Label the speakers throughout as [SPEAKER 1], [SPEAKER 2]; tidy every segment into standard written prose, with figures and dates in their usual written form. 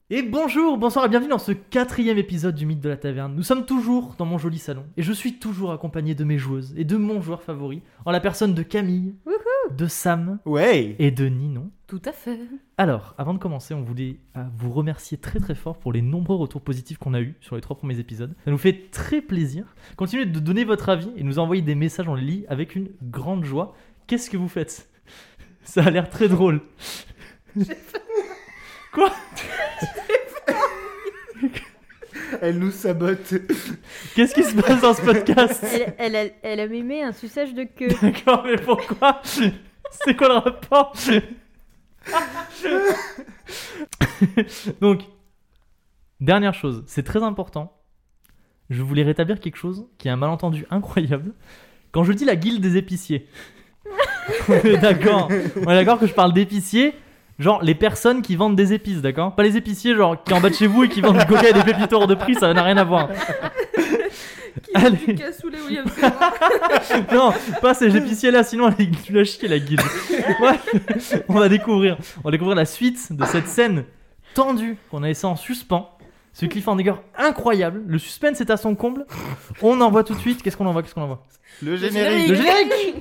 [SPEAKER 1] Et bonjour, bonsoir et bienvenue dans ce 4e épisode du Mythe de la Taverne. Nous sommes toujours dans mon joli salon et je suis toujours accompagné de mes joueuses et de mon joueur favori, en la personne de Camille, de Sam et de Ninon.
[SPEAKER 2] Tout à fait.
[SPEAKER 1] Alors, avant de commencer, on voulait vous remercier très très fort pour les nombreux retours positifs qu'on a eus sur les 3 premiers épisodes. Ça nous fait très plaisir. Continuez de donner votre avis et nous envoyer des messages, on les lit avec une grande joie. Qu'est-ce que vous faites ? Ça a l'air très drôle. Quoi ?
[SPEAKER 3] Elle nous sabote.
[SPEAKER 1] Qu'est-ce qui se passe dans ce podcast ?
[SPEAKER 2] Elle a mimé un suçage de queue.
[SPEAKER 1] D'accord, mais pourquoi ? C'est quoi le rapport ? Donc, dernière chose, c'est très important. Je voulais rétablir quelque chose qui est un malentendu incroyable. Quand je dis la guilde des épiciers, on est d'accord que je parle d'épiciers, genre les personnes qui vendent des épices, d'accord ? Pas les épiciers genre qui en bas de chez vous et qui vendent du coca et des pépitos hors de prix, ça n'a rien à voir.
[SPEAKER 2] Qui du cassoulet William Ferrand.
[SPEAKER 1] Non, pas ces épiciers là, sinon tu l'as chier la guilde. Ouais, on va découvrir la suite de cette scène tendue qu'on a laissée en suspens. Ce cliffhanger incroyable, le suspense est à son comble. On envoie tout de suite, qu'est-ce qu'on envoie ?
[SPEAKER 3] Le générique.
[SPEAKER 1] Le générique.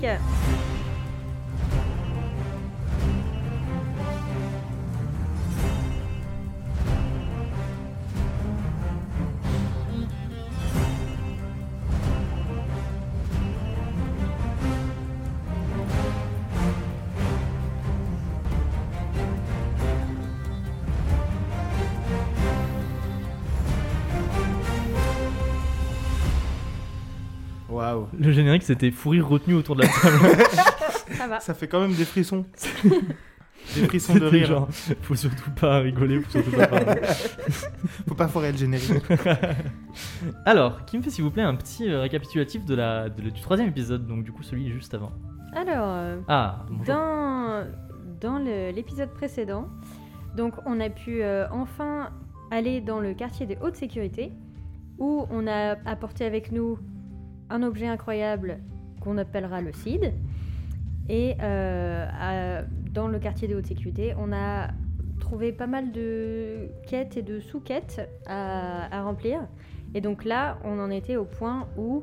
[SPEAKER 3] Waouh.
[SPEAKER 1] Le générique, c'était fou rire retenu autour de la table.
[SPEAKER 2] Ça va.
[SPEAKER 3] Ça fait quand même des frissons. Des frissons de
[SPEAKER 1] C'était
[SPEAKER 3] rire.
[SPEAKER 1] genre, faut surtout pas rigoler, faut surtout pas parler.
[SPEAKER 3] Faut pas foirer le générique.
[SPEAKER 1] Alors, qui me fait s'il vous plaît un petit récapitulatif du 3e épisode, donc du coup celui juste avant.
[SPEAKER 2] Alors,
[SPEAKER 1] Bonjour.
[SPEAKER 2] dans l'épisode précédent, donc on a pu enfin aller dans le quartier des hautes sécurités, où on a apporté avec nous un objet incroyable qu'on appellera le CID. Et dans le quartier des hautes sécurités, on a trouvé pas mal de quêtes et de sous-quêtes à remplir. Et donc là, on en était au point où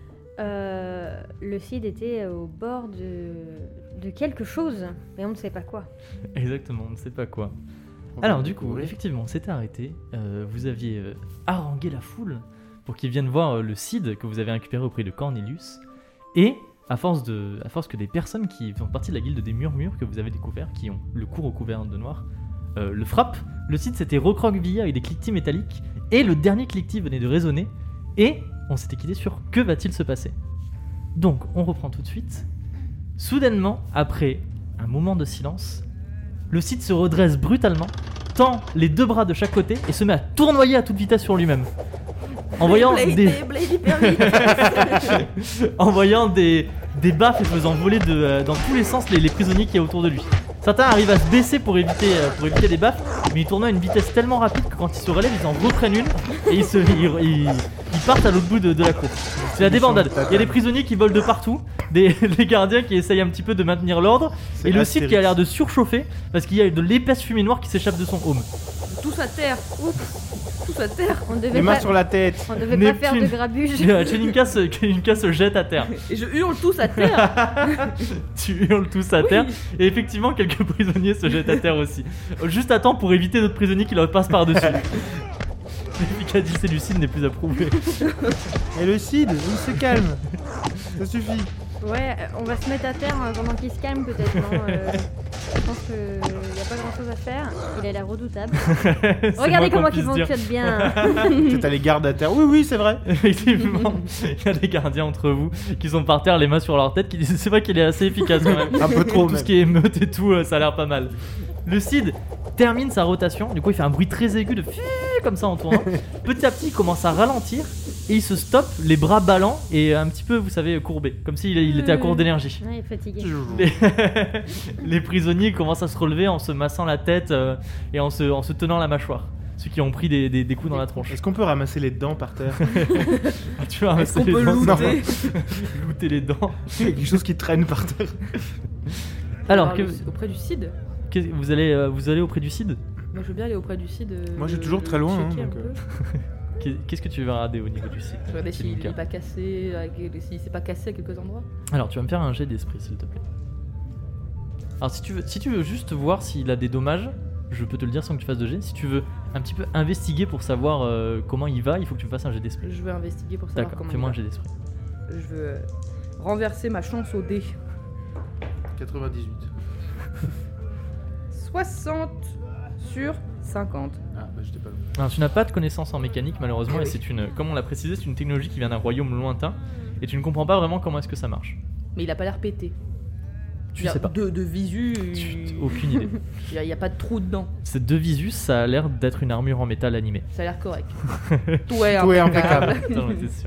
[SPEAKER 2] le CID était au bord de quelque chose, mais on ne sait pas quoi.
[SPEAKER 1] Exactement, on ne sait pas quoi.
[SPEAKER 3] On va
[SPEAKER 1] Alors du coup,
[SPEAKER 3] découvrir.
[SPEAKER 1] effectivement, on s'était arrêté. Vous aviez harangué la foule pour qu'ils viennent voir le CID que vous avez récupéré auprès de Cornelius. Et à force que des personnes qui font partie de la guilde des murmures que vous avez découvert, qui ont le cou recouvert de noir, le frappe, le CID s'était recroquevillé avec des cliquetis métalliques et le dernier cliquetis venait de résonner et on s'était quitté sur que va-t-il se passer. Donc on reprend tout de suite. Soudainement, après un moment de silence, le CID se redresse brutalement, tend les 2 bras de chaque côté et se met à tournoyer à toute vitesse sur lui-même. En voyant des baffes et faisant voler dans tous les sens les prisonniers qui y a autour de lui. Certains arrivent à se baisser pour éviter des baffes, mais ils tournent à une vitesse tellement rapide que quand ils se relèvent, ils en reprennent une et ils partent à l'autre bout de la cour. C'est la débandade. Il y a des prisonniers qui volent de partout, les gardiens qui essayent un petit peu de maintenir l'ordre, et le CID qui a l'air de surchauffer parce qu'il y a de l'épaisse fumée noire qui s'échappe de son home.
[SPEAKER 2] Tous à terre. Oups. Tous à terre. On devait
[SPEAKER 3] Les mains
[SPEAKER 2] pas,
[SPEAKER 3] sur la tête.
[SPEAKER 2] on devait pas faire de
[SPEAKER 1] Neptune.
[SPEAKER 2] grabuge.
[SPEAKER 1] Chelinka se jette à terre.
[SPEAKER 2] Et je hurle tous à terre.
[SPEAKER 1] Tu hurles tous à terre. Et effectivement, quelques prisonniers se jettent à terre aussi. Juste à temps pour éviter d'autres prisonniers qui leur passent par-dessus. L'efficacité du CID n'est plus approuvée.
[SPEAKER 3] Et le CID, il se calme. Ça suffit.
[SPEAKER 2] Ouais, on va se mettre à terre pendant qu'il se calme peut-être, non Je pense qu'il n'y a pas grand chose à faire. Il a l'air redoutable. Regardez comment il fonctionne bien.
[SPEAKER 3] T'as les gardes à terre. Oui, c'est vrai.
[SPEAKER 1] Effectivement, il y a des gardiens entre vous qui sont par terre, les mains sur leur tête, qui disent c'est vrai qu'il est assez efficace quand même.
[SPEAKER 3] Un peu trop,
[SPEAKER 1] Tout
[SPEAKER 3] même.
[SPEAKER 1] ce qui est émeute et tout, ça a l'air pas mal. Le CID termine sa rotation, du coup il fait un bruit très aigu de comme ça en tournant. Petit à petit, il commence à ralentir et il se stoppe, les bras ballants et un petit peu, vous savez, courbé, comme s'il était à court d'énergie.
[SPEAKER 2] Ouais, il est fatigué.
[SPEAKER 1] Les prisonniers commencent à se relever en se massant la tête et en se tenant la mâchoire. Ceux qui ont pris des coups dans la tronche.
[SPEAKER 3] Est-ce qu'on peut ramasser les dents par terre?
[SPEAKER 1] Tu vas
[SPEAKER 3] Est-ce
[SPEAKER 1] ramasser
[SPEAKER 3] qu'on
[SPEAKER 1] les
[SPEAKER 3] peut
[SPEAKER 1] dents.
[SPEAKER 3] looter?
[SPEAKER 1] Looter les dents.
[SPEAKER 3] Il y a quelque chose qui traîne par terre.
[SPEAKER 1] Alors,
[SPEAKER 2] Auprès du CID.
[SPEAKER 1] vous allez auprès du CID?
[SPEAKER 4] Moi, je veux bien aller auprès du Cid.
[SPEAKER 3] Moi, je suis toujours très loin,
[SPEAKER 4] checker
[SPEAKER 3] hein,
[SPEAKER 4] un
[SPEAKER 3] donc,
[SPEAKER 4] peu.
[SPEAKER 1] Qu'est-ce que tu veux regarder au niveau du site?
[SPEAKER 4] Je vais regarder s'il
[SPEAKER 1] Chelinka.
[SPEAKER 4] n'est pas cassé, s'il s'est pas cassé à quelques endroits.
[SPEAKER 1] Alors, tu vas me faire un jet d'esprit, s'il te plaît. Alors, si tu veux juste voir s'il a des dommages, je peux te le dire sans que tu fasses de jet. Si tu veux un petit peu investiguer pour savoir comment il va, il faut que tu me fasses un jet d'esprit.
[SPEAKER 4] Je vais investiguer pour savoir
[SPEAKER 1] D'accord,
[SPEAKER 4] comment.
[SPEAKER 1] fais-moi un
[SPEAKER 4] il
[SPEAKER 1] jet d'esprit.
[SPEAKER 4] va. Je veux renverser ma chance au dé.
[SPEAKER 3] 98.
[SPEAKER 4] 60 sur 50.
[SPEAKER 3] Ah, bah j'étais pas loin.
[SPEAKER 1] Alors, tu n'as pas de connaissances en mécanique, malheureusement,
[SPEAKER 4] Eh
[SPEAKER 1] et
[SPEAKER 4] oui.
[SPEAKER 1] c'est une, comme on l'a précisé, c'est une technologie qui vient d'un royaume lointain, et tu ne comprends pas vraiment comment est-ce que ça marche.
[SPEAKER 4] Mais il a pas l'air pété.
[SPEAKER 1] Tu sais pas.
[SPEAKER 4] De visu,
[SPEAKER 1] Aucune idée.
[SPEAKER 4] il y a pas de trou dedans.
[SPEAKER 1] Cette de visu, ça a l'air d'être une armure en métal animée.
[SPEAKER 4] Ça a l'air correct. Tout est
[SPEAKER 3] Tout est
[SPEAKER 4] impeccable.
[SPEAKER 1] Attends, j'en étais sûr.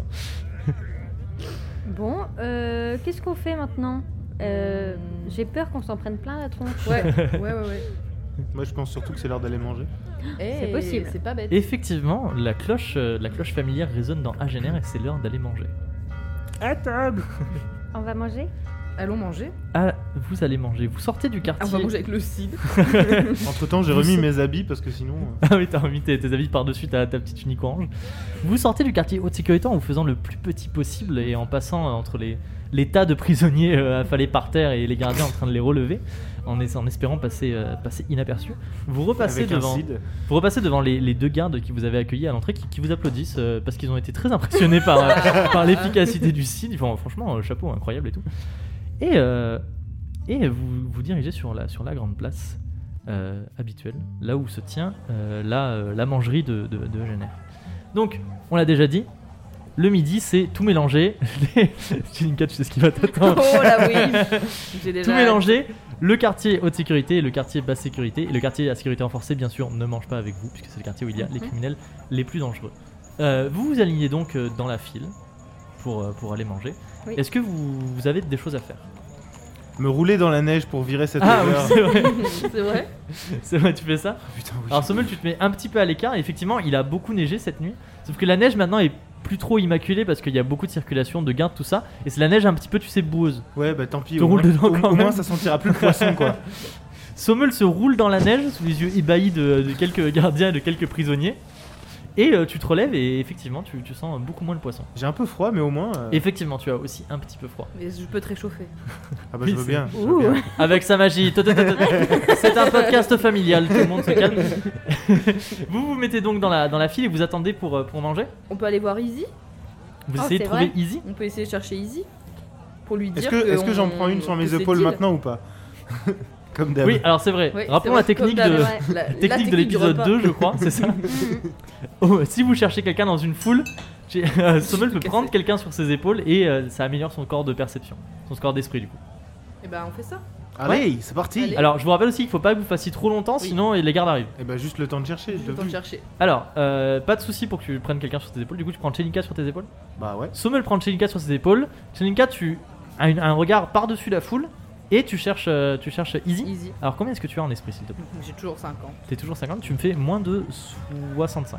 [SPEAKER 2] Bon, qu'est-ce qu'on fait maintenant J'ai peur qu'on s'en prenne plein la tronche.
[SPEAKER 4] Ouais.
[SPEAKER 3] Moi, je pense surtout que c'est l'heure d'aller manger.
[SPEAKER 2] C'est possible.
[SPEAKER 4] C'est pas bête.
[SPEAKER 1] Effectivement, la cloche familière résonne dans Agener et c'est l'heure d'aller manger.
[SPEAKER 3] À table.
[SPEAKER 2] On va manger
[SPEAKER 4] Allons manger.
[SPEAKER 1] Ah, vous allez manger. Vous sortez du
[SPEAKER 4] On
[SPEAKER 1] quartier.
[SPEAKER 4] va manger avec le Cid.
[SPEAKER 3] Entre temps, j'ai
[SPEAKER 1] Vous
[SPEAKER 3] remis
[SPEAKER 1] sa-
[SPEAKER 3] mes habits parce que sinon.
[SPEAKER 1] Ah oui, t'as remis tes habits par-dessus ta petite tunique orange. Vous sortez du quartier haute sécurité en vous faisant le plus petit possible et en passant entre les tas de prisonniers affalés par terre et les gardiens en train de les relever, en espérant passer inaperçu. Vous repassez
[SPEAKER 3] avec un
[SPEAKER 1] devant.
[SPEAKER 3] Cid.
[SPEAKER 1] Vous repassez devant les deux gardes qui vous avaient accueillis à l'entrée, qui vous applaudissent parce qu'ils ont été très impressionnés par l'efficacité du site. Ils font franchement chapeau incroyable et tout. Et vous vous dirigez sur la grande place habituelle, là où se tient la mangerie de Agener. Donc, on l'a déjà dit, le midi c'est tout mélanger. Chelinka, tu sais ce qui va t'attendre.
[SPEAKER 4] Oh là oui. J'ai déjà.
[SPEAKER 1] Tout mélanger. Le quartier haute sécurité et le quartier basse sécurité. Et le quartier à sécurité renforcée, bien sûr, ne mange pas avec vous, puisque c'est le quartier où il y a les criminels les plus dangereux. Vous vous alignez donc dans la file pour aller manger.
[SPEAKER 2] Oui.
[SPEAKER 1] Est-ce que vous avez des choses à faire?
[SPEAKER 3] Me rouler dans la neige pour virer cette
[SPEAKER 1] Ah oui,
[SPEAKER 3] odeur.
[SPEAKER 1] c'est vrai.
[SPEAKER 4] C'est vrai.
[SPEAKER 1] C'est vrai, tu fais ça.
[SPEAKER 3] Putain, oui.
[SPEAKER 1] Alors Sommel, tu te mets un petit peu à l'écart. Et effectivement, il a beaucoup neigé cette nuit. Sauf que la neige maintenant est plus trop immaculée parce qu'il y a beaucoup de circulation, de garde, tout ça. Et c'est la neige un petit peu, tu sais, boueuse.
[SPEAKER 3] Ouais, bah tant pis.
[SPEAKER 1] Te
[SPEAKER 3] Au
[SPEAKER 1] roule
[SPEAKER 3] moins,
[SPEAKER 1] dedans quand
[SPEAKER 3] au moins,
[SPEAKER 1] même.
[SPEAKER 3] ça sentira plus le poisson, quoi.
[SPEAKER 1] Sommel se roule dans la neige sous les yeux ébahis de quelques gardiens et de quelques prisonniers. Et tu te relèves et effectivement, tu sens beaucoup moins le poisson.
[SPEAKER 3] J'ai un peu froid, mais au moins.
[SPEAKER 1] Effectivement, tu as aussi un petit peu froid.
[SPEAKER 4] Mais je peux te réchauffer.
[SPEAKER 3] Ah bah
[SPEAKER 1] Oui,
[SPEAKER 3] je veux
[SPEAKER 1] c'est-
[SPEAKER 3] bien. je veux
[SPEAKER 2] Ouh.
[SPEAKER 3] bien.
[SPEAKER 1] Avec sa magie. C'est un podcast familial, tout le monde se calme. Vous vous mettez donc dans la file et vous attendez pour manger.
[SPEAKER 4] On peut aller voir Easy.
[SPEAKER 1] Vous
[SPEAKER 2] Oh,
[SPEAKER 1] essayez de
[SPEAKER 2] c'est
[SPEAKER 1] trouver
[SPEAKER 2] vrai.
[SPEAKER 1] Easy.
[SPEAKER 4] On peut essayer de chercher Easy. Pour lui dire
[SPEAKER 3] Est-ce que j'en
[SPEAKER 4] on-
[SPEAKER 3] prends une sur
[SPEAKER 4] que
[SPEAKER 3] mes
[SPEAKER 4] c'est
[SPEAKER 3] épaules
[SPEAKER 4] deal.
[SPEAKER 3] maintenant ou pas? Comme d'hab.
[SPEAKER 1] Oui, alors c'est vrai.
[SPEAKER 4] Oui,
[SPEAKER 1] Rappelons
[SPEAKER 4] c'est
[SPEAKER 1] la
[SPEAKER 4] vrai,
[SPEAKER 1] technique
[SPEAKER 4] comme
[SPEAKER 1] de,
[SPEAKER 4] d'hab.
[SPEAKER 2] Ouais.
[SPEAKER 4] La
[SPEAKER 1] technique de
[SPEAKER 4] du
[SPEAKER 1] l'épisode
[SPEAKER 4] repas.
[SPEAKER 1] 2, je crois, c'est ça. Oh, si vous cherchez quelqu'un dans une foule, Sommel peut
[SPEAKER 4] Cassé.
[SPEAKER 1] prendre quelqu'un sur ses épaules et ça améliore son corps de perception, son score d'esprit du coup.
[SPEAKER 4] Et ben on fait ça.
[SPEAKER 3] Allez, c'est parti.
[SPEAKER 4] Allez.
[SPEAKER 1] Alors je vous rappelle aussi qu'il faut pas que vous fassiez trop longtemps,
[SPEAKER 4] Oui.
[SPEAKER 1] sinon les gardes arrivent.
[SPEAKER 3] Et bah juste le temps de chercher.
[SPEAKER 4] J'ai
[SPEAKER 3] je
[SPEAKER 4] le temps de
[SPEAKER 3] vu.
[SPEAKER 4] chercher.
[SPEAKER 1] Alors, pas de souci pour que tu prennes quelqu'un sur tes épaules. Du coup, tu prends Chelinka sur tes épaules.
[SPEAKER 3] Bah ouais.
[SPEAKER 1] Sommel prend Chelinka sur ses épaules. Chelinka, tu as un regard par-dessus la foule et tu cherches Easy.
[SPEAKER 4] Easy.
[SPEAKER 1] Alors, combien est-ce que tu as en esprit, s'il te plaît?
[SPEAKER 4] J'ai toujours 5 ans.
[SPEAKER 1] T'es toujours 50, tu me fais moins de 65.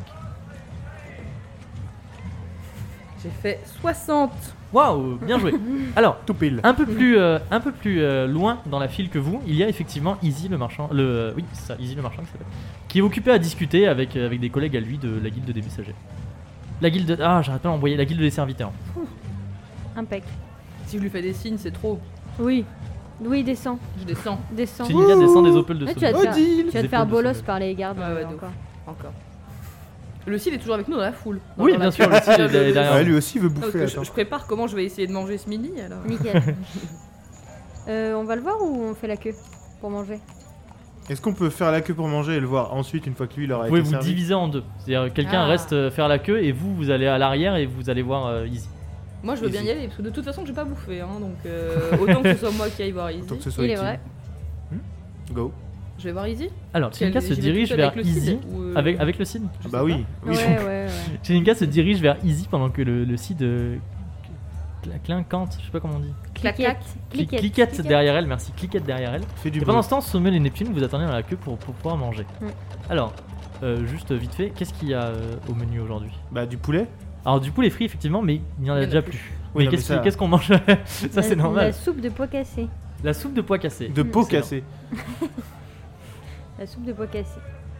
[SPEAKER 4] J'ai fait 60.
[SPEAKER 1] Waouh, bien joué. Alors,
[SPEAKER 3] Tout pile.
[SPEAKER 1] un peu plus loin dans la file que vous, il y a effectivement Easy le marchand, oui, c'est ça, Easy le marchand qui s'appelle, qui est occupé à discuter avec des collègues à lui de la guilde des messagers. La guilde, j'arrête pas d'envoyer la guilde des serviteurs.
[SPEAKER 2] Impec.
[SPEAKER 4] Si je lui fais des signes, c'est trop.
[SPEAKER 2] Oui. Oui, descends.
[SPEAKER 4] Je descends.
[SPEAKER 2] Descends.
[SPEAKER 1] Chelinka descend des épaules de
[SPEAKER 2] Ouais, tu vas
[SPEAKER 1] Sommel.
[SPEAKER 2] te faire,
[SPEAKER 3] Odile.
[SPEAKER 2] tu vas te
[SPEAKER 1] Des
[SPEAKER 2] faire
[SPEAKER 1] épaules de
[SPEAKER 2] bolos
[SPEAKER 1] Sommel.
[SPEAKER 2] par les gardes
[SPEAKER 4] Ouais, ouais, de
[SPEAKER 2] encore.
[SPEAKER 4] Encore. Le Cid est toujours avec nous dans la foule.
[SPEAKER 1] Oui,
[SPEAKER 4] Dans
[SPEAKER 1] bien
[SPEAKER 4] la
[SPEAKER 1] sûr,
[SPEAKER 4] queue.
[SPEAKER 1] le Cid est derrière.
[SPEAKER 3] Ouais, lui aussi veut
[SPEAKER 4] Donc,
[SPEAKER 3] bouffer.
[SPEAKER 4] je
[SPEAKER 3] attends.
[SPEAKER 4] prépare comment je vais essayer de manger ce midi alors.
[SPEAKER 2] Nickel. On va le voir ou on fait la queue pour manger?
[SPEAKER 3] Est-ce qu'on peut faire la queue pour manger et le voir ensuite une fois que lui il aura
[SPEAKER 1] Vous pouvez
[SPEAKER 3] été
[SPEAKER 1] vous
[SPEAKER 3] servi?
[SPEAKER 1] diviser en deux. C'est-à-dire quelqu'un
[SPEAKER 4] Ah.
[SPEAKER 1] reste faire la queue et vous allez à l'arrière et vous allez voir Easy.
[SPEAKER 4] Moi je veux bien
[SPEAKER 3] Easy.
[SPEAKER 4] y aller parce que de toute façon je vais pas bouffer hein, donc autant que ce soit moi qui aille voir Easy.
[SPEAKER 3] Autant que ce soit
[SPEAKER 2] Il est
[SPEAKER 3] utile.
[SPEAKER 2] vrai.
[SPEAKER 3] Go.
[SPEAKER 4] Je vais voir Easy.
[SPEAKER 1] Alors, Chelinka se
[SPEAKER 4] J'y vais
[SPEAKER 1] dirige
[SPEAKER 4] toute seule
[SPEAKER 1] vers
[SPEAKER 4] avec le Cid,
[SPEAKER 1] Easy.
[SPEAKER 4] ou,
[SPEAKER 1] Avec le Cid.
[SPEAKER 4] je
[SPEAKER 3] Bah
[SPEAKER 4] sais
[SPEAKER 3] oui.
[SPEAKER 4] pas.
[SPEAKER 3] Oui.
[SPEAKER 2] Ouais.
[SPEAKER 1] Chelinka se dirige vers Easy pendant que le Cid clincante, je sais pas comment on dit.
[SPEAKER 4] Clac-clac.
[SPEAKER 1] Cliquette derrière elle, merci, cliquette derrière elle.
[SPEAKER 3] Fais du
[SPEAKER 1] Et
[SPEAKER 3] bruit.
[SPEAKER 1] pendant ce temps, Sommel et Neptune, vous attendez dans la queue pour pouvoir manger.
[SPEAKER 2] Mm.
[SPEAKER 1] Alors, juste vite fait, qu'est-ce qu'il y a au menu aujourd'hui?
[SPEAKER 3] Bah du poulet.
[SPEAKER 1] Alors, du poulet frit, effectivement, mais il n'y en a
[SPEAKER 4] Il y en a
[SPEAKER 1] déjà
[SPEAKER 4] plus.
[SPEAKER 1] plus.
[SPEAKER 3] Oui,
[SPEAKER 1] Mais
[SPEAKER 3] non, mais ça-
[SPEAKER 1] qu'est-ce qu'on mange? Ça, c'est normal.
[SPEAKER 2] La soupe de pois cassés.
[SPEAKER 1] La soupe de pois cassés.
[SPEAKER 3] De peau
[SPEAKER 1] Excellent.
[SPEAKER 3] cassée.
[SPEAKER 2] La soupe de pois cassés.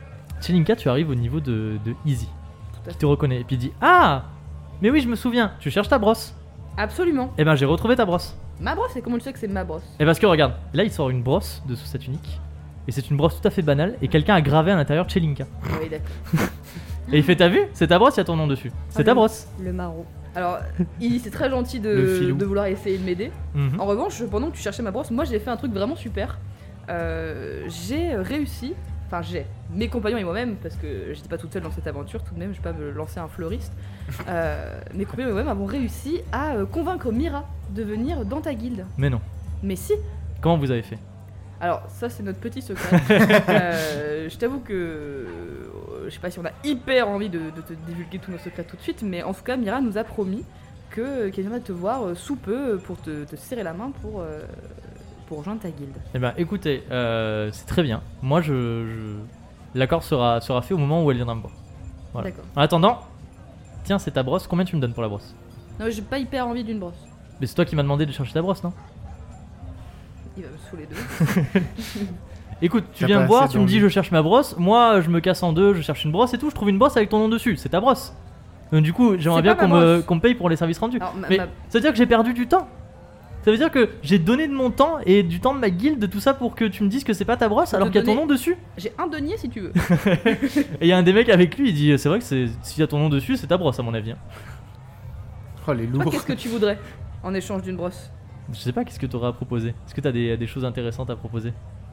[SPEAKER 1] Chelinka, tu arrives au niveau de Easy,
[SPEAKER 4] à
[SPEAKER 1] qui
[SPEAKER 4] fait.
[SPEAKER 1] te reconnaît. Et puis il dit ah, mais oui, je me souviens, tu cherches ta brosse.
[SPEAKER 4] Absolument.
[SPEAKER 1] Eh ben, j'ai retrouvé ta brosse.
[SPEAKER 4] Ma brosse, et comment tu sais que c'est ma brosse?
[SPEAKER 1] Et parce que regarde, là il sort une brosse de sous sa tunique. Et c'est une brosse tout à fait banale. Et quelqu'un a gravé à l'intérieur Chelinka.
[SPEAKER 4] Oui, d'accord.
[SPEAKER 1] Et il fait t'as vu? C'est ta brosse, il y a ton nom dessus. C'est ta
[SPEAKER 2] le-
[SPEAKER 1] brosse.
[SPEAKER 2] Le maraud.
[SPEAKER 4] Alors, c'est très gentil
[SPEAKER 3] Le filou.
[SPEAKER 4] de vouloir essayer de m'aider.
[SPEAKER 1] Mhm.
[SPEAKER 4] En revanche, pendant que tu cherchais ma brosse, moi j'ai fait un truc vraiment super. J'ai réussi, enfin mes compagnons et moi-même, parce que j'étais pas toute seule dans cette aventure tout de même, je vais pas me lancer un fleuriste. Mes compagnons et moi-même avons réussi à convaincre Mira de venir dans ta guilde.
[SPEAKER 1] Mais non.
[SPEAKER 4] Mais si.
[SPEAKER 1] Comment vous avez fait?
[SPEAKER 4] Alors ça c'est notre petit secret. Je t'avoue que je sais pas si on a hyper envie de te divulguer tous nos secrets tout de suite, mais en tout cas Mira nous a promis qu'elle viendrait te voir sous peu pour te serrer la main pour rejoindre ta guilde.
[SPEAKER 1] Eh ben écoutez, c'est très bien. Moi l'accord sera fait au moment où elle viendra me voir. Voilà.
[SPEAKER 4] D'accord.
[SPEAKER 1] En attendant, tiens, c'est ta brosse. Combien tu me donnes pour la brosse?
[SPEAKER 4] Non, j'ai pas hyper envie d'une brosse.
[SPEAKER 1] Mais c'est toi qui m'as demandé de chercher ta brosse, non?
[SPEAKER 4] Il va me saouler deux.
[SPEAKER 1] Écoute, tu
[SPEAKER 3] T'as
[SPEAKER 1] viens
[SPEAKER 3] pas
[SPEAKER 1] me voir,
[SPEAKER 3] assez
[SPEAKER 1] tu me dis
[SPEAKER 3] d'envie.
[SPEAKER 1] je cherche ma brosse. Moi, je me casse en deux, je cherche une brosse et tout. Je trouve une brosse avec ton nom dessus. C'est ta brosse. Donc, du coup, j'aimerais
[SPEAKER 4] C'est
[SPEAKER 1] bien
[SPEAKER 4] pas
[SPEAKER 1] qu'on
[SPEAKER 4] ma
[SPEAKER 1] me,
[SPEAKER 4] brosse.
[SPEAKER 1] qu'on me paye pour les services rendus.
[SPEAKER 4] Alors,
[SPEAKER 1] Mais ça veut dire que j'ai perdu du temps. Ça veut dire que j'ai donné de mon temps et du temps de ma guilde, tout ça pour que tu me dises que c'est pas ta brosse
[SPEAKER 4] Faut
[SPEAKER 1] alors
[SPEAKER 4] te
[SPEAKER 1] qu'il y a ton
[SPEAKER 4] donner-
[SPEAKER 1] nom dessus.
[SPEAKER 4] j'ai un denier si tu veux.
[SPEAKER 1] Et il y a un des mecs avec lui, il dit c'est vrai que s'il y a ton nom dessus, c'est ta brosse à mon avis. Hein.
[SPEAKER 3] Oh, les
[SPEAKER 4] Toi,
[SPEAKER 3] lourds.
[SPEAKER 4] qu'est-ce que tu voudrais en échange d'une brosse?
[SPEAKER 1] Je sais pas qu'est-ce que t'auras à proposer. Est-ce que t'as des choses intéressantes à proposer?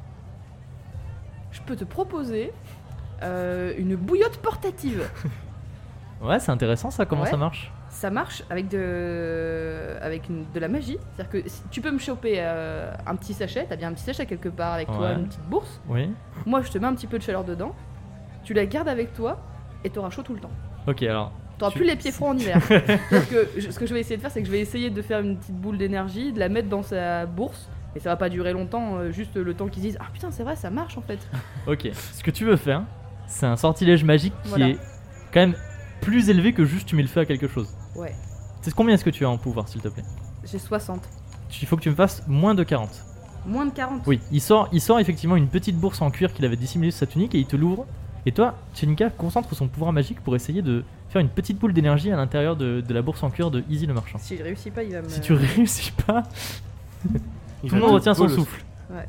[SPEAKER 4] Je peux te proposer une bouillotte portative.
[SPEAKER 1] Ouais, c'est intéressant ça, comment
[SPEAKER 4] Ouais.
[SPEAKER 1] ça marche?
[SPEAKER 4] Ça marche avec de la magie. C'est-à-dire que tu peux me choper un petit sachet, t'as bien un petit sachet quelque part avec toi,
[SPEAKER 1] Ouais.
[SPEAKER 4] une petite bourse.
[SPEAKER 1] Oui.
[SPEAKER 4] Moi, je te mets un petit peu de chaleur dedans, tu la gardes avec toi et t'auras chaud tout le temps.
[SPEAKER 1] Ok, alors.
[SPEAKER 4] T'auras
[SPEAKER 1] Tu-
[SPEAKER 4] plus les pieds froids en hiver. Parce que ce que je vais essayer de faire, c'est que je vais essayer de faire une petite boule d'énergie, de la mettre dans sa bourse. Et ça va pas durer longtemps, juste le temps qu'ils disent ah putain, c'est vrai, ça marche en fait.
[SPEAKER 1] Ok, ce que tu veux faire, c'est un sortilège magique qui
[SPEAKER 4] Voilà.
[SPEAKER 1] est quand même plus élevé que juste tu mets le feu à quelque chose.
[SPEAKER 4] Ouais,
[SPEAKER 1] C'est combien est-ce que tu as en pouvoir, s'il te plaît?
[SPEAKER 4] j'ai 60.
[SPEAKER 1] Il faut que tu me fasses moins de 40.
[SPEAKER 4] Moins de 40.
[SPEAKER 1] Oui, il sort effectivement une petite bourse en cuir qu'il avait dissimulée sous sa tunique et il te l'ouvre. Et toi, Chelinka concentre son pouvoir magique pour essayer de faire une petite boule d'énergie à l'intérieur de la bourse en cuir de Easy le marchand.
[SPEAKER 4] Si je réussis pas, il va me.
[SPEAKER 1] Si tu réussis pas,
[SPEAKER 3] Il
[SPEAKER 1] tout le
[SPEAKER 3] va
[SPEAKER 1] monde
[SPEAKER 3] te
[SPEAKER 1] retient son
[SPEAKER 3] bol-
[SPEAKER 1] souffle.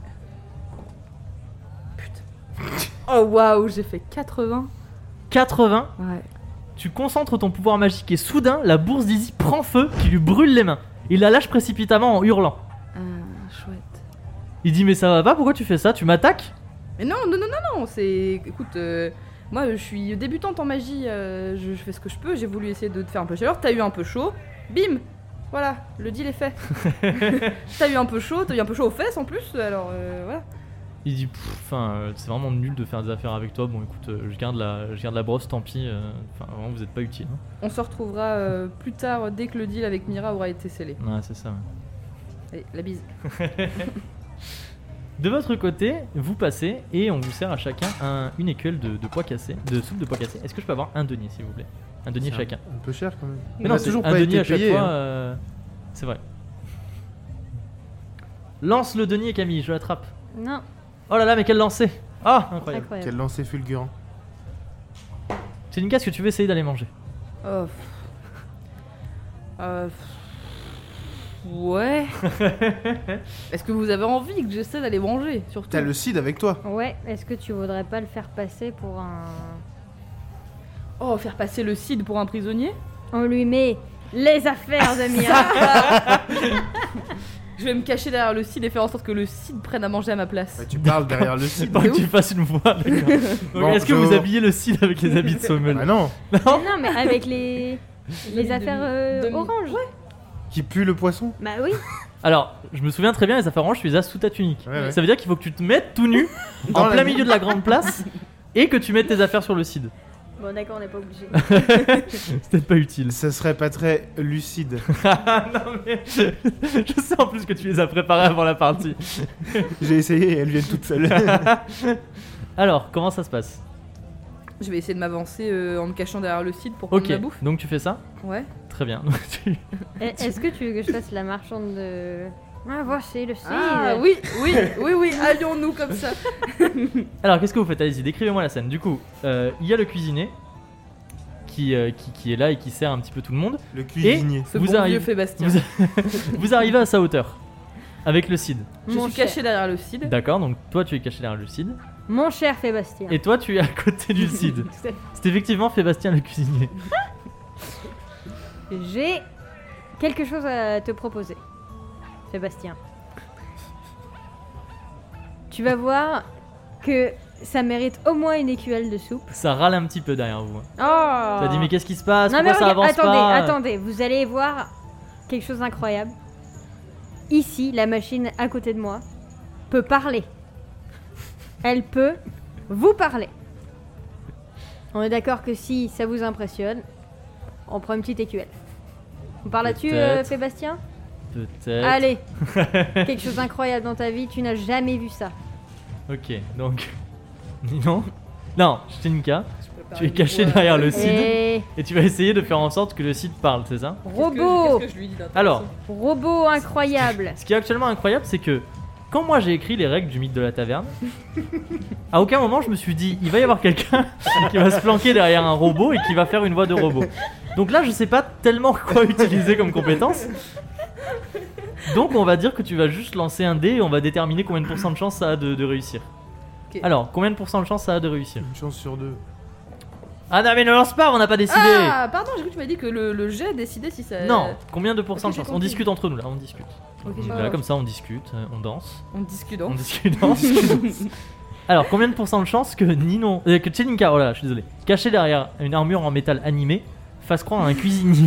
[SPEAKER 4] Putain. Oh waouh, j'ai fait 80.
[SPEAKER 1] 80,
[SPEAKER 4] Ouais.
[SPEAKER 1] tu concentres ton pouvoir magique et soudain, la bourse d'Easy prend feu qui lui brûle les mains. Il la lâche précipitamment en hurlant.
[SPEAKER 4] Chouette.
[SPEAKER 1] Il dit mais ça va pas, pourquoi tu fais ça? Tu m'attaques?
[SPEAKER 4] Mais non, non, non, non, non, c'est. Écoute, moi je suis débutante en magie, je fais ce que je peux, j'ai voulu essayer de te faire un peu chaleur, t'as eu un peu chaud, bim. Voilà, le deal est fait. T'as eu un peu chaud aux fesses en plus, alors voilà.
[SPEAKER 1] Il dit enfin c'est vraiment nul de faire des affaires avec toi. Bon écoute, je garde la brosse, tant pis. Enfin vraiment vous êtes pas utile. Hein.
[SPEAKER 4] On se retrouvera plus tard dès que le deal avec Mira aura été scellé.
[SPEAKER 1] Ouais c'est ça. Ouais.
[SPEAKER 4] Allez, la bise.
[SPEAKER 1] De votre côté, vous passez et on vous sert à chacun une écuelle de pois cassés, de soupe de pois cassés. Est-ce que je peux avoir un denier s'il vous plaît? Un denier
[SPEAKER 3] C'est
[SPEAKER 1] chacun.
[SPEAKER 3] Un peu cher quand même.
[SPEAKER 1] Mais
[SPEAKER 3] On
[SPEAKER 1] non,
[SPEAKER 3] a
[SPEAKER 1] c'est
[SPEAKER 3] toujours
[SPEAKER 1] un
[SPEAKER 3] pas
[SPEAKER 1] denier
[SPEAKER 3] été
[SPEAKER 1] à chaque
[SPEAKER 3] payé.
[SPEAKER 1] fois.
[SPEAKER 3] hein.
[SPEAKER 1] C'est vrai. Lance le denier Camille, je l'attrape.
[SPEAKER 2] Non,
[SPEAKER 1] Oh là là mais quel lancer! Ah incroyable.
[SPEAKER 2] incroyable.
[SPEAKER 3] Quel lancer fulgurant.
[SPEAKER 1] Chelinka, est-ce que tu veux essayer d'aller manger?
[SPEAKER 4] Oh. Ouais. Est-ce que vous avez envie que j'essaie d'aller manger surtout?
[SPEAKER 3] T'as le cid avec toi.
[SPEAKER 2] Ouais, est-ce que tu voudrais pas le faire passer pour un...
[SPEAKER 4] Oh, faire passer le Cid pour un prisonnier?
[SPEAKER 2] On lui met les affaires de Mira.
[SPEAKER 4] Je vais me cacher derrière le Cid et faire en sorte que le Cid prenne à manger à ma place.
[SPEAKER 3] Bah, tu parles derrière le
[SPEAKER 1] C'est
[SPEAKER 3] cid.
[SPEAKER 1] pas que tu fasses une voix, d'accord. Donc, est-ce que vous
[SPEAKER 3] Bonjour.
[SPEAKER 1] habillez le cid avec les habits de Sommel?
[SPEAKER 3] Bah non.
[SPEAKER 2] Mais non, mais avec les affaires
[SPEAKER 4] demi-
[SPEAKER 2] oranges.
[SPEAKER 3] Qui pue le poisson.
[SPEAKER 2] Bah oui.
[SPEAKER 1] Alors, je me souviens très bien, les affaires oranges, tu les as sous ta tunique.
[SPEAKER 3] Ouais, ouais.
[SPEAKER 1] Ça veut dire qu'il faut que tu te mettes tout nu,
[SPEAKER 3] Dans
[SPEAKER 1] en
[SPEAKER 3] la
[SPEAKER 1] plein
[SPEAKER 3] vie.
[SPEAKER 1] milieu de la grande place, et que tu mettes tes affaires sur le cid.
[SPEAKER 2] Bon d'accord, on n'est pas obligé.
[SPEAKER 1] C'est peut-être pas utile.
[SPEAKER 3] Ça serait pas très lucide.
[SPEAKER 1] Non mais, je sais en plus que tu les as préparés avant la partie.
[SPEAKER 3] J'ai essayé et elles viennent toutes seules.
[SPEAKER 1] Alors, comment ça se passe?
[SPEAKER 4] Je vais essayer de m'avancer en me cachant derrière le Cid pour prendre
[SPEAKER 1] Ok,
[SPEAKER 4] ma bouffe.
[SPEAKER 1] donc tu fais ça?
[SPEAKER 4] Ouais.
[SPEAKER 1] Très bien. Donc,
[SPEAKER 2] Est-ce que tu veux que je fasse la marchande de Ah, voici le cidre.
[SPEAKER 4] Ah oui, allions-nous comme ça.
[SPEAKER 1] Alors, qu'est-ce que vous faites? Allez-y, décrivez-moi la scène. Du coup, il y a le cuisinier qui est là et qui sert un petit peu tout le monde.
[SPEAKER 3] Le cuisinier.
[SPEAKER 4] Ce
[SPEAKER 1] Vous
[SPEAKER 4] bon
[SPEAKER 1] arrivez-
[SPEAKER 4] vieux Fébastien.
[SPEAKER 1] Vous arrivez à sa hauteur avec le Cid.
[SPEAKER 4] Je
[SPEAKER 2] Mon
[SPEAKER 4] suis
[SPEAKER 2] cher.
[SPEAKER 4] caché derrière le Cid.
[SPEAKER 1] D'accord, donc toi tu es caché derrière le Cid
[SPEAKER 2] Mon cher Fébastien.
[SPEAKER 1] et toi tu es à côté du Cid. C'est effectivement Fébastien le cuisinier.
[SPEAKER 2] J'ai quelque chose à te proposer, Sébastien. Tu vas voir que ça mérite au moins une écuelle de soupe.
[SPEAKER 1] Ça râle un petit peu derrière vous.
[SPEAKER 2] Oh
[SPEAKER 1] Tu as dit mais qu'est-ce qui se passe?
[SPEAKER 2] Non,
[SPEAKER 1] Pourquoi
[SPEAKER 2] mais
[SPEAKER 1] ça
[SPEAKER 2] regarde,
[SPEAKER 1] avance pas?
[SPEAKER 2] attendez, vous allez voir quelque chose d'incroyable. Ici, la machine à côté de moi peut parler. Elle peut vous parler. On est d'accord que si ça vous impressionne, on prend une petite écuelle. On parle là-dessus,
[SPEAKER 1] Peut-être.
[SPEAKER 2] Sébastien?
[SPEAKER 1] Peut-être.
[SPEAKER 2] Allez, quelque chose d'incroyable dans ta vie, tu n'as jamais vu ça.
[SPEAKER 1] Ok, donc. Non, Shinka,
[SPEAKER 4] Je prépare
[SPEAKER 1] tu es
[SPEAKER 4] une
[SPEAKER 1] caché
[SPEAKER 4] voix.
[SPEAKER 1] derrière le Cid
[SPEAKER 2] Et
[SPEAKER 1] et tu vas essayer de faire en sorte que le Cid parle, c'est ça?
[SPEAKER 2] robot,
[SPEAKER 4] Qu'est-ce que je lui dis d'intéressant?
[SPEAKER 1] Alors,
[SPEAKER 2] robot incroyable.
[SPEAKER 1] ce qui est actuellement incroyable, c'est que quand moi j'ai écrit les règles du mythe de la taverne, à aucun moment je me suis dit il va y avoir quelqu'un qui va se planquer derrière un robot et qui va faire une voix de robot. Donc là je sais pas tellement quoi utiliser comme compétence. Donc on va dire que tu vas juste lancer un dé et on va déterminer combien de pourcents de chance ça a de réussir.
[SPEAKER 4] Ok.
[SPEAKER 1] Alors, combien de pourcents de chance ça a de réussir?
[SPEAKER 3] Une chance sur deux.
[SPEAKER 1] Ah non mais ne lance pas, on n'a pas décidé.
[SPEAKER 4] Ah, pardon, j'ai cru que tu m'as dit que le jet décidait si ça.
[SPEAKER 1] Non, combien de pourcents
[SPEAKER 4] ok,
[SPEAKER 1] de
[SPEAKER 4] j'ai
[SPEAKER 1] chance? On
[SPEAKER 4] compris.
[SPEAKER 1] discute entre nous là, on discute.
[SPEAKER 4] Ok, j'ai
[SPEAKER 1] Voilà,
[SPEAKER 4] compris.
[SPEAKER 1] comme ça on discute, on danse.
[SPEAKER 4] On discute.
[SPEAKER 1] On discute, on discute. Alors, combien de pourcents de chance que que Chelinka, oh là, je suis désolé, caché derrière une armure en métal animé, fasse croire à un cuisinier?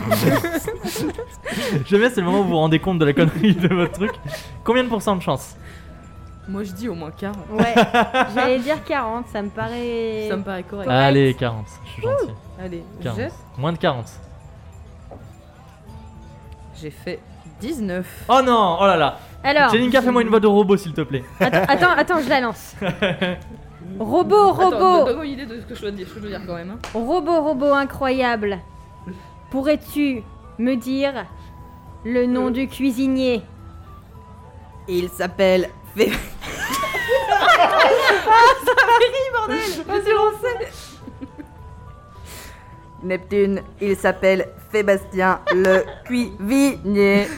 [SPEAKER 1] Jamais c'est le moment où vous vous rendez compte de la connerie de votre truc. Combien de pourcents de chance?
[SPEAKER 4] Moi je dis au moins 40.
[SPEAKER 2] Ouais, j'allais dire 40, ça me paraît...
[SPEAKER 4] Ça me paraît correct.
[SPEAKER 2] Correct.
[SPEAKER 1] Allez, 40, je suis gentil.
[SPEAKER 4] Allez,
[SPEAKER 1] 40. Moins de 40.
[SPEAKER 4] j'ai fait 19.
[SPEAKER 1] Oh non, oh là là.
[SPEAKER 2] Alors,
[SPEAKER 1] Chelinka, fais-moi une voix de robot s'il te plaît.
[SPEAKER 2] attends, je la lance. Robot,
[SPEAKER 4] Attends,
[SPEAKER 2] robot,
[SPEAKER 4] donne-moi une idée de ce que je dois dire, quand même. Hein.
[SPEAKER 2] robot incroyable. Pourrais-tu me dire le nom du cuisinier?
[SPEAKER 5] Il s'appelle Fé...
[SPEAKER 4] Vas-y, on sait.
[SPEAKER 5] Neptune. Il s'appelle Fébastien le cuisinier.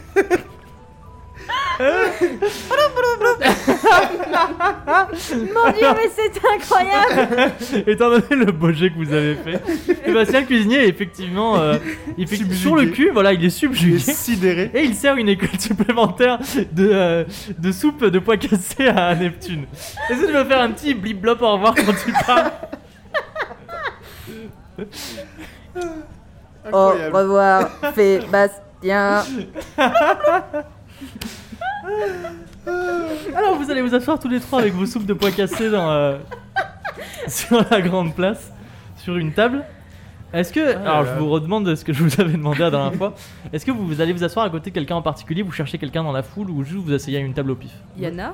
[SPEAKER 2] Mon dieu, mais c'est incroyable.
[SPEAKER 1] Étant donné le beau jet que vous avez fait, Sébastien le cuisinier est effectivement
[SPEAKER 3] Subjugué.
[SPEAKER 1] sur le cul, voilà, il est
[SPEAKER 3] Il est
[SPEAKER 1] subjugué.
[SPEAKER 3] sidéré.
[SPEAKER 1] Et il sert une école supplémentaire de soupe de pois cassés à Neptune. Essaye de me faire un petit blip-blop au revoir quand tu parles.
[SPEAKER 5] Au
[SPEAKER 3] Incroyable.
[SPEAKER 5] revoir, Fébastien.
[SPEAKER 1] Alors vous allez vous asseoir tous les trois avec vos soupes de pois cassés sur la grande place, sur une table. Est-ce que, alors je vous redemande ce que je vous avais demandé la dernière fois, est-ce que vous allez vous asseoir à côté de quelqu'un en particulier, vous cherchez quelqu'un dans la foule ou juste vous asseyez à une table au pif?
[SPEAKER 4] Yana.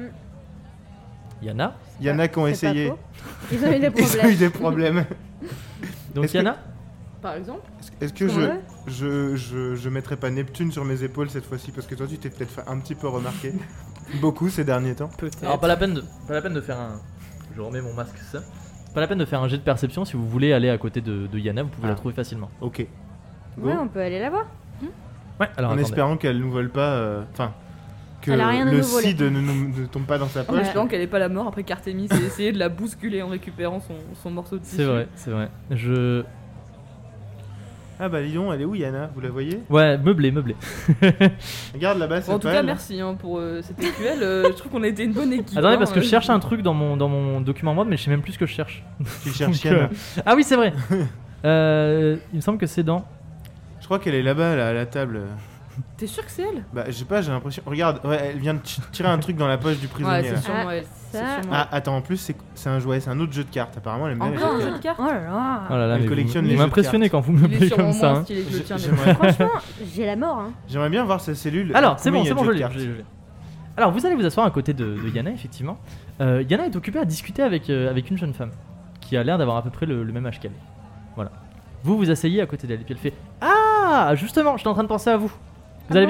[SPEAKER 1] Yana?
[SPEAKER 3] Il y en a qui ont
[SPEAKER 2] C'est pas
[SPEAKER 3] essayé.
[SPEAKER 2] faux. Ils ont eu des
[SPEAKER 3] Ils ont eu
[SPEAKER 2] problèmes.
[SPEAKER 3] des problèmes.
[SPEAKER 1] Donc
[SPEAKER 3] Est-ce que-
[SPEAKER 1] Yana?
[SPEAKER 4] Par exemple.
[SPEAKER 3] Est-ce que
[SPEAKER 2] Ouais.
[SPEAKER 3] je mettrai pas Neptune sur mes épaules cette fois-ci parce que toi tu t'es peut-être fait un petit peu remarquer beaucoup ces derniers temps.
[SPEAKER 4] Peut-être.
[SPEAKER 1] Alors pas la peine de faire un... Je remets mon masque ça. Pas la peine de faire un jet de perception si vous voulez aller à côté de Yana, vous pouvez la trouver facilement.
[SPEAKER 3] Ok. Go.
[SPEAKER 2] Ouais, on peut aller la voir.
[SPEAKER 1] Ouais, alors
[SPEAKER 3] En
[SPEAKER 1] attendez.
[SPEAKER 3] espérant qu'elle nous vole pas. Enfin. Que
[SPEAKER 2] Elle a rien à
[SPEAKER 3] le
[SPEAKER 2] nous voler.
[SPEAKER 3] Cid ne tombe pas dans sa
[SPEAKER 4] En
[SPEAKER 3] poche.
[SPEAKER 4] espérant qu'elle ait pas la mort après qu'Artemis ait essayé de la bousculer en récupérant son morceau de tissu.
[SPEAKER 1] C'est vrai, c'est vrai. Je...
[SPEAKER 3] Ah bah Lyon, elle est où Yana? Vous la voyez?
[SPEAKER 1] Ouais, meublé.
[SPEAKER 3] Regarde là-bas, c'est
[SPEAKER 4] Bon, en tout
[SPEAKER 3] pas
[SPEAKER 4] cas,
[SPEAKER 3] elle.
[SPEAKER 4] merci pour cette écuelle. Je trouve qu'on a été une bonne équipe.
[SPEAKER 1] Attendez,
[SPEAKER 4] hein,
[SPEAKER 1] parce que je cherche un truc dans mon document web, mais je sais même plus ce que je cherche.
[SPEAKER 3] Tu cherches
[SPEAKER 1] Donc,
[SPEAKER 3] Yana.
[SPEAKER 1] Ah oui, c'est vrai. Il me semble que c'est dans...
[SPEAKER 3] Je crois qu'elle est là-bas, là, à la table.
[SPEAKER 4] T'es sûr que c'est elle?
[SPEAKER 3] Bah, je sais pas, j'ai l'impression. Regarde, ouais, elle vient de tirer un truc dans la poche du
[SPEAKER 4] Ouais,
[SPEAKER 3] prisonnier.
[SPEAKER 4] c'est
[SPEAKER 3] là.
[SPEAKER 4] sûrement elle.
[SPEAKER 2] ça-
[SPEAKER 4] C'est sûrement
[SPEAKER 3] Ah, attends, en plus, c'est un jouet, c'est un autre jeu de cartes. Apparemment, elle aime bien les jeux
[SPEAKER 4] Encore
[SPEAKER 3] de
[SPEAKER 4] un
[SPEAKER 3] cartes.
[SPEAKER 4] jeu de cartes?
[SPEAKER 2] Oh là là.
[SPEAKER 1] Oh là là,
[SPEAKER 3] Elle
[SPEAKER 1] mais
[SPEAKER 3] collectionne
[SPEAKER 1] vous
[SPEAKER 3] les jeux de
[SPEAKER 1] m'impressionnez quand vous me
[SPEAKER 4] Il est
[SPEAKER 1] meublez
[SPEAKER 4] sûrement
[SPEAKER 1] comme ça.
[SPEAKER 4] moins
[SPEAKER 1] hein.
[SPEAKER 4] stylé que le tien. mais
[SPEAKER 3] J'aimerais-
[SPEAKER 2] Franchement, j'ai la mort. Hein.
[SPEAKER 3] J'aimerais bien voir sa cellule.
[SPEAKER 1] Alors, c'est
[SPEAKER 3] Combien
[SPEAKER 1] bon,
[SPEAKER 3] il y a de
[SPEAKER 1] je
[SPEAKER 3] jeux de
[SPEAKER 1] l'ai.
[SPEAKER 3] cartes
[SPEAKER 1] je l'ai. Alors, vous allez vous asseoir à côté de Yana, effectivement. Yana est occupée à discuter avec une jeune femme qui a l'air d'avoir à peu près le même âge qu'elle. Voilà. Vous vous asseyez à côté d'elle et puis elle fait: Ah, justement, j'étais en train de penser à vous. Vous
[SPEAKER 2] Ah
[SPEAKER 1] allez
[SPEAKER 2] bon
[SPEAKER 1] bien?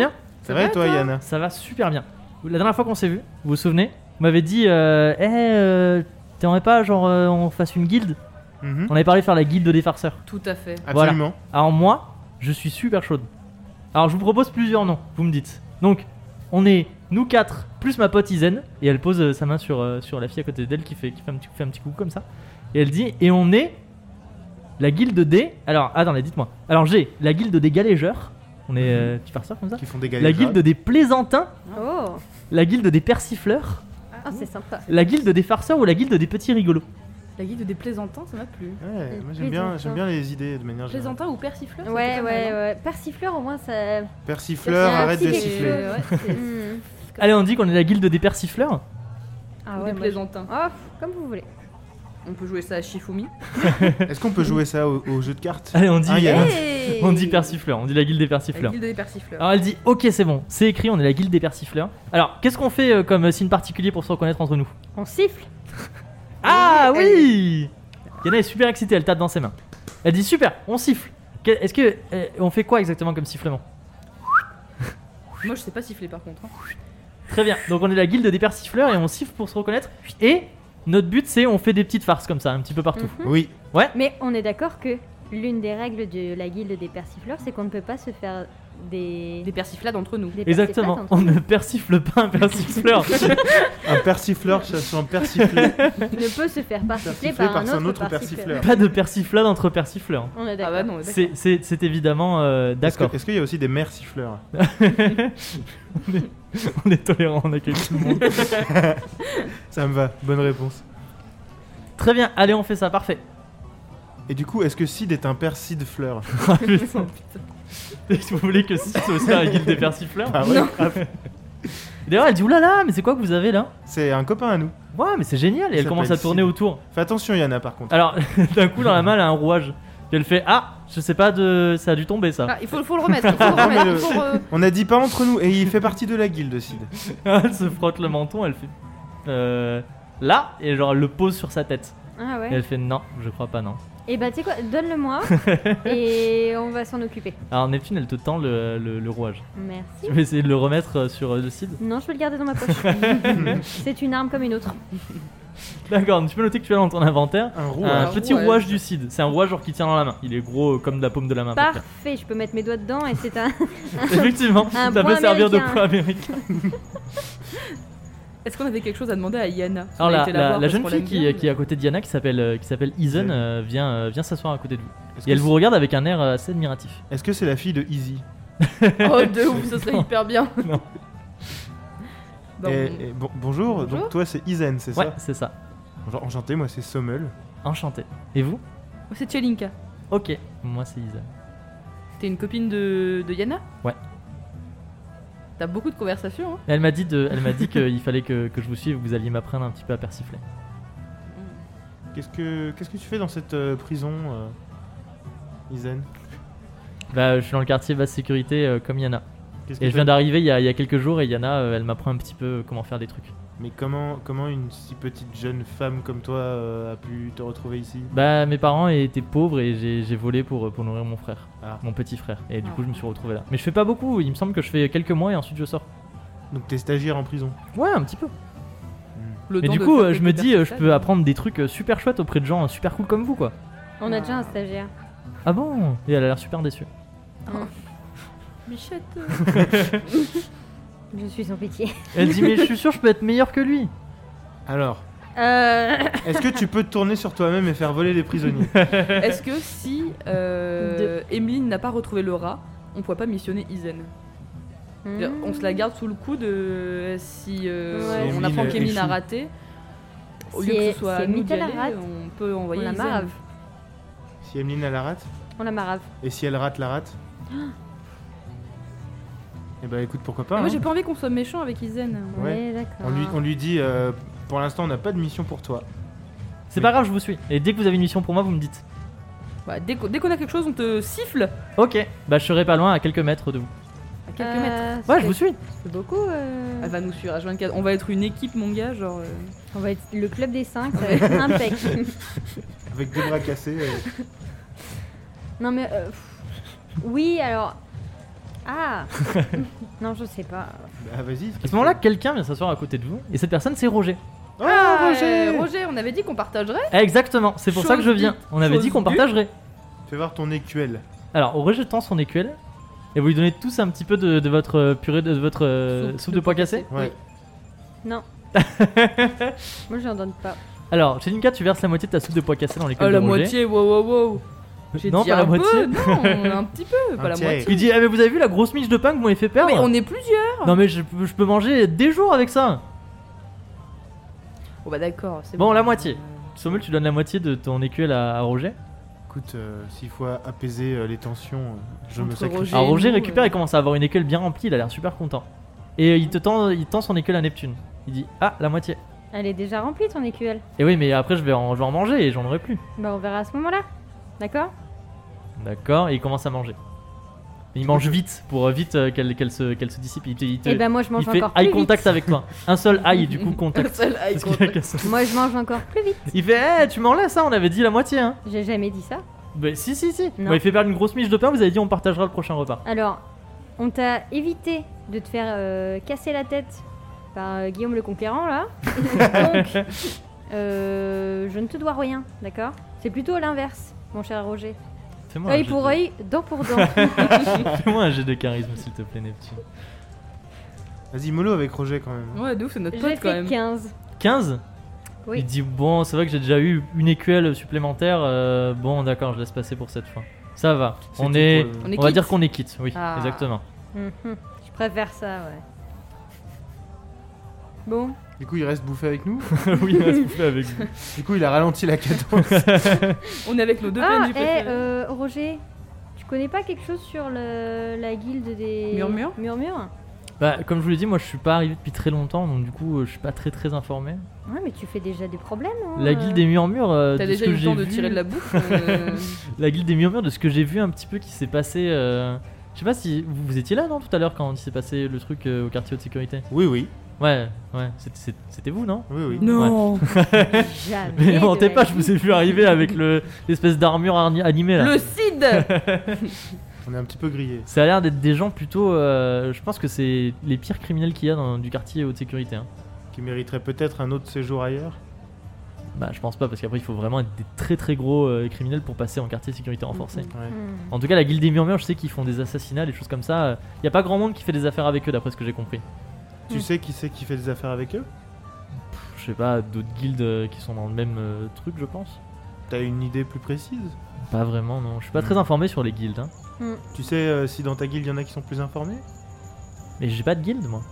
[SPEAKER 3] C'est vrai, toi, Yana?
[SPEAKER 1] Ça va super bien. La dernière fois qu'on s'est vu, vous vous souvenez, vous m'avez dit t'aimerais pas genre on fasse une guilde?
[SPEAKER 3] Mhm.
[SPEAKER 1] On avait parlé de faire la guilde des farceurs.
[SPEAKER 4] Tout à fait.
[SPEAKER 3] Absolument.
[SPEAKER 1] Alors moi, je suis super chaude. Alors je vous propose plusieurs noms, vous me dites. Donc, on est nous 4 plus ma pote Izen, et elle pose sa main sur la fille à côté d'elle qui fait un petit coucou comme ça. Et elle dit, et on est la guilde des... Alors, attendez, dites-moi. Alors j'ai la guilde des galéjeurs, on est petits farceurs comme ça.
[SPEAKER 3] Qui font des
[SPEAKER 1] La
[SPEAKER 3] galères.
[SPEAKER 1] guilde des plaisantins,
[SPEAKER 2] Oh,
[SPEAKER 1] la guilde des persifleurs,
[SPEAKER 2] c'est sympa.
[SPEAKER 1] la guilde des farceurs ou la guilde des petits rigolos.
[SPEAKER 4] La guilde des plaisantins, ça m'a plu.
[SPEAKER 3] Ouais, moi
[SPEAKER 2] Plaisantins.
[SPEAKER 3] j'aime bien les idées de manière générale.
[SPEAKER 4] Plaisantin ou persifleur
[SPEAKER 2] Ouais, ouais. Persifleur, au moins, ça.
[SPEAKER 3] Persifleur,
[SPEAKER 2] C'est
[SPEAKER 3] arrête de
[SPEAKER 2] quelque
[SPEAKER 3] siffler.
[SPEAKER 2] chose. Hmm.
[SPEAKER 1] Allez, on dit qu'on est la guilde des persifleurs.
[SPEAKER 2] Ah
[SPEAKER 4] Ou
[SPEAKER 2] ouais,
[SPEAKER 4] des
[SPEAKER 2] moi,
[SPEAKER 4] plaisantins.
[SPEAKER 2] Oh, comme vous voulez.
[SPEAKER 4] On peut jouer ça à Shifumi.
[SPEAKER 3] Est-ce qu'on peut jouer ça au jeu de cartes?
[SPEAKER 1] Allez, on dit,
[SPEAKER 3] Ah, Yana.
[SPEAKER 2] Hey
[SPEAKER 1] on dit persifleur, on dit la guilde des
[SPEAKER 4] La
[SPEAKER 1] persifleurs.
[SPEAKER 4] guilde des persifleurs.
[SPEAKER 1] Alors elle dit ok c'est bon, c'est écrit, on est la guilde des persifleurs. Alors qu'est-ce qu'on fait comme signe particulier pour se reconnaître entre nous?
[SPEAKER 2] On siffle.
[SPEAKER 1] Ah oui, Yana est super excitée, elle tape dans ses mains. Elle dit super, on siffle. Est-ce que on fait quoi exactement comme sifflement?
[SPEAKER 4] Moi, je sais pas siffler par contre. hein.
[SPEAKER 1] Très bien, donc on est la guilde des persifleurs et on siffle pour se reconnaître. Et notre but c'est on fait des petites farces comme ça, un petit peu partout.
[SPEAKER 2] Mhm.
[SPEAKER 3] Oui.
[SPEAKER 2] Mais on est d'accord que l'une des règles de la guilde des persifleurs, c'est qu'on ne peut pas se faire des.
[SPEAKER 4] Des persiflades entre nous.
[SPEAKER 2] des
[SPEAKER 1] Exactement,
[SPEAKER 2] persiflades
[SPEAKER 1] on
[SPEAKER 2] entre
[SPEAKER 1] ne persifle pas un persifleur.
[SPEAKER 3] Un persifleur cherchant un persiflé.
[SPEAKER 2] nous. Ne peut se faire persifler
[SPEAKER 3] Persiflé
[SPEAKER 2] par un
[SPEAKER 3] son
[SPEAKER 2] autre
[SPEAKER 3] autre
[SPEAKER 2] persifleur.
[SPEAKER 3] persifleur.
[SPEAKER 1] Pas de persiflade entre persifleurs.
[SPEAKER 2] On est
[SPEAKER 4] Ah
[SPEAKER 2] d'accord.
[SPEAKER 4] bah non, d'accord.
[SPEAKER 1] C'est évidemment d'accord.
[SPEAKER 3] Est-ce qu'il y a aussi des mères siffleurs?
[SPEAKER 1] On est tolérant, on accueille tout le monde.
[SPEAKER 3] Ça me va, bonne réponse.
[SPEAKER 1] Très bien, allez on fait ça, parfait.
[SPEAKER 3] Et du coup, est-ce que Sid est un persifleur?
[SPEAKER 1] Ah, putain. Vous voulez que si c'est aussi la guilde des persifleurs?
[SPEAKER 3] Ah ouais.
[SPEAKER 1] D'ailleurs elle dit oulala, mais c'est quoi que vous avez là?
[SPEAKER 3] C'est un copain à nous.
[SPEAKER 1] Ouais mais c'est génial, et
[SPEAKER 3] Il
[SPEAKER 1] elle commence à
[SPEAKER 3] s'appelle
[SPEAKER 1] tourner
[SPEAKER 3] Sid.
[SPEAKER 1] autour.
[SPEAKER 3] Fais attention, Yana, par contre.
[SPEAKER 1] Alors d'un coup dans la main elle a un rouage. Et elle fait ah, je sais pas de... ça a dû tomber ça.
[SPEAKER 4] Ah, il faut le remettre. Il faut le remettre.
[SPEAKER 3] Mais
[SPEAKER 4] il faut
[SPEAKER 3] On a dit pas entre nous, et il fait partie de la guilde, Sid.
[SPEAKER 1] Elle se frotte le menton, elle fait là, et genre elle le pose sur sa tête.
[SPEAKER 2] Ah
[SPEAKER 1] Et
[SPEAKER 2] ouais.
[SPEAKER 1] elle fait non, je crois pas non.
[SPEAKER 2] Et bah tu sais quoi, donne-le-moi et on va s'en occuper.
[SPEAKER 1] Alors Neptune elle te tend le rouage.
[SPEAKER 2] Merci.
[SPEAKER 1] Tu veux essayer de le remettre sur le Cid?
[SPEAKER 2] Non, je peux le garder dans ma poche. C'est une arme comme une autre.
[SPEAKER 1] D'accord, tu peux noter que tu as dans ton inventaire
[SPEAKER 3] Un
[SPEAKER 1] un
[SPEAKER 3] rouage.
[SPEAKER 1] petit
[SPEAKER 4] rouage.
[SPEAKER 1] rouage du Cid. C'est un rouage genre qui tient dans la main. Il est gros comme de la paume de la main. à peu près.
[SPEAKER 2] Parfait, je peux mettre mes doigts dedans et c'est un.
[SPEAKER 1] Effectivement,
[SPEAKER 2] Un
[SPEAKER 1] ça peut
[SPEAKER 2] point
[SPEAKER 1] servir de
[SPEAKER 2] américain.
[SPEAKER 1] point américain.
[SPEAKER 4] Est-ce qu'on avait quelque chose à demander à Yana?
[SPEAKER 1] Alors
[SPEAKER 4] On a
[SPEAKER 1] la,
[SPEAKER 4] été
[SPEAKER 1] la-
[SPEAKER 4] voir
[SPEAKER 1] la
[SPEAKER 4] parce
[SPEAKER 1] jeune
[SPEAKER 4] qu'on
[SPEAKER 1] fille
[SPEAKER 4] l'aime
[SPEAKER 1] qui,
[SPEAKER 4] bien,
[SPEAKER 1] qui est à côté de Diana, qui s'appelle Izen, vient s'asseoir à côté de vous.
[SPEAKER 3] Est-ce
[SPEAKER 1] Et elle
[SPEAKER 3] que
[SPEAKER 1] vous regarde avec un air assez admiratif.
[SPEAKER 3] Est-ce que c'est la fille de Easy?
[SPEAKER 4] Oh, de ouf, ce serait hyper bien.
[SPEAKER 1] Non.
[SPEAKER 4] Bah,
[SPEAKER 3] Et bonjour,
[SPEAKER 4] Bonjour.
[SPEAKER 3] donc toi c'est Izen, c'est
[SPEAKER 1] Ouais,
[SPEAKER 3] ça?
[SPEAKER 1] c'est ça.
[SPEAKER 3] Bonjour, enchanté, moi c'est Sommel.
[SPEAKER 1] Enchanté. Et vous?
[SPEAKER 4] c'est Tchelinka.
[SPEAKER 1] Ok, moi c'est Izen.
[SPEAKER 4] T'es une copine de Yana?
[SPEAKER 1] Ouais.
[SPEAKER 4] T'as beaucoup de conversations, hein?
[SPEAKER 1] Elle m'a dit qu'il fallait que je vous suive, que vous alliez m'apprendre un petit peu à persifler.
[SPEAKER 3] Qu'est-ce que tu fais dans cette prison, Izen?
[SPEAKER 1] Bah, je suis dans le quartier basse sécurité comme Yana.
[SPEAKER 3] Qu'est-ce
[SPEAKER 1] Et
[SPEAKER 3] que
[SPEAKER 1] je viens
[SPEAKER 3] t'as-
[SPEAKER 1] d'arriver il y a quelques jours et Yana, elle m'apprend un petit peu comment faire des trucs.
[SPEAKER 3] Mais comment une si petite jeune femme comme toi a pu te retrouver ici?
[SPEAKER 1] Bah, mes parents étaient pauvres et j'ai volé pour nourrir mon frère,
[SPEAKER 3] Ah.
[SPEAKER 1] mon petit frère. Et du
[SPEAKER 4] Ah.
[SPEAKER 1] coup, je me suis retrouvé là. Mais je fais pas beaucoup, il me semble que je fais quelques mois et ensuite je sors.
[SPEAKER 3] Donc t'es stagiaire en prison.
[SPEAKER 1] Ouais, un petit peu.
[SPEAKER 4] Le
[SPEAKER 1] Mais
[SPEAKER 4] temps
[SPEAKER 1] du
[SPEAKER 4] de
[SPEAKER 1] coup,
[SPEAKER 4] faire
[SPEAKER 1] je me
[SPEAKER 4] quelques
[SPEAKER 1] dis, je
[SPEAKER 4] persiflades.
[SPEAKER 1] peux apprendre des trucs super chouettes auprès de gens super cool comme vous, quoi.
[SPEAKER 2] On a déjà un stagiaire.
[SPEAKER 1] Ah bon? Et elle a l'air super déçue.
[SPEAKER 4] Bichette.
[SPEAKER 2] Je suis sans pitié.
[SPEAKER 1] Elle dit, mais je suis sûr, je peux être meilleur que lui.
[SPEAKER 3] Alors,
[SPEAKER 2] Euh...
[SPEAKER 3] est-ce que tu peux te tourner sur toi-même et faire voler les prisonniers?
[SPEAKER 4] Est-ce que si Emeline n'a pas retrouvé le rat, on pourrait pas missionner Izen? C'est-à-dire, On se la garde sous le coude si
[SPEAKER 2] Ouais.
[SPEAKER 4] on
[SPEAKER 3] Si
[SPEAKER 4] apprend
[SPEAKER 3] Emeline
[SPEAKER 4] qu'Emeline a
[SPEAKER 3] échoue.
[SPEAKER 4] raté. Au
[SPEAKER 2] Si
[SPEAKER 4] lieu que
[SPEAKER 2] elle-
[SPEAKER 4] ce soit
[SPEAKER 2] si
[SPEAKER 4] à nous
[SPEAKER 2] Emily
[SPEAKER 4] d'y
[SPEAKER 2] la
[SPEAKER 4] aller,
[SPEAKER 2] rate,
[SPEAKER 4] on peut
[SPEAKER 2] On
[SPEAKER 4] envoyer
[SPEAKER 2] la
[SPEAKER 4] Izen.
[SPEAKER 2] marave.
[SPEAKER 3] Si Emeline elle la rate?
[SPEAKER 2] On la marave.
[SPEAKER 3] Et si elle rate la rate? Eh bah écoute, pourquoi pas.
[SPEAKER 4] Mais moi
[SPEAKER 3] hein.
[SPEAKER 4] j'ai pas envie qu'on soit méchant avec Izen.
[SPEAKER 3] Ouais.
[SPEAKER 2] Ouais, d'accord.
[SPEAKER 3] On lui dit, pour l'instant on n'a pas de mission pour toi.
[SPEAKER 1] C'est pas grave, je vous suis. Et dès que vous avez une mission pour moi, vous me dites.
[SPEAKER 4] Bah, dès qu'on a quelque chose, on te siffle
[SPEAKER 1] Ok, bah je serai pas loin, à quelques mètres de vous.
[SPEAKER 4] à quelques mètres.
[SPEAKER 1] Ouais, je vous suis.
[SPEAKER 2] C'est beaucoup.
[SPEAKER 4] Elle va nous suivre à 24. On va être une équipe, mon gars, genre.
[SPEAKER 2] On va être le club des 5, ça va être impec.
[SPEAKER 3] Avec des bras cassés.
[SPEAKER 2] Non mais oui, alors Ah Non, je sais pas.
[SPEAKER 3] Ah, vas-y.
[SPEAKER 1] À ce moment-là, quelqu'un vient s'asseoir à côté de vous, et cette personne, c'est Roger.
[SPEAKER 3] Oh,
[SPEAKER 4] Roger,
[SPEAKER 3] Roger
[SPEAKER 4] on avait dit qu'on partagerait.
[SPEAKER 1] Exactement, c'est pour ça que je viens.
[SPEAKER 4] Chose
[SPEAKER 1] On avait
[SPEAKER 4] chose
[SPEAKER 1] dit qu'on
[SPEAKER 4] due.
[SPEAKER 1] partagerait.
[SPEAKER 3] Fais voir ton écuelle.
[SPEAKER 1] Alors, Roger tend son écuelle, et vous lui donnez tous un petit peu de votre purée, de votre soupe de pois cassé.
[SPEAKER 3] Ouais.
[SPEAKER 2] Non. Moi, j'en donne pas.
[SPEAKER 1] Alors, chez Ninka, tu verses la moitié de ta soupe de pois cassé dans l'écuelle de
[SPEAKER 4] La
[SPEAKER 1] Roger.
[SPEAKER 4] moitié, wow. J'ai
[SPEAKER 1] Non,
[SPEAKER 4] dit
[SPEAKER 1] pas la
[SPEAKER 4] un
[SPEAKER 1] moitié.
[SPEAKER 4] peu, non, un petit peu, pas la
[SPEAKER 3] tiers.
[SPEAKER 4] moitié.
[SPEAKER 1] Il dit, ah mais vous avez vu la grosse miche de pain que vous m'avez fait perdre?
[SPEAKER 4] Mais on est plusieurs.
[SPEAKER 1] Non mais je peux manger des jours avec ça.
[SPEAKER 4] Bon bah d'accord, c'est
[SPEAKER 1] Bon, la moitié. Sommel, tu donnes la moitié de ton écuelle à Roger.
[SPEAKER 3] Écoute, s'il faut apaiser les tensions, je me
[SPEAKER 4] Entre
[SPEAKER 3] sacrifie.
[SPEAKER 4] Roger-
[SPEAKER 1] Alors Roger
[SPEAKER 4] nous,
[SPEAKER 1] récupère et commence à avoir une écuelle bien remplie, il a l'air super content. Et il tend son écuelle à Neptune. Il dit, ah, la moitié.
[SPEAKER 2] Elle est déjà remplie, ton écuelle.
[SPEAKER 1] Et oui, mais après je vais en manger et j'en aurai plus.
[SPEAKER 2] Bah, on verra à ce moment-là. D'accord?
[SPEAKER 1] D'accord, et il commence à manger. Il mange vite pour vite qu'elle se dissipe.
[SPEAKER 2] Et ben, moi, je mange
[SPEAKER 1] il fait
[SPEAKER 2] encore plus
[SPEAKER 1] eye contact
[SPEAKER 2] vite.
[SPEAKER 1] avec toi. Un seul eye, du coup,
[SPEAKER 4] Un
[SPEAKER 1] contact.
[SPEAKER 4] seul eye
[SPEAKER 1] Parce qu'il a
[SPEAKER 4] contact.
[SPEAKER 1] cassé.
[SPEAKER 2] Moi, je mange encore plus vite.
[SPEAKER 1] Il fait, tu m'en laisses, hein, on avait dit la moitié, hein.
[SPEAKER 2] J'ai jamais dit ça.
[SPEAKER 1] Bah, si.
[SPEAKER 2] Non.
[SPEAKER 1] Bon, il fait perdre une grosse miche de pain, vous avez dit on partagera le prochain repas.
[SPEAKER 2] Alors, on t'a évité de te faire casser la tête par Guillaume le Conquérant, là. Donc, je ne te dois rien, d'accord? C'est plutôt l'inverse, mon cher Roger.
[SPEAKER 1] Fais-moi un
[SPEAKER 2] Œil
[SPEAKER 1] jet
[SPEAKER 2] pour
[SPEAKER 1] de-
[SPEAKER 2] œil, dent pour dent.
[SPEAKER 1] Fais-moi un jet de charisme, s'il te plaît, Neptune.
[SPEAKER 3] Vas-y, mollo avec Roger quand même.
[SPEAKER 4] Ouais, de ouf, c'est notre
[SPEAKER 2] J'ai
[SPEAKER 4] pote quand
[SPEAKER 2] fait
[SPEAKER 4] même.
[SPEAKER 2] 15.
[SPEAKER 1] 15.
[SPEAKER 2] Oui.
[SPEAKER 1] Il dit, bon, c'est vrai que j'ai déjà eu une écuelle supplémentaire. Bon, d'accord, je laisse passer pour cette fois. Ça va.
[SPEAKER 3] C'est
[SPEAKER 1] On
[SPEAKER 3] tout
[SPEAKER 1] est.
[SPEAKER 3] pour
[SPEAKER 4] On est
[SPEAKER 1] On va
[SPEAKER 4] quitte.
[SPEAKER 1] dire qu'on est quitte, oui,
[SPEAKER 4] Ah.
[SPEAKER 1] exactement.
[SPEAKER 2] Mhm. Je préfère ça, ouais. Bon,
[SPEAKER 3] Du coup, il reste bouffé avec nous.
[SPEAKER 1] oui, on va se bouffer avec vous.
[SPEAKER 3] Du coup, il a ralenti la cadence.
[SPEAKER 4] On est avec nos deux
[SPEAKER 2] ah,
[SPEAKER 4] PNJ préférés.
[SPEAKER 2] Roger, tu connais pas quelque chose sur la guilde des...
[SPEAKER 4] Murmures
[SPEAKER 2] Murmures?
[SPEAKER 1] Bah, comme je vous l'ai dit, moi je suis pas arrivé depuis très longtemps, donc du coup je suis pas très informé.
[SPEAKER 2] Ouais, mais tu fais déjà des problèmes, hein.
[SPEAKER 1] La guilde des murmures,
[SPEAKER 4] T'as
[SPEAKER 1] de
[SPEAKER 4] déjà
[SPEAKER 1] ce
[SPEAKER 4] eu
[SPEAKER 1] que
[SPEAKER 4] le
[SPEAKER 1] j'ai
[SPEAKER 4] temps de
[SPEAKER 1] vu-
[SPEAKER 4] tirer de la bouffe
[SPEAKER 1] La guilde des murmures, de ce que j'ai vu un petit peu qui s'est passé. Je sais pas si vous étiez là, non, tout à l'heure quand il s'est passé le truc au quartier haute sécurité.
[SPEAKER 3] Oui.
[SPEAKER 1] Ouais, c'était vous, non?
[SPEAKER 3] Oui.
[SPEAKER 4] Non.
[SPEAKER 2] Jamais.
[SPEAKER 1] Mais
[SPEAKER 2] de
[SPEAKER 1] mentez
[SPEAKER 2] la
[SPEAKER 1] pas, je
[SPEAKER 2] vie.
[SPEAKER 1] vous ai vu arriver avec l'espèce d'armure animée là.
[SPEAKER 4] Le Cid.
[SPEAKER 3] On est un petit peu grillé.
[SPEAKER 1] Ça a l'air d'être des gens plutôt. Je pense que c'est les pires criminels qu'il y a dans du quartier haute sécurité. Hein.
[SPEAKER 3] Qui mériterait peut-être un autre séjour ailleurs.
[SPEAKER 1] Bah, je pense pas, parce qu'après il faut vraiment être des très gros criminels pour passer en quartier sécurité renforcée.
[SPEAKER 3] Ouais.
[SPEAKER 2] Hmm.
[SPEAKER 1] En tout cas, la guilde des murmures, je sais qu'ils font des assassinats, des choses comme ça. Y a pas grand monde qui fait des affaires avec eux, d'après ce que j'ai compris.
[SPEAKER 3] Tu sais qui c'est qui fait des affaires avec eux?
[SPEAKER 1] Je sais pas, d'autres guildes qui sont dans le même truc, je pense.
[SPEAKER 3] T'as une idée plus précise?
[SPEAKER 1] Pas vraiment, non. Je suis pas très informé sur les guildes, hein.
[SPEAKER 3] Tu sais si dans ta guilde il y en a qui sont plus informés?
[SPEAKER 1] Mais j'ai pas de guilde, moi.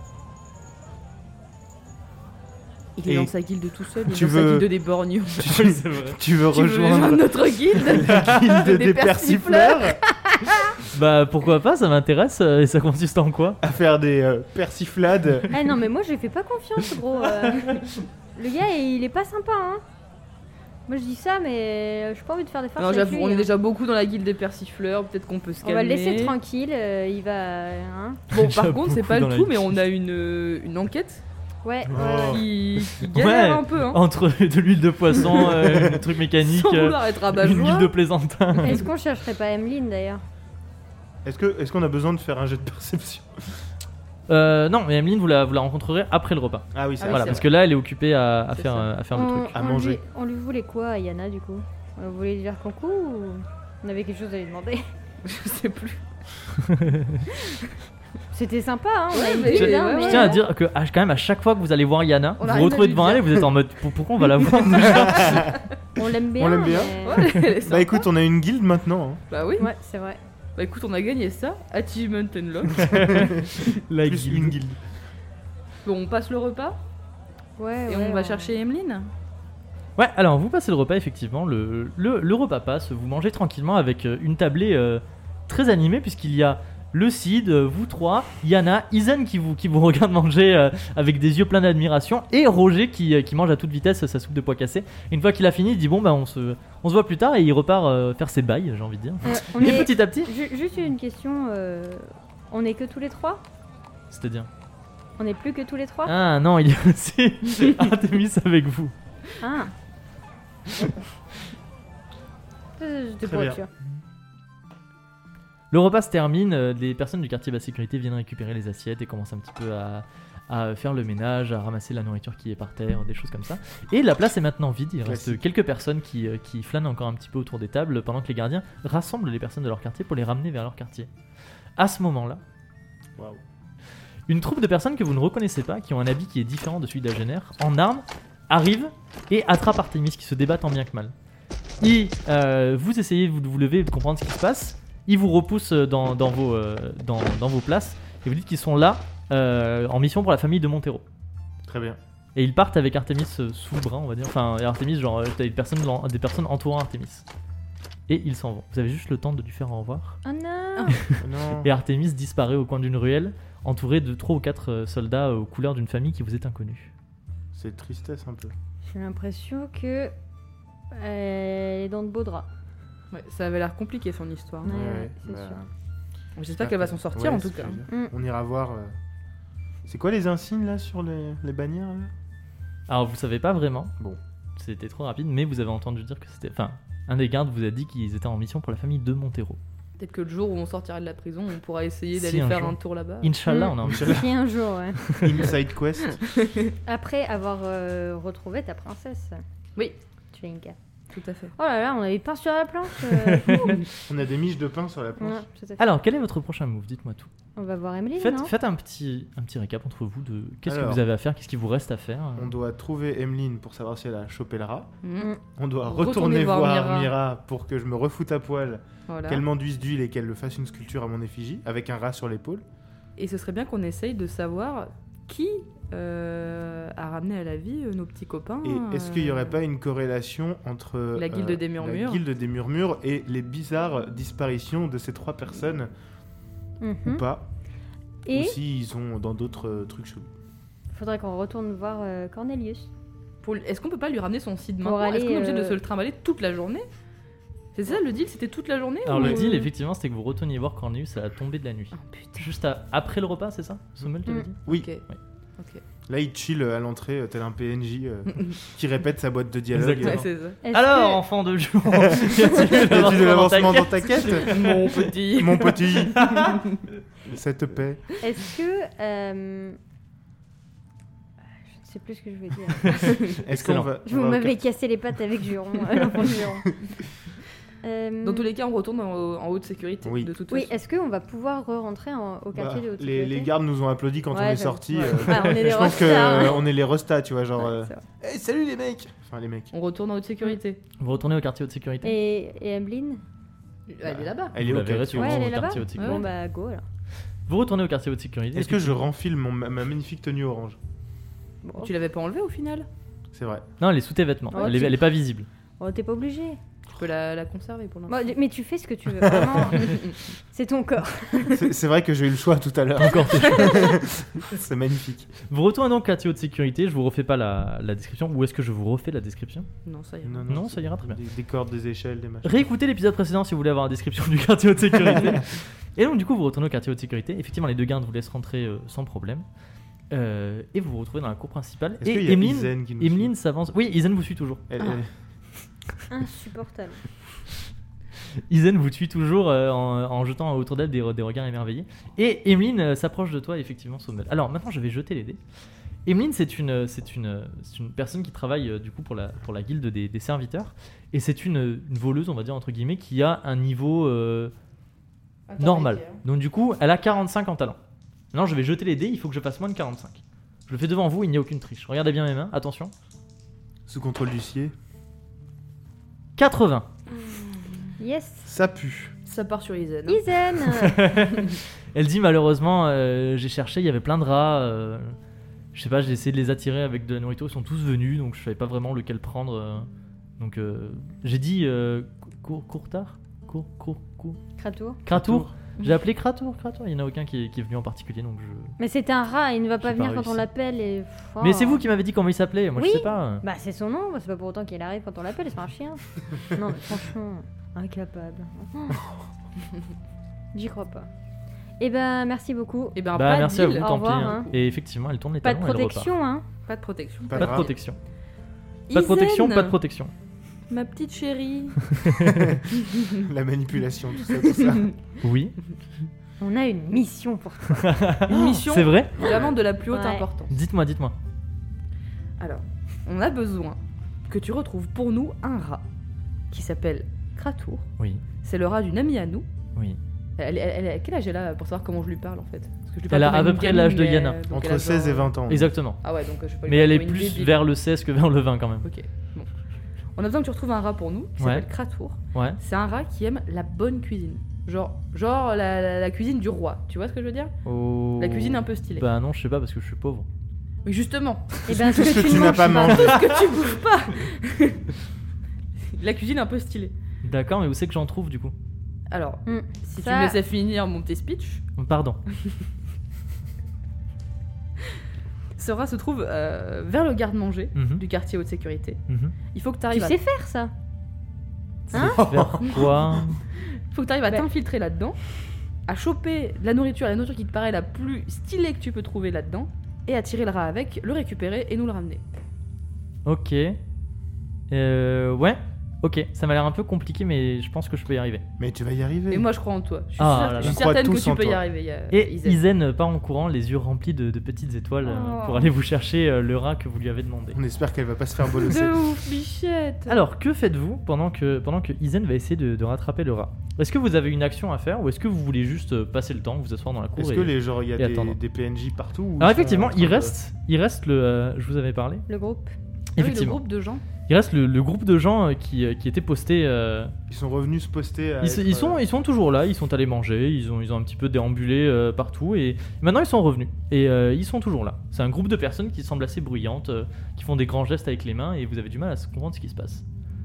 [SPEAKER 4] Il est
[SPEAKER 3] Et
[SPEAKER 4] dans sa guilde tout seul, il est
[SPEAKER 3] tu
[SPEAKER 4] dans sa
[SPEAKER 3] veux-
[SPEAKER 4] guilde des borgnons.
[SPEAKER 1] c'est vrai.
[SPEAKER 3] Tu veux
[SPEAKER 4] Tu veux
[SPEAKER 3] rejoindre
[SPEAKER 4] rejoindre notre guilde
[SPEAKER 3] la guilde des persifleurs
[SPEAKER 1] Bah, pourquoi pas, ça m'intéresse. Et ça consiste en quoi?
[SPEAKER 3] à faire des persiflades?
[SPEAKER 2] Ah non, mais moi, je lui fais pas confiance, gros. Le gars, il est pas sympa, hein. Moi, je dis ça, mais j'ai pas envie de faire des farces
[SPEAKER 4] Non,
[SPEAKER 2] avec
[SPEAKER 4] j'avoue,
[SPEAKER 2] lui,
[SPEAKER 4] on est
[SPEAKER 2] hein.
[SPEAKER 4] déjà beaucoup dans la guilde des persifleurs, peut-être qu'on peut se
[SPEAKER 2] On
[SPEAKER 4] calmer.
[SPEAKER 2] va le laisser tranquille, il va... Hein.
[SPEAKER 4] Bon,
[SPEAKER 1] Déjà
[SPEAKER 4] par contre, c'est
[SPEAKER 1] beaucoup
[SPEAKER 4] pas
[SPEAKER 1] dans
[SPEAKER 4] le
[SPEAKER 1] la
[SPEAKER 4] tout, mais
[SPEAKER 1] guilde.
[SPEAKER 4] on a une enquête
[SPEAKER 2] Ouais,
[SPEAKER 3] Oh.
[SPEAKER 4] qui galère
[SPEAKER 1] Ouais.
[SPEAKER 4] un peu, hein.
[SPEAKER 1] Entre de l'huile de poisson, des trucs mécaniques,
[SPEAKER 4] Sans vouloir être
[SPEAKER 1] une
[SPEAKER 4] rabat-joie.
[SPEAKER 1] guilde de plaisantin.
[SPEAKER 2] Est-ce qu'on chercherait pas Emeline, d'ailleurs?
[SPEAKER 3] Est-ce qu'on a besoin de faire un jet de perception?
[SPEAKER 1] Non, mais Emeline, vous la rencontrerez après le repas.
[SPEAKER 3] Ah oui, c'est
[SPEAKER 4] Ah oui,
[SPEAKER 1] Voilà,
[SPEAKER 4] c'est
[SPEAKER 1] parce
[SPEAKER 4] vrai.
[SPEAKER 1] que là, elle est occupée à
[SPEAKER 4] C'est
[SPEAKER 1] faire,
[SPEAKER 4] ça.
[SPEAKER 1] à faire le truc.
[SPEAKER 3] À manger.
[SPEAKER 2] On lui voulait quoi à Yana, du coup? On voulait lui dire coucou ou on avait quelque chose à lui demander?
[SPEAKER 4] Je sais plus.
[SPEAKER 2] C'était sympa, hein, on
[SPEAKER 4] Ouais,
[SPEAKER 2] a une
[SPEAKER 4] mais-
[SPEAKER 2] guilde,
[SPEAKER 4] ouais,
[SPEAKER 2] hein,
[SPEAKER 4] ouais,
[SPEAKER 2] mais-
[SPEAKER 1] Je tiens à dire que quand même à chaque fois que vous allez voir Yana,
[SPEAKER 4] On
[SPEAKER 1] vous
[SPEAKER 4] a
[SPEAKER 1] vous
[SPEAKER 4] rien
[SPEAKER 1] retrouvez
[SPEAKER 4] à lui
[SPEAKER 1] devant elle et
[SPEAKER 4] dire.
[SPEAKER 1] vous êtes en mode pourquoi on va la voir
[SPEAKER 2] On l'aime bien.
[SPEAKER 3] On l'aime bien.
[SPEAKER 2] mais-
[SPEAKER 4] Ouais, elle est
[SPEAKER 3] Bah
[SPEAKER 4] sympa.
[SPEAKER 3] écoute, on a une guilde maintenant. hein.
[SPEAKER 4] Bah oui.
[SPEAKER 2] Ouais, c'est vrai.
[SPEAKER 4] Bah écoute, on a gagné ça. Achievement unlocked.
[SPEAKER 1] La
[SPEAKER 3] Plus
[SPEAKER 1] guilde.
[SPEAKER 3] une guilde.
[SPEAKER 4] Bon, on passe le repas
[SPEAKER 2] Ouais,
[SPEAKER 4] et
[SPEAKER 2] ouais,
[SPEAKER 4] on va chercher Emeline.
[SPEAKER 1] Ouais, alors vous passez le repas effectivement, le repas passe, vous mangez tranquillement avec une tablée très animée puisqu'il y a le Cid, vous trois, Yana, Izen qui vous regarde manger avec des yeux pleins d'admiration et Roger qui mange à toute vitesse sa soupe de pois cassé. Une fois qu'il a fini, il dit bon bah on se voit plus tard et il repart faire ses bails, j'ai envie de dire.
[SPEAKER 2] On
[SPEAKER 1] Et
[SPEAKER 2] est...
[SPEAKER 1] petit à petit,
[SPEAKER 2] Juste une question, on est que tous les trois?
[SPEAKER 1] c'est-à-dire
[SPEAKER 2] On est plus que tous les trois?
[SPEAKER 1] ah non, il y a aussi Artemis avec vous.
[SPEAKER 2] Ah. J'étais
[SPEAKER 3] Très
[SPEAKER 2] pas
[SPEAKER 3] bien.
[SPEAKER 2] sûre.
[SPEAKER 1] Le repas se termine, les personnes du quartier basse sécurité viennent récupérer les assiettes et commencent un petit peu à faire le ménage, à ramasser la nourriture qui est par terre, des choses comme ça. Et la place est maintenant vide, il reste
[SPEAKER 3] Classique.
[SPEAKER 1] quelques personnes qui flânent encore un petit peu autour des tables pendant que les gardiens rassemblent les personnes de leur quartier pour les ramener vers leur quartier. À ce moment-là,
[SPEAKER 3] Waouh.
[SPEAKER 1] une troupe de personnes que vous ne reconnaissez pas, qui ont un habit qui est différent de celui d'Agener, en armes, arrive et attrape Artemis qui se débat tant bien que mal. Vous essayez de vous lever et de comprendre ce qui se passe. Ils vous repoussent dans vos places et vous dites qu'ils sont là en mission pour la famille de Montero.
[SPEAKER 3] Très bien.
[SPEAKER 1] Et ils partent avec Artemis sous le bras, on va dire. Enfin, et Artemis, genre, t'as des personnes entourant Artemis. Et ils s'en vont. Vous avez juste le temps de lui faire au revoir.
[SPEAKER 2] Oh non.
[SPEAKER 3] Oh non.
[SPEAKER 1] Et Artemis disparaît au coin d'une ruelle, entouré de 3 ou 4 soldats aux couleurs d'une famille qui vous est inconnue.
[SPEAKER 3] C'est tristesse un peu.
[SPEAKER 2] J'ai l'impression que elle est dans de beaux draps.
[SPEAKER 4] Ouais, ça avait l'air compliqué son histoire.
[SPEAKER 2] Ouais, c'est
[SPEAKER 3] bah,
[SPEAKER 2] sûr.
[SPEAKER 4] J'espère qu'elle va s'en sortir
[SPEAKER 3] ouais,
[SPEAKER 4] en tout
[SPEAKER 3] c'est
[SPEAKER 4] cas.
[SPEAKER 3] ce que je veux dire.
[SPEAKER 2] Mm.
[SPEAKER 3] On ira voir. C'est quoi les insignes là sur les bannières là
[SPEAKER 1] Alors, vous savez pas vraiment.
[SPEAKER 3] Bon.
[SPEAKER 1] C'était trop rapide, mais vous avez entendu dire que c'était. Enfin, un des gardes vous a dit qu'ils étaient en mission pour la famille de Montero.
[SPEAKER 4] Peut-être que le jour où on sortira de la prison, on pourra essayer
[SPEAKER 1] Si,
[SPEAKER 4] d'aller
[SPEAKER 1] un
[SPEAKER 4] faire
[SPEAKER 1] jour.
[SPEAKER 4] un tour là-bas.
[SPEAKER 1] Inch'Allah,
[SPEAKER 2] Mm.
[SPEAKER 1] on a envie.
[SPEAKER 2] Si un jour, ouais.
[SPEAKER 3] Inside Quest.
[SPEAKER 2] Après avoir retrouvé ta princesse.
[SPEAKER 4] Oui.
[SPEAKER 2] Twinkle.
[SPEAKER 4] Tout à fait.
[SPEAKER 2] Oh là là, on avait pain sur la planche.
[SPEAKER 3] On a des miches de pain sur la planche.
[SPEAKER 2] Ouais, tout à fait.
[SPEAKER 1] Alors, quel est votre prochain move? Dites-moi tout.
[SPEAKER 2] On va voir Emeline, non
[SPEAKER 1] Faites un petit récap entre vous de qu'est-ce que
[SPEAKER 3] Alors.
[SPEAKER 1] vous avez à faire, qu'est-ce qui vous reste à faire.
[SPEAKER 3] On doit trouver Emeline pour savoir si elle a chopé le rat.
[SPEAKER 4] Mhm.
[SPEAKER 3] On doit
[SPEAKER 4] Retourner
[SPEAKER 3] retourner
[SPEAKER 4] voir
[SPEAKER 3] voir
[SPEAKER 4] Mira.
[SPEAKER 3] Mira pour que je me refoute à poil,
[SPEAKER 4] Voilà.
[SPEAKER 3] qu'elle m'enduise d'huile et qu'elle fasse une sculpture à mon effigie avec un rat sur l'épaule.
[SPEAKER 4] Et ce serait bien qu'on essaye de savoir qui a ramené à la vie nos petits copains.
[SPEAKER 3] Et est-ce qu'il n'y aurait pas une corrélation entre
[SPEAKER 4] La guilde des Murmures.
[SPEAKER 3] la guilde des Murmures et les bizarres disparitions de ces 3 personnes ou
[SPEAKER 2] Mhm.
[SPEAKER 3] pas?
[SPEAKER 2] Et
[SPEAKER 3] Ou s'ils sont dans d'autres trucs chelous.
[SPEAKER 2] faudrait qu'on retourne voir Cornelius.
[SPEAKER 4] Est-ce qu'on peut pas lui ramener son seed
[SPEAKER 2] Pour
[SPEAKER 4] maintenant? Est-ce qu'on est obligé
[SPEAKER 2] aller,
[SPEAKER 4] de se le trimballer toute la journée? C'est ça le deal? C'était toute la journée?
[SPEAKER 1] Alors,
[SPEAKER 4] ou-
[SPEAKER 1] le deal, effectivement, c'était que vous retourniez voir Cornelius à la tombée de la nuit.
[SPEAKER 4] Oh putain.
[SPEAKER 1] Juste après le repas, c'est ça? Sommel te l'a dit?
[SPEAKER 3] Oui,
[SPEAKER 4] Ok. Ok.
[SPEAKER 3] là il chill à l'entrée tel un PNJ qui répète sa boîte de dialogue.
[SPEAKER 1] Exactement.
[SPEAKER 4] Ouais, c'est ça.
[SPEAKER 2] Est-ce
[SPEAKER 1] Alors,
[SPEAKER 2] que-
[SPEAKER 1] enfant de jour, y
[SPEAKER 3] Y a-t-il de l'avancement dans ta quête?
[SPEAKER 4] Mon petit.
[SPEAKER 3] Mon petit. Cette paix.
[SPEAKER 2] Est-ce que... Je ne sais plus ce que je veux dire.
[SPEAKER 3] Est-ce qu'on
[SPEAKER 1] Excellent.
[SPEAKER 3] va.
[SPEAKER 2] Je vous m'avais cassé les pattes avec Juron, l'enfant de Juron.
[SPEAKER 4] Dans tous les cas, on retourne en haute sécurité.
[SPEAKER 3] Oui.
[SPEAKER 4] De toute
[SPEAKER 2] Oui,
[SPEAKER 4] façon.
[SPEAKER 2] est-ce qu'on va pouvoir re-rentrer au quartier de haute
[SPEAKER 3] les
[SPEAKER 2] sécurité
[SPEAKER 3] gardes nous ont applaudi quand
[SPEAKER 2] Ouais,
[SPEAKER 3] on est
[SPEAKER 2] j'avoue.
[SPEAKER 3] sortis.
[SPEAKER 2] Ouais. Ouais, on est les
[SPEAKER 3] je pense
[SPEAKER 2] restas.
[SPEAKER 3] qu'on est les restas, tu vois, genre.
[SPEAKER 2] Ouais, c'est vrai.
[SPEAKER 3] Hey, salut les mecs. Enfin les mecs.
[SPEAKER 4] On retourne en haute sécurité.
[SPEAKER 1] vous retournez au quartier haute sécurité.
[SPEAKER 2] Et Emeline
[SPEAKER 4] Elle est là-bas.
[SPEAKER 3] Elle est
[SPEAKER 1] Vous
[SPEAKER 3] au
[SPEAKER 1] la verrez
[SPEAKER 3] quartier.
[SPEAKER 1] sûrement
[SPEAKER 2] Ouais, elle est
[SPEAKER 1] au
[SPEAKER 2] là-bas.
[SPEAKER 1] quartier haute sécurité.
[SPEAKER 2] Bon bah go alors.
[SPEAKER 1] Vous retournez au quartier haute sécurité.
[SPEAKER 3] Est-ce que je renfile ma magnifique tenue orange?
[SPEAKER 2] Bon.
[SPEAKER 4] Tu l'avais pas enlevée au final?
[SPEAKER 3] C'est vrai.
[SPEAKER 1] Non, elle est sous tes vêtements.
[SPEAKER 2] Oh,
[SPEAKER 1] Elle est pas visible.
[SPEAKER 2] Oh, t'es pas obligé.
[SPEAKER 4] Tu peux la conserver pour l'instant.
[SPEAKER 2] Bon, mais tu fais ce que tu veux, vraiment. C'est ton corps.
[SPEAKER 3] C'est vrai que j'ai eu le choix tout à l'heure.
[SPEAKER 1] Encore tes choix.
[SPEAKER 3] C'est magnifique.
[SPEAKER 1] Vous retournez donc au quartier haute sécurité. Je vous refais pas la description. Ou est-ce que je vous refais la description?
[SPEAKER 4] Non, ça y est.
[SPEAKER 1] Non, ça ira très bien.
[SPEAKER 3] Des cordes, des échelles, des machins.
[SPEAKER 1] Réécoutez l'épisode précédent si vous voulez avoir la description du quartier haute sécurité. Et donc, du coup, vous retournez au quartier haute sécurité. Effectivement, les 2 gardes vous laissent rentrer sans problème. Et vous vous retrouvez dans la cour principale.
[SPEAKER 3] Est-ce qu'il
[SPEAKER 1] Et
[SPEAKER 3] y a
[SPEAKER 1] Emeline,
[SPEAKER 3] Izen qui nous
[SPEAKER 1] Emeline s'avance. Oui, Izen vous suit toujours.
[SPEAKER 3] Elle-
[SPEAKER 2] Ah.
[SPEAKER 3] elle-
[SPEAKER 2] Insupportable.
[SPEAKER 1] Izen vous suit toujours en jetant autour d'elle des regards émerveillés. Et Emeline s'approche de toi, effectivement, Sommel. Alors maintenant, je vais jeter les dés. Emeline, c'est une personne qui travaille du coup pour la guilde des serviteurs. Et c'est une voleuse, on va dire, entre guillemets, qui a un niveau normal. Donc du coup, elle a 45 en talent. Maintenant, je vais jeter les dés, il faut que je fasse moins de 45. Je le fais devant vous, il n'y a aucune triche. Regardez bien mes mains, attention.
[SPEAKER 3] Sous contrôle d'huissier.
[SPEAKER 1] 80.
[SPEAKER 2] Yes.
[SPEAKER 3] Ça pue.
[SPEAKER 4] Ça part sur Isen.
[SPEAKER 2] Isen.
[SPEAKER 1] Elle dit malheureusement, j'ai cherché, il y avait plein de rats. Je sais pas, j'ai essayé de les attirer avec de la nourriture, ils sont tous venus, donc je savais pas vraiment lequel prendre. Donc j'ai dit Courtard
[SPEAKER 2] Kratour.
[SPEAKER 1] Kratour. J'ai appelé Kratour. Il y en a aucun qui est venu en particulier, donc je.
[SPEAKER 2] Mais c'est un rat, il ne va pas
[SPEAKER 1] J'ai pas
[SPEAKER 2] venir quand on
[SPEAKER 1] réussi.
[SPEAKER 2] l'appelle et... Oh.
[SPEAKER 1] Mais c'est vous qui m'avez dit comment il s'appelait, moi
[SPEAKER 2] Oui.
[SPEAKER 1] je sais pas.
[SPEAKER 2] Bah c'est son nom, c'est pas pour autant qu'il arrive quand on l'appelle, c'est un chien. Non mais franchement, incapable. J'y crois pas. Eh ben merci beaucoup.
[SPEAKER 4] Et ben,
[SPEAKER 1] Bah
[SPEAKER 4] pas
[SPEAKER 1] merci
[SPEAKER 4] de
[SPEAKER 1] à
[SPEAKER 4] deal.
[SPEAKER 1] vous,
[SPEAKER 2] Au
[SPEAKER 1] tant
[SPEAKER 2] revoir,
[SPEAKER 1] pis.
[SPEAKER 2] hein.
[SPEAKER 1] Et effectivement, elle tourne les
[SPEAKER 2] Pas de
[SPEAKER 1] talons, elle repart.
[SPEAKER 2] protection, hein.
[SPEAKER 4] Pas de protection.
[SPEAKER 3] Pas
[SPEAKER 1] Pas de
[SPEAKER 3] grave.
[SPEAKER 1] protection. Pas de protection, pas de protection.
[SPEAKER 4] Ma petite chérie.
[SPEAKER 3] La manipulation, tout ça.
[SPEAKER 1] Oui.
[SPEAKER 2] On a une mission pour toi.
[SPEAKER 4] Une mission
[SPEAKER 1] C'est vrai?
[SPEAKER 4] vraiment de la plus haute
[SPEAKER 2] Ouais.
[SPEAKER 4] importance.
[SPEAKER 1] Dites-moi.
[SPEAKER 4] Alors, on a besoin que tu retrouves pour nous un rat qui s'appelle Kratour.
[SPEAKER 1] Oui.
[SPEAKER 4] C'est le rat d'une amie à nous.
[SPEAKER 1] Oui.
[SPEAKER 4] Quel âge elle a pour savoir comment je lui parle en fait? Parce que je lui
[SPEAKER 1] Elle
[SPEAKER 4] parle
[SPEAKER 1] a
[SPEAKER 4] comme
[SPEAKER 1] à peu
[SPEAKER 4] une
[SPEAKER 1] près
[SPEAKER 4] gamine,
[SPEAKER 1] l'âge de
[SPEAKER 4] mais,
[SPEAKER 1] Yana.
[SPEAKER 4] donc elle
[SPEAKER 3] Entre
[SPEAKER 4] a
[SPEAKER 3] 16 et
[SPEAKER 4] genre-
[SPEAKER 3] 20 ans.
[SPEAKER 1] Exactement.
[SPEAKER 4] Ah ouais, donc je vais pas lui
[SPEAKER 1] Mais
[SPEAKER 4] parler
[SPEAKER 1] elle est
[SPEAKER 4] comme une
[SPEAKER 1] plus
[SPEAKER 4] débile.
[SPEAKER 1] vers le 16 que vers le 20 quand même.
[SPEAKER 4] Ok, bon. On a besoin que tu retrouves un rat pour nous qui
[SPEAKER 1] Ouais.
[SPEAKER 4] s'appelle Kratour.
[SPEAKER 1] Ouais.
[SPEAKER 4] C'est un rat qui aime la bonne cuisine. Genre la cuisine du roi. Tu vois ce que je veux dire?
[SPEAKER 1] Oh.
[SPEAKER 4] La cuisine un peu stylée.
[SPEAKER 1] Bah non, je sais pas parce que je suis pauvre.
[SPEAKER 4] Mais justement,
[SPEAKER 2] Et ben, ce
[SPEAKER 3] Tout ce
[SPEAKER 2] que
[SPEAKER 3] que
[SPEAKER 2] tu
[SPEAKER 3] tu
[SPEAKER 2] ne
[SPEAKER 3] n'as
[SPEAKER 2] manges
[SPEAKER 3] pas mangé.
[SPEAKER 4] ce que tu bouffes pas. La cuisine un peu stylée.
[SPEAKER 1] D'accord, mais où c'est que j'en trouve du coup?
[SPEAKER 4] Alors, si tu
[SPEAKER 2] Ça-
[SPEAKER 4] me laissais finir mon petit speech,
[SPEAKER 1] Pardon.
[SPEAKER 4] ce rat se trouve vers le garde-manger
[SPEAKER 1] Mhm.
[SPEAKER 4] du quartier haute sécurité.
[SPEAKER 1] Mhm.
[SPEAKER 4] Il faut que tu
[SPEAKER 2] Tu
[SPEAKER 4] arrives
[SPEAKER 2] sais faire ça? Hein?
[SPEAKER 1] Faire quoi?
[SPEAKER 4] à
[SPEAKER 2] Bah.
[SPEAKER 4] t'infiltrer là-dedans, à choper de la nourriture qui te paraît la plus stylée que tu peux trouver là-dedans, et à tirer le rat avec, le récupérer et nous le ramener.
[SPEAKER 1] Ok. Ouais. Ok, ça m'a l'air un peu compliqué, mais je pense que je peux y arriver.
[SPEAKER 3] Mais tu vas y arriver.
[SPEAKER 4] Et moi je crois en toi. Je suis,
[SPEAKER 1] Ah
[SPEAKER 4] sûre-
[SPEAKER 1] là
[SPEAKER 4] je
[SPEAKER 1] là.
[SPEAKER 4] suis
[SPEAKER 3] On croit
[SPEAKER 4] certaine que
[SPEAKER 3] tous
[SPEAKER 4] tu
[SPEAKER 3] en
[SPEAKER 4] peux y
[SPEAKER 3] toi.
[SPEAKER 4] arriver.
[SPEAKER 1] Et
[SPEAKER 4] Izen.
[SPEAKER 1] Izen part en courant, les yeux remplis de petites étoiles
[SPEAKER 4] Oh.
[SPEAKER 1] pour aller vous chercher le rat que vous lui avez demandé.
[SPEAKER 3] On espère qu'elle va pas se faire bolosser.
[SPEAKER 4] De ouf, bichette.
[SPEAKER 1] Alors, que faites-vous pendant que Izen va essayer de rattraper le rat? Est-ce que vous avez une action à faire ou est-ce que vous voulez juste passer le temps, vous asseoir dans la cour
[SPEAKER 3] Est-ce
[SPEAKER 1] et...
[SPEAKER 3] que il y a
[SPEAKER 1] et attendre.
[SPEAKER 3] des PNJ partout ou
[SPEAKER 1] Alors
[SPEAKER 3] ils
[SPEAKER 1] effectivement,
[SPEAKER 3] sont en train de-
[SPEAKER 1] il reste le... je vous avais parlé.
[SPEAKER 2] Le groupe.
[SPEAKER 4] Ah oui, le
[SPEAKER 1] Effectivement.
[SPEAKER 4] groupe de gens.
[SPEAKER 1] Il reste le groupe de gens qui était posté...
[SPEAKER 3] Ils sont revenus se poster. À être,
[SPEAKER 1] Ils sont toujours là, ils sont allés manger, ils ont un petit peu déambulé partout et maintenant ils sont revenus et ils sont toujours là. C'est un groupe de personnes qui semblent assez bruyantes, qui font des grands gestes avec les mains et vous avez du mal à se comprendre ce qui se passe.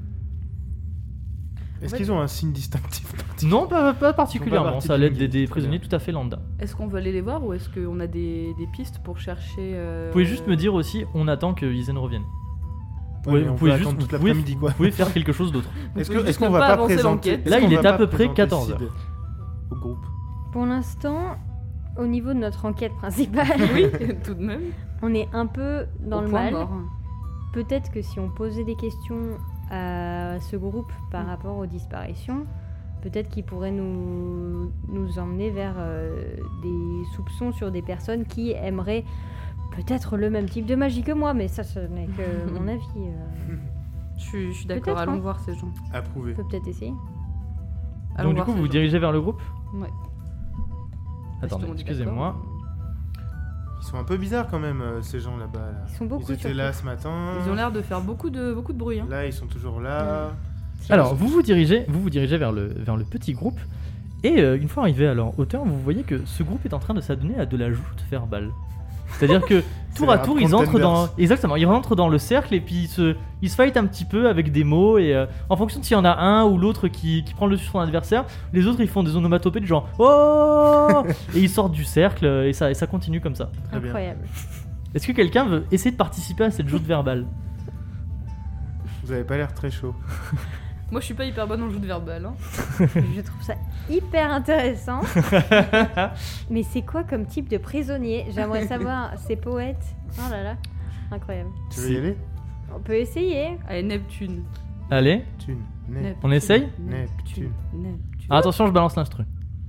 [SPEAKER 3] Est-ce
[SPEAKER 4] En fait-
[SPEAKER 3] qu'ils ont un signe distinctif?
[SPEAKER 1] Non, pas particulièrement,
[SPEAKER 3] partie
[SPEAKER 1] ça a
[SPEAKER 3] d'une
[SPEAKER 1] l'aide
[SPEAKER 3] guilde,
[SPEAKER 1] des
[SPEAKER 3] très
[SPEAKER 1] prisonniers
[SPEAKER 3] bien.
[SPEAKER 1] tout à fait lambda.
[SPEAKER 4] Est-ce qu'on veut aller les voir ou est-ce qu'on a des pistes pour chercher
[SPEAKER 1] Vous pouvez juste me dire aussi, on attend que Izen revienne.
[SPEAKER 3] Ouais, mais on peut
[SPEAKER 1] juste,
[SPEAKER 3] attendre toute
[SPEAKER 1] vous pouvez-
[SPEAKER 3] l'après-midi, quoi.
[SPEAKER 1] Vous pouvez faire quelque chose d'autre.
[SPEAKER 3] Est-ce qu'on
[SPEAKER 4] ne
[SPEAKER 3] va
[SPEAKER 4] pas
[SPEAKER 3] pas
[SPEAKER 4] avancer
[SPEAKER 3] présenter
[SPEAKER 4] l'enquête
[SPEAKER 1] Là,
[SPEAKER 3] est-ce
[SPEAKER 1] il
[SPEAKER 3] qu'on
[SPEAKER 1] est
[SPEAKER 3] va
[SPEAKER 1] à
[SPEAKER 3] pas
[SPEAKER 1] peu près
[SPEAKER 3] présenter
[SPEAKER 1] 14
[SPEAKER 3] Sid au groupe?
[SPEAKER 2] Pour l'instant, au niveau de notre enquête principale,
[SPEAKER 4] Oui, tout de même.
[SPEAKER 2] on est un peu dans
[SPEAKER 4] Au
[SPEAKER 2] le
[SPEAKER 4] point
[SPEAKER 2] mal.
[SPEAKER 4] mort.
[SPEAKER 2] Peut-être que si on posait des questions à ce groupe par rapport aux disparitions, peut-être qu'ils pourraient nous emmener vers des soupçons sur des personnes qui aimeraient peut-être le même type de magie que moi, mais ça, ce n'est que mon avis.
[SPEAKER 4] Je suis d'accord,
[SPEAKER 2] Peut-être,
[SPEAKER 4] allons
[SPEAKER 2] hein.
[SPEAKER 4] voir ces gens.
[SPEAKER 3] Approuvé.
[SPEAKER 2] On peut peut-être essayer.
[SPEAKER 4] Allons
[SPEAKER 1] Donc du
[SPEAKER 4] voir
[SPEAKER 1] coup,
[SPEAKER 4] ces
[SPEAKER 1] vous vous
[SPEAKER 4] gens.
[SPEAKER 1] dirigez vers le groupe.
[SPEAKER 4] Ouais.
[SPEAKER 1] Attendez,
[SPEAKER 4] Est-ce qu'on est
[SPEAKER 1] excusez-moi.
[SPEAKER 3] Ils sont un peu bizarres quand même, ces gens là-bas. Là.
[SPEAKER 2] Ils sont beaucoup
[SPEAKER 3] Ils étaient
[SPEAKER 2] surtout.
[SPEAKER 3] là ce matin.
[SPEAKER 4] Ils ont l'air de faire beaucoup de bruit. Hein.
[SPEAKER 3] Là, ils sont toujours là.
[SPEAKER 1] Alors, vous vous dirigez vers le petit groupe et une fois arrivé à leur hauteur, vous voyez que ce groupe est en train de s'adonner à de la joute verbale. C'est-à-dire que tour à
[SPEAKER 3] la
[SPEAKER 1] tour, ils entrent dans
[SPEAKER 3] Contenders.
[SPEAKER 1] exactement, ils rentrent dans le cercle et puis ils se fightent un petit peu avec des mots et en fonction de s'il y en a un ou l'autre qui prend le dessus sur son adversaire, les autres ils font des onomatopées du genre oh et ils sortent du cercle et ça continue comme ça.
[SPEAKER 3] Très bien.
[SPEAKER 2] Incroyable.
[SPEAKER 1] Est-ce que quelqu'un veut essayer de participer à cette joute verbale?
[SPEAKER 3] Vous avez pas l'air très chaud.
[SPEAKER 4] Moi, je suis pas hyper bonne en jeu de verbal. Hein.
[SPEAKER 2] Je trouve ça hyper intéressant. Mais c'est quoi comme type de prisonnier? J'aimerais savoir. Ces poètes. Oh là là, incroyable.
[SPEAKER 3] Tu veux y aller?
[SPEAKER 2] On peut essayer.
[SPEAKER 4] Allez, Neptune.
[SPEAKER 1] Allez,
[SPEAKER 3] Neptune.
[SPEAKER 1] on essaye?
[SPEAKER 3] Neptune.
[SPEAKER 4] Neptune.
[SPEAKER 1] Ah, attention, je balance l'instru.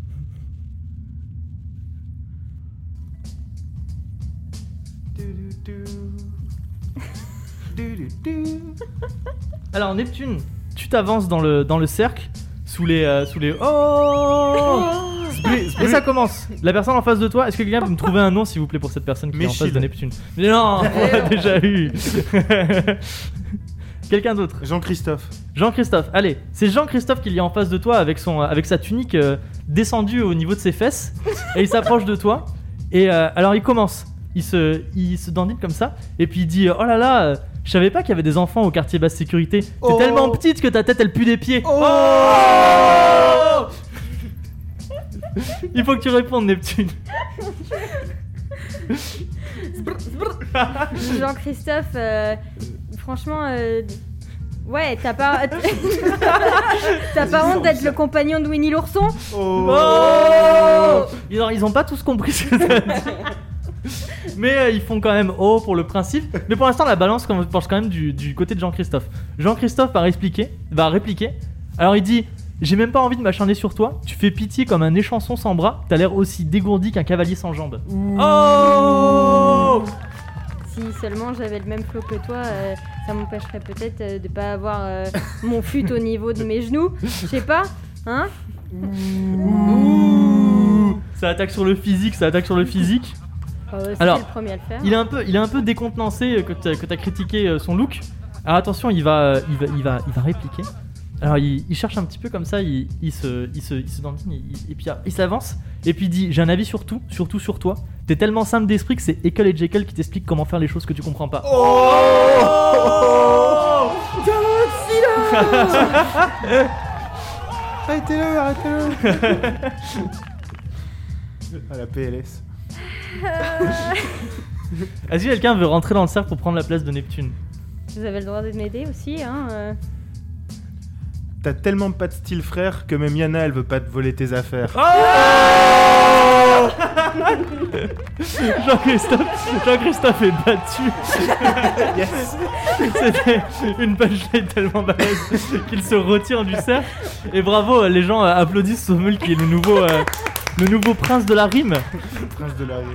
[SPEAKER 1] Alors Neptune, tu t'avances dans le cercle sous les oh et ça commence. La personne en face de toi, est-ce que quelqu'un peut me trouver un nom s'il vous plaît pour cette personne qui est en face
[SPEAKER 3] Méchil.
[SPEAKER 1] de Neptune? Mais non, on l'a déjà eu. Quelqu'un d'autre?
[SPEAKER 3] Jean-Christophe.
[SPEAKER 1] Jean-Christophe, allez, c'est Jean-Christophe qui est en face de toi avec sa tunique descendue au niveau de ses fesses et il s'approche de toi et alors il commence, il se dandine comme ça et puis il dit oh là là, je savais pas qu'il y avait des enfants au quartier basse sécurité, t'es
[SPEAKER 3] Oh.
[SPEAKER 1] tellement petite que ta tête elle pue des pieds.
[SPEAKER 3] Oh.
[SPEAKER 1] Il faut que tu répondes Neptune.
[SPEAKER 2] Jean-Christophe, franchement, ouais, t'as pas, t'as pas honte d'être le compagnon de Winnie l'ourson?
[SPEAKER 3] Oh.
[SPEAKER 1] Oh ils ont pas tous compris ce que ça dit. Mais ils font quand même haut pour le principe. Mais pour l'instant, la balance penche quand même du côté de Jean-Christophe. Jean-Christophe va répliquer. Alors il dit: j'ai même pas envie de m'acharner sur toi. Tu fais pitié comme un échanson sans bras. T'as l'air aussi dégourdi qu'un cavalier sans jambes. Oh!
[SPEAKER 2] Si seulement j'avais le même flow que toi, ça m'empêcherait peut-être de pas avoir mon fut au niveau de mes genoux. Je sais pas, hein?
[SPEAKER 1] Ouh. Ça attaque sur le physique.
[SPEAKER 2] C'était
[SPEAKER 1] Alors,
[SPEAKER 2] le premier à le faire.
[SPEAKER 1] Il est un peu décontenancé que t'as critiqué son look. Alors attention, il va répliquer. Alors il cherche un petit peu comme ça, il se dandine, et puis il s'avance, et puis il dit: j'ai un avis sur tout sur toi. T'es tellement simple d'esprit que c'est Ekel et Jekyll qui t'expliquent comment faire les choses que tu comprends pas.
[SPEAKER 3] Arrêtez-le. Ah, la PLS.
[SPEAKER 1] Est-ce que quelqu'un veut rentrer dans le cercle pour prendre la place de Neptune?
[SPEAKER 2] Vous avez le droit de m'aider aussi, hein?
[SPEAKER 3] T'as tellement pas de style, frère, que même Yana, elle veut pas te voler tes affaires.
[SPEAKER 1] Jean-Christophe est battu.
[SPEAKER 3] Yes.
[SPEAKER 1] C'était une punchline tellement balèze qu'il se retire du cercle. Et bravo, les gens applaudissent Sommel qui est le nouveau prince de la rime.
[SPEAKER 3] Prince de la rime.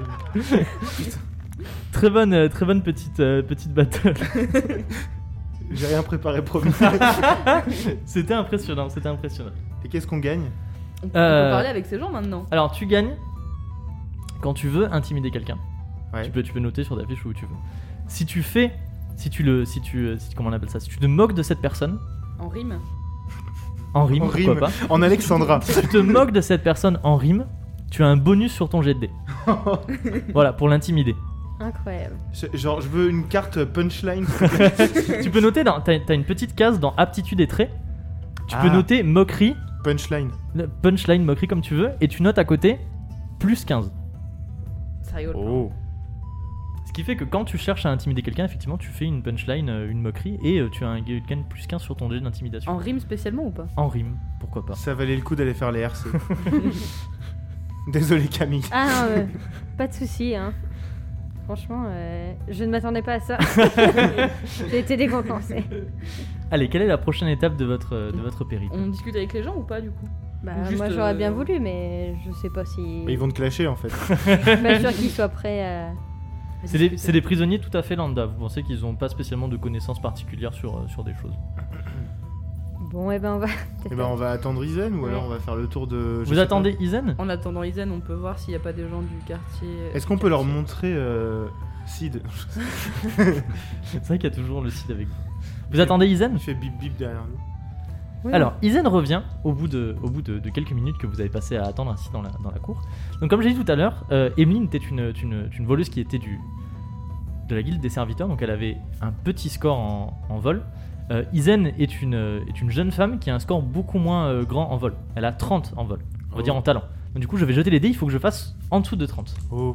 [SPEAKER 1] Très bonne petite battle.
[SPEAKER 3] J'ai rien préparé, promis.
[SPEAKER 1] C'était impressionnant.
[SPEAKER 3] Et qu'est-ce qu'on gagne?
[SPEAKER 4] On peut parler avec ces gens maintenant.
[SPEAKER 1] Alors tu gagnes quand tu veux intimider quelqu'un.
[SPEAKER 3] Ouais.
[SPEAKER 1] Tu peux noter sur ta fiche où tu veux. Si tu comment on appelle ça? Si tu te moques de cette personne
[SPEAKER 4] En rime.
[SPEAKER 1] en rime,
[SPEAKER 3] En
[SPEAKER 1] pourquoi
[SPEAKER 3] rime.
[SPEAKER 1] pas.
[SPEAKER 3] En Alexandra.
[SPEAKER 1] Si tu te moques de cette personne en rime, tu as un bonus sur ton jet de dés. Voilà, pour l'intimider.
[SPEAKER 2] Incroyable.
[SPEAKER 3] Genre, je veux une carte punchline.
[SPEAKER 1] Tu peux noter, t'as une petite case dans aptitude et traits. Tu peux noter moquerie,
[SPEAKER 3] Punchline.
[SPEAKER 1] punchline, moquerie comme tu veux, et tu notes à côté plus 15.
[SPEAKER 4] Ça rigole.
[SPEAKER 3] Oh.
[SPEAKER 1] Ce qui fait que quand tu cherches à intimider quelqu'un, effectivement, tu fais une punchline, une moquerie, et tu as un gain plus 15 sur ton jet d'intimidation.
[SPEAKER 4] En rime spécialement ou pas?
[SPEAKER 1] En rime, pourquoi pas.
[SPEAKER 3] Ça valait le coup d'aller faire les RC. Désolé, Camille.
[SPEAKER 2] Ah non, pas de soucis, hein. Franchement, je ne m'attendais pas à ça. J'ai été décontenancée.
[SPEAKER 1] Allez, quelle est la prochaine étape de votre périple?
[SPEAKER 4] On discute avec les gens ou pas du coup?
[SPEAKER 2] Bah,
[SPEAKER 4] Ou juste,
[SPEAKER 2] moi j'aurais bien voulu, mais je sais pas si.
[SPEAKER 3] Mais ils vont te clasher en fait.
[SPEAKER 2] Je suis pas sûre qu'ils soient prêts à.
[SPEAKER 1] C'est des prisonniers tout à fait lambda. Vous pensez qu'ils n'ont pas spécialement de connaissances particulières sur des choses.
[SPEAKER 2] Bon, et ben on va.
[SPEAKER 3] Et ben on va attendre Isen ou
[SPEAKER 2] Ouais.
[SPEAKER 3] alors on va faire le tour de. je
[SPEAKER 1] Vous
[SPEAKER 3] sais
[SPEAKER 1] attendez Isen?
[SPEAKER 4] En attendant Isen, on peut voir s'il n'y a pas des gens du quartier.
[SPEAKER 3] pas. Est-ce qu'on peut leur montrer Sid?
[SPEAKER 1] C'est vrai qu'il y a toujours le Cid avec vous. Vous attendez Isen?
[SPEAKER 3] Il fait bip bip derrière nous.
[SPEAKER 2] Oui.
[SPEAKER 1] Alors, Isen revient au bout de quelques minutes que vous avez passé à attendre ainsi dans la cour. Donc, comme j'ai dit tout à l'heure, Emeline était une voleuse qui était de la guilde des serviteurs, donc elle avait un petit score en vol. Isen est une jeune femme qui a un score beaucoup moins grand en vol. Elle a 30 en vol, on va dire en talent. Donc, du coup, je vais jeter les dés, il faut que je fasse en dessous de 30.
[SPEAKER 3] Oh.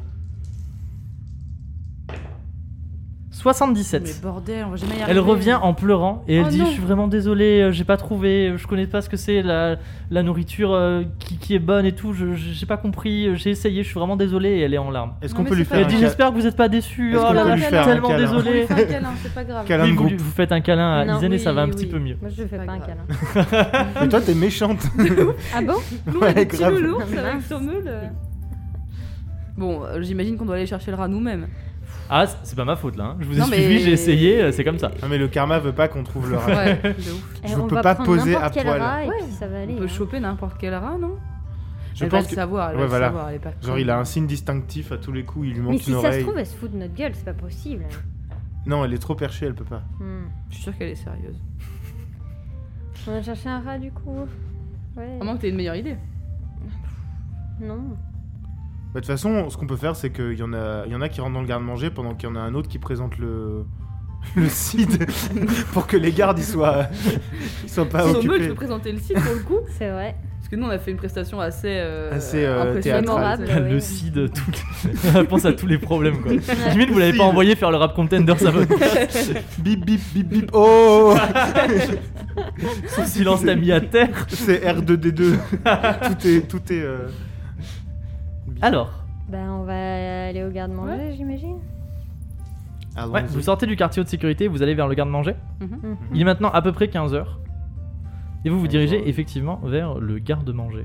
[SPEAKER 1] 77.
[SPEAKER 4] Mais bordel, on va jamais y arriver.
[SPEAKER 1] Elle revient en pleurant et elle
[SPEAKER 4] Oh
[SPEAKER 1] dit:
[SPEAKER 4] non.
[SPEAKER 1] je suis vraiment désolée, j'ai pas trouvé, je connais pas ce que c'est la nourriture qui est bonne et tout, j'ai pas compris, j'ai essayé, je suis vraiment désolée. Et elle est en larmes.
[SPEAKER 3] Est-ce
[SPEAKER 4] Non,
[SPEAKER 3] qu'on
[SPEAKER 4] mais
[SPEAKER 3] peut lui
[SPEAKER 4] c'est
[SPEAKER 3] faire
[SPEAKER 1] Elle
[SPEAKER 3] un
[SPEAKER 1] dit:
[SPEAKER 3] ca-
[SPEAKER 1] j'espère que vous êtes pas déçus,
[SPEAKER 3] Est-ce
[SPEAKER 1] oh
[SPEAKER 3] qu'on
[SPEAKER 1] là
[SPEAKER 3] peut
[SPEAKER 1] là,
[SPEAKER 3] lui
[SPEAKER 1] je suis
[SPEAKER 3] faire un
[SPEAKER 1] tellement
[SPEAKER 3] câlin?
[SPEAKER 4] On lui
[SPEAKER 1] désolée.
[SPEAKER 4] fait un câlin, c'est pas grave.
[SPEAKER 3] Câlin de groupe.
[SPEAKER 1] Vous faites un câlin à
[SPEAKER 2] Non,
[SPEAKER 1] Isen et ça va un
[SPEAKER 4] oui,
[SPEAKER 1] petit
[SPEAKER 4] oui.
[SPEAKER 1] peu mieux.
[SPEAKER 2] Moi je fais
[SPEAKER 4] pas
[SPEAKER 2] pas un
[SPEAKER 4] grave.
[SPEAKER 2] câlin.
[SPEAKER 3] Mais toi t'es méchante.
[SPEAKER 2] Ah bon?
[SPEAKER 4] Nous,
[SPEAKER 3] Ouais,
[SPEAKER 4] on est des petits
[SPEAKER 3] grave.
[SPEAKER 4] loulous, ça va
[SPEAKER 2] Mince.
[SPEAKER 4] avec Sommel. Bon, j'imagine qu'on doit aller chercher le rat nous-mêmes.
[SPEAKER 1] Ah, c'est pas ma faute là, hein. Je vous ai
[SPEAKER 4] Non, mais-
[SPEAKER 1] suivi, j'ai essayé, c'est comme ça.
[SPEAKER 3] Non mais le karma veut pas qu'on trouve le rat.
[SPEAKER 4] Ouais, de ouf.
[SPEAKER 3] Je
[SPEAKER 2] on
[SPEAKER 3] peux
[SPEAKER 2] va
[SPEAKER 3] pas
[SPEAKER 2] prendre
[SPEAKER 3] poser
[SPEAKER 2] n'importe
[SPEAKER 3] à
[SPEAKER 2] quel
[SPEAKER 3] poil.
[SPEAKER 2] rat et
[SPEAKER 4] Ouais.
[SPEAKER 2] puis ça va aller.
[SPEAKER 4] On peut
[SPEAKER 2] hein.
[SPEAKER 4] choper n'importe quel rat, non?
[SPEAKER 3] Je
[SPEAKER 4] Elle va
[SPEAKER 3] pense
[SPEAKER 4] le
[SPEAKER 3] que
[SPEAKER 4] savoir, elle
[SPEAKER 3] ouais,
[SPEAKER 4] va le
[SPEAKER 3] voilà.
[SPEAKER 4] savoir, elle est pas
[SPEAKER 3] genre
[SPEAKER 4] conne.
[SPEAKER 3] il a un signe distinctif à tous les coups, il lui
[SPEAKER 2] Mais
[SPEAKER 3] manque
[SPEAKER 2] si
[SPEAKER 3] une
[SPEAKER 2] ça se
[SPEAKER 3] oreille.
[SPEAKER 2] trouve, elle se fout de notre gueule, c'est pas possible.
[SPEAKER 3] Non, elle est trop perchée, elle peut pas.
[SPEAKER 4] Je suis sûre qu'elle est sérieuse.
[SPEAKER 2] On va chercher un rat du coup. Ouais.
[SPEAKER 4] À moins que t'aies une meilleure idée.
[SPEAKER 2] Non.
[SPEAKER 3] Bah, de toute façon, ce qu'on peut faire, c'est qu'il y en a qui rentrent dans le garde-manger pendant qu'il y en a un autre qui présente le Cid pour que les gardes ils soient pas
[SPEAKER 4] Sommel, tu
[SPEAKER 3] occupés.
[SPEAKER 4] peux présenter le site pour le coup.
[SPEAKER 2] C'est vrai.
[SPEAKER 4] Parce que nous, on a fait une prestation assez,
[SPEAKER 3] Assez,
[SPEAKER 4] impressionnante.
[SPEAKER 3] théâtrale.
[SPEAKER 2] Mémorable.
[SPEAKER 1] Le
[SPEAKER 2] ouais.
[SPEAKER 1] Cid, réponse à tous les problèmes quoi. Limite, vous l'avez pas envoyé faire le rap contender, ça va.
[SPEAKER 3] Bip bip bip bip. Oh,
[SPEAKER 1] Son silence t'a mis à terre.
[SPEAKER 3] c'est R2D2. tout est.
[SPEAKER 1] Alors,
[SPEAKER 2] On va aller au garde-manger, j'imagine.
[SPEAKER 3] Allons-y.
[SPEAKER 1] Ouais, vous sortez du quartier haute sécurité, vous allez vers le garde-manger.
[SPEAKER 2] Mhm.
[SPEAKER 1] Il est maintenant à peu près 15h. Et vous vous dirigez effectivement vers le garde-manger.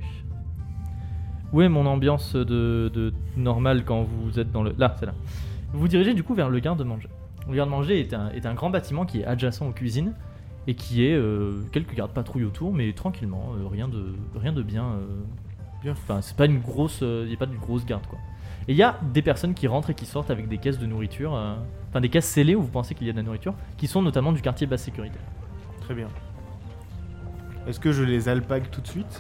[SPEAKER 1] Où est mon ambiance de normale quand vous êtes dans le... Là, c'est là. Vous vous dirigez du coup vers le garde-manger. Le garde-manger est un grand bâtiment qui est adjacent aux cuisines et qui est quelques gardes-patrouilles autour, mais tranquillement, rien de bien...
[SPEAKER 3] Bien.
[SPEAKER 1] Enfin, c'est pas une grosse... Il n'y a pas de grosse garde, quoi. Et il y a des personnes qui rentrent et qui sortent avec des caisses de nourriture, enfin des caisses scellées où vous pensez qu'il y a de la nourriture, qui sont notamment du quartier basse sécurité.
[SPEAKER 3] Très bien. Est-ce que je les alpague tout de suite?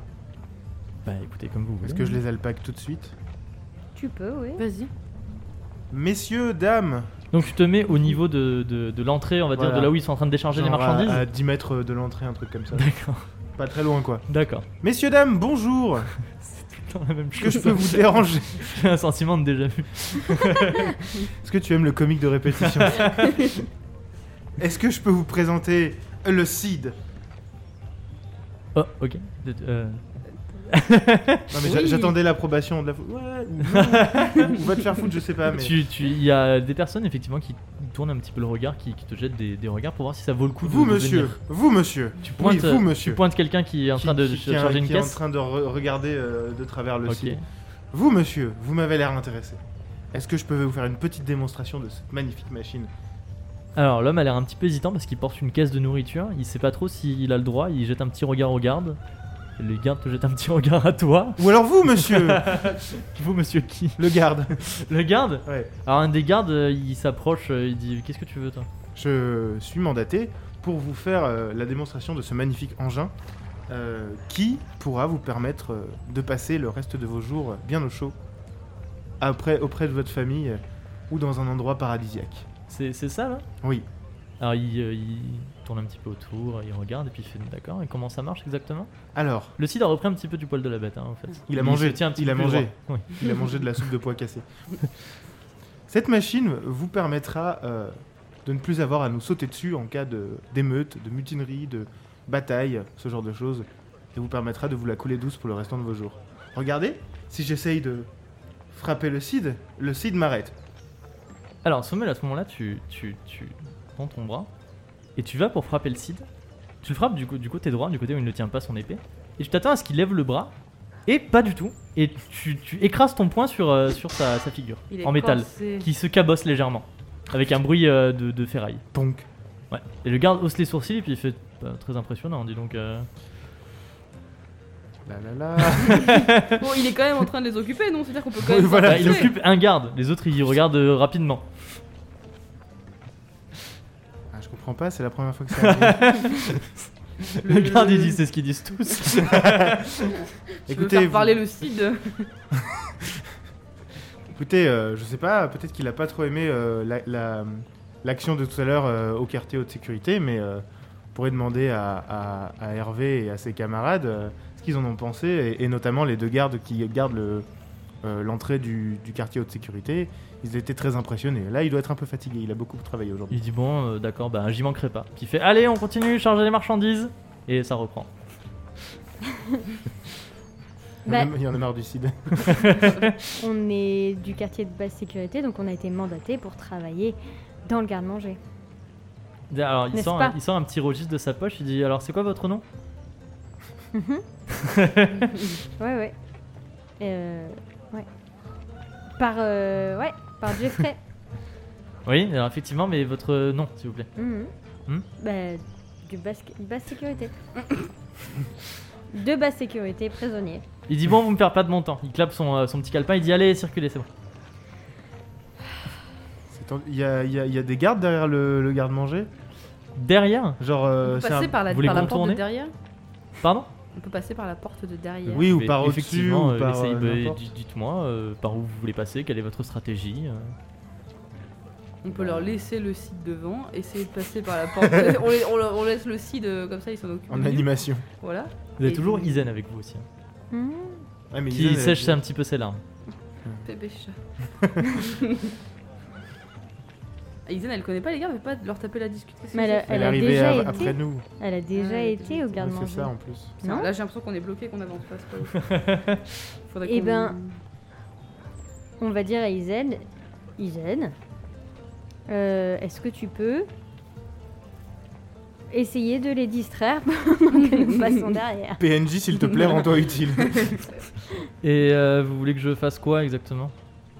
[SPEAKER 1] Bah écoutez, comme vous voulez.
[SPEAKER 3] Est-ce que je les alpague tout de suite?
[SPEAKER 2] Tu peux, oui.
[SPEAKER 4] Vas-y.
[SPEAKER 3] Messieurs, dames,
[SPEAKER 1] Donc tu te mets au niveau de l'entrée, on va dire,
[SPEAKER 3] Voilà.
[SPEAKER 1] de là où ils sont en train de décharger les
[SPEAKER 3] genre
[SPEAKER 1] marchandises.
[SPEAKER 3] à 10 mètres de l'entrée, un truc comme ça.
[SPEAKER 1] D'accord,
[SPEAKER 3] Pas très loin, quoi.
[SPEAKER 1] d'accord.
[SPEAKER 3] Messieurs, dames, bonjour.
[SPEAKER 1] Dans la même
[SPEAKER 3] Est-ce
[SPEAKER 1] chose.
[SPEAKER 3] que je peux vous déranger?
[SPEAKER 1] J'ai un sentiment de déjà vu.
[SPEAKER 3] Est-ce que tu aimes le comique de répétition? Est-ce que je peux vous présenter le CID?
[SPEAKER 1] Oh, ok.
[SPEAKER 3] Non mais
[SPEAKER 4] Oui.
[SPEAKER 3] j'attendais l'approbation de la Ouais, ou non, ou va te faire foutre, je sais pas, mais...
[SPEAKER 1] Il y a des personnes effectivement qui tournent un petit peu le regard, qui te jettent des regards pour voir si ça vaut le coup
[SPEAKER 3] Vous,
[SPEAKER 1] de
[SPEAKER 3] monsieur,
[SPEAKER 1] venir.
[SPEAKER 3] vous, monsieur.
[SPEAKER 1] Tu pointes,
[SPEAKER 3] oui, vous, monsieur.
[SPEAKER 1] Tu pointes quelqu'un qui est en train de charger une
[SPEAKER 3] qui est en
[SPEAKER 1] caisse.
[SPEAKER 3] train de regarder de travers le
[SPEAKER 1] Ok.
[SPEAKER 3] CID. Vous, monsieur, vous m'avez l'air intéressé. Est-ce que je peux vous faire une petite démonstration de cette magnifique machine?
[SPEAKER 1] Alors l'homme a l'air un petit peu hésitant parce qu'il porte une caisse de nourriture. Il sait pas trop s'il a le droit. Il jette un petit regard aux gardes. Et le garde te jette un petit regard à toi.
[SPEAKER 3] Ou alors vous, monsieur.
[SPEAKER 1] Vous, monsieur qui?
[SPEAKER 3] Le garde.
[SPEAKER 1] Le garde?
[SPEAKER 3] Ouais.
[SPEAKER 1] Alors un des gardes, il s'approche, il dit qu'est-ce que tu veux toi?
[SPEAKER 3] Je suis mandaté pour vous faire la démonstration de ce magnifique engin qui pourra vous permettre de passer le reste de vos jours bien au chaud auprès de votre famille ou dans un endroit paradisiaque.
[SPEAKER 1] C'est ça là?
[SPEAKER 3] Oui.
[SPEAKER 1] Alors il tourne un petit peu autour, il regarde et puis il fait d'accord. Et comment ça marche exactement?
[SPEAKER 3] Alors,
[SPEAKER 1] Le Cid a repris un petit peu du poil de la bête en fait.
[SPEAKER 3] il a mangé,
[SPEAKER 1] se tient un petit
[SPEAKER 3] il a
[SPEAKER 1] peu plus
[SPEAKER 3] mangé.
[SPEAKER 1] droit. Oui.
[SPEAKER 3] Il a mangé de la soupe de pois cassé. Cette machine vous permettra de ne plus avoir à nous sauter dessus en cas d'émeute, de mutinerie, de bataille, ce genre de choses, et vous permettra de vous la couler douce pour le restant de vos jours. Regardez, si j'essaye de frapper le Cid m'arrête.
[SPEAKER 1] Alors Sommel, à ce moment-là, tu prends ton bras et tu vas pour frapper le Cid. Tu le frappes du côté droit, du côté où il ne tient pas son épée, et tu t'attends à ce qu'il lève le bras. Et pas du tout. Et tu écrases ton poing sur sa figure
[SPEAKER 4] Il est
[SPEAKER 1] en métal,
[SPEAKER 4] coincé.
[SPEAKER 1] qui se cabosse légèrement, avec un bruit de ferraille.
[SPEAKER 3] Donc,
[SPEAKER 1] Ouais. Et le garde hausse les sourcils et puis il fait très impressionnant, dis donc.
[SPEAKER 3] là là là.
[SPEAKER 4] Bon, il est quand même en train de les occuper, non? C'est-à-dire qu'on peut quand
[SPEAKER 3] Oui,
[SPEAKER 4] même.
[SPEAKER 3] voilà,
[SPEAKER 1] Bah, il
[SPEAKER 4] s'en passer.
[SPEAKER 1] occupe un garde, les autres ils regardent rapidement.
[SPEAKER 3] Ah, je comprends pas, c'est la première fois que ça arrive.
[SPEAKER 1] Le garde il dit c'est ce qu'ils disent tous.
[SPEAKER 4] Tu veux
[SPEAKER 3] Écoutez,
[SPEAKER 4] faire parler le Cid?
[SPEAKER 3] Écoutez, je sais pas, peut-être qu'il a pas trop aimé l'action de tout à l'heure au quartier haute sécurité, mais on pourrait demander à Hervé et à ses camarades ce qu'ils en ont pensé, et notamment les deux gardes qui gardent l'entrée du quartier haute sécurité. Ils étaient très impressionnés. Là, il doit être un peu fatigué, il a beaucoup travaillé aujourd'hui.
[SPEAKER 1] Il dit bon d'accord, bah j'y manquerai pas. Puis il fait allez on continue, charger les marchandises. Et ça reprend.
[SPEAKER 2] Bah,
[SPEAKER 3] Il y en a marre du CID.
[SPEAKER 2] on est du quartier de basse sécurité, donc on a été mandaté pour travailler dans le garde-manger.
[SPEAKER 1] Alors il
[SPEAKER 2] N'est-ce
[SPEAKER 1] sort,
[SPEAKER 2] pas
[SPEAKER 1] il sort un petit registre de sa poche, il dit alors c'est quoi votre nom?
[SPEAKER 2] Ouais. Ouais. Par Jeffrey.
[SPEAKER 1] Oui, alors effectivement, mais votre nom s'il vous plaît.
[SPEAKER 2] Bah, du basse sécurité. De basse sécurité, prisonnier.
[SPEAKER 1] Il dit bon vous me perdez pas de mon temps. Il clappe son petit calepin, il dit allez circulez c'est bon.
[SPEAKER 3] Il y a des gardes derrière le garde-manger.
[SPEAKER 1] Derrière?
[SPEAKER 3] Genre,
[SPEAKER 4] On peut
[SPEAKER 3] c'est
[SPEAKER 4] passer
[SPEAKER 3] un-
[SPEAKER 4] par la
[SPEAKER 1] vous voulez
[SPEAKER 4] porte
[SPEAKER 1] contourner
[SPEAKER 4] de derrière?
[SPEAKER 1] Pardon?
[SPEAKER 4] On peut passer par la porte de derrière.
[SPEAKER 3] Oui, ou
[SPEAKER 1] Mais
[SPEAKER 3] par au-dessus,
[SPEAKER 1] effectivement,
[SPEAKER 3] ou par
[SPEAKER 1] essayez-
[SPEAKER 3] n'importe.
[SPEAKER 1] dites-moi par où vous voulez passer, quelle est votre stratégie
[SPEAKER 4] On peut leur laisser le Cid devant, essayer de passer par la porte. On laisse le Cid comme ça, il s'en occupe.
[SPEAKER 3] En
[SPEAKER 4] mieux.
[SPEAKER 3] animation.
[SPEAKER 4] Voilà.
[SPEAKER 1] Vous avez
[SPEAKER 4] Et
[SPEAKER 1] toujours
[SPEAKER 4] puis-
[SPEAKER 1] Isen avec vous aussi, hein,
[SPEAKER 2] Mhm.
[SPEAKER 3] Ouais, mais
[SPEAKER 1] qui
[SPEAKER 3] Isen,
[SPEAKER 1] sèche un petit peu ses larmes.
[SPEAKER 4] Bébé chat. Isen, elle connaît pas les gars, elle veut pas leur taper la discute.
[SPEAKER 2] Mais
[SPEAKER 3] elle
[SPEAKER 2] elle
[SPEAKER 3] est
[SPEAKER 2] a
[SPEAKER 3] arrivée
[SPEAKER 2] déjà
[SPEAKER 3] après
[SPEAKER 2] été.
[SPEAKER 3] nous.
[SPEAKER 2] Elle a déjà
[SPEAKER 4] Ouais,
[SPEAKER 2] été au
[SPEAKER 3] Ouais,
[SPEAKER 2] garde-manger.
[SPEAKER 3] c'est ça en plus.
[SPEAKER 2] Non.
[SPEAKER 4] Là, j'ai l'impression qu'on est bloqué, qu'on avance pas. C'est pas ouf. Faudrait
[SPEAKER 2] Eh
[SPEAKER 4] qu'on-
[SPEAKER 2] ben, on va dire à Isen, est-ce que tu peux essayer de les distraire pendant que nous passons derrière?
[SPEAKER 3] PNJ, s'il te plaît, rends-toi utile.
[SPEAKER 1] Et vous voulez que je fasse quoi exactement?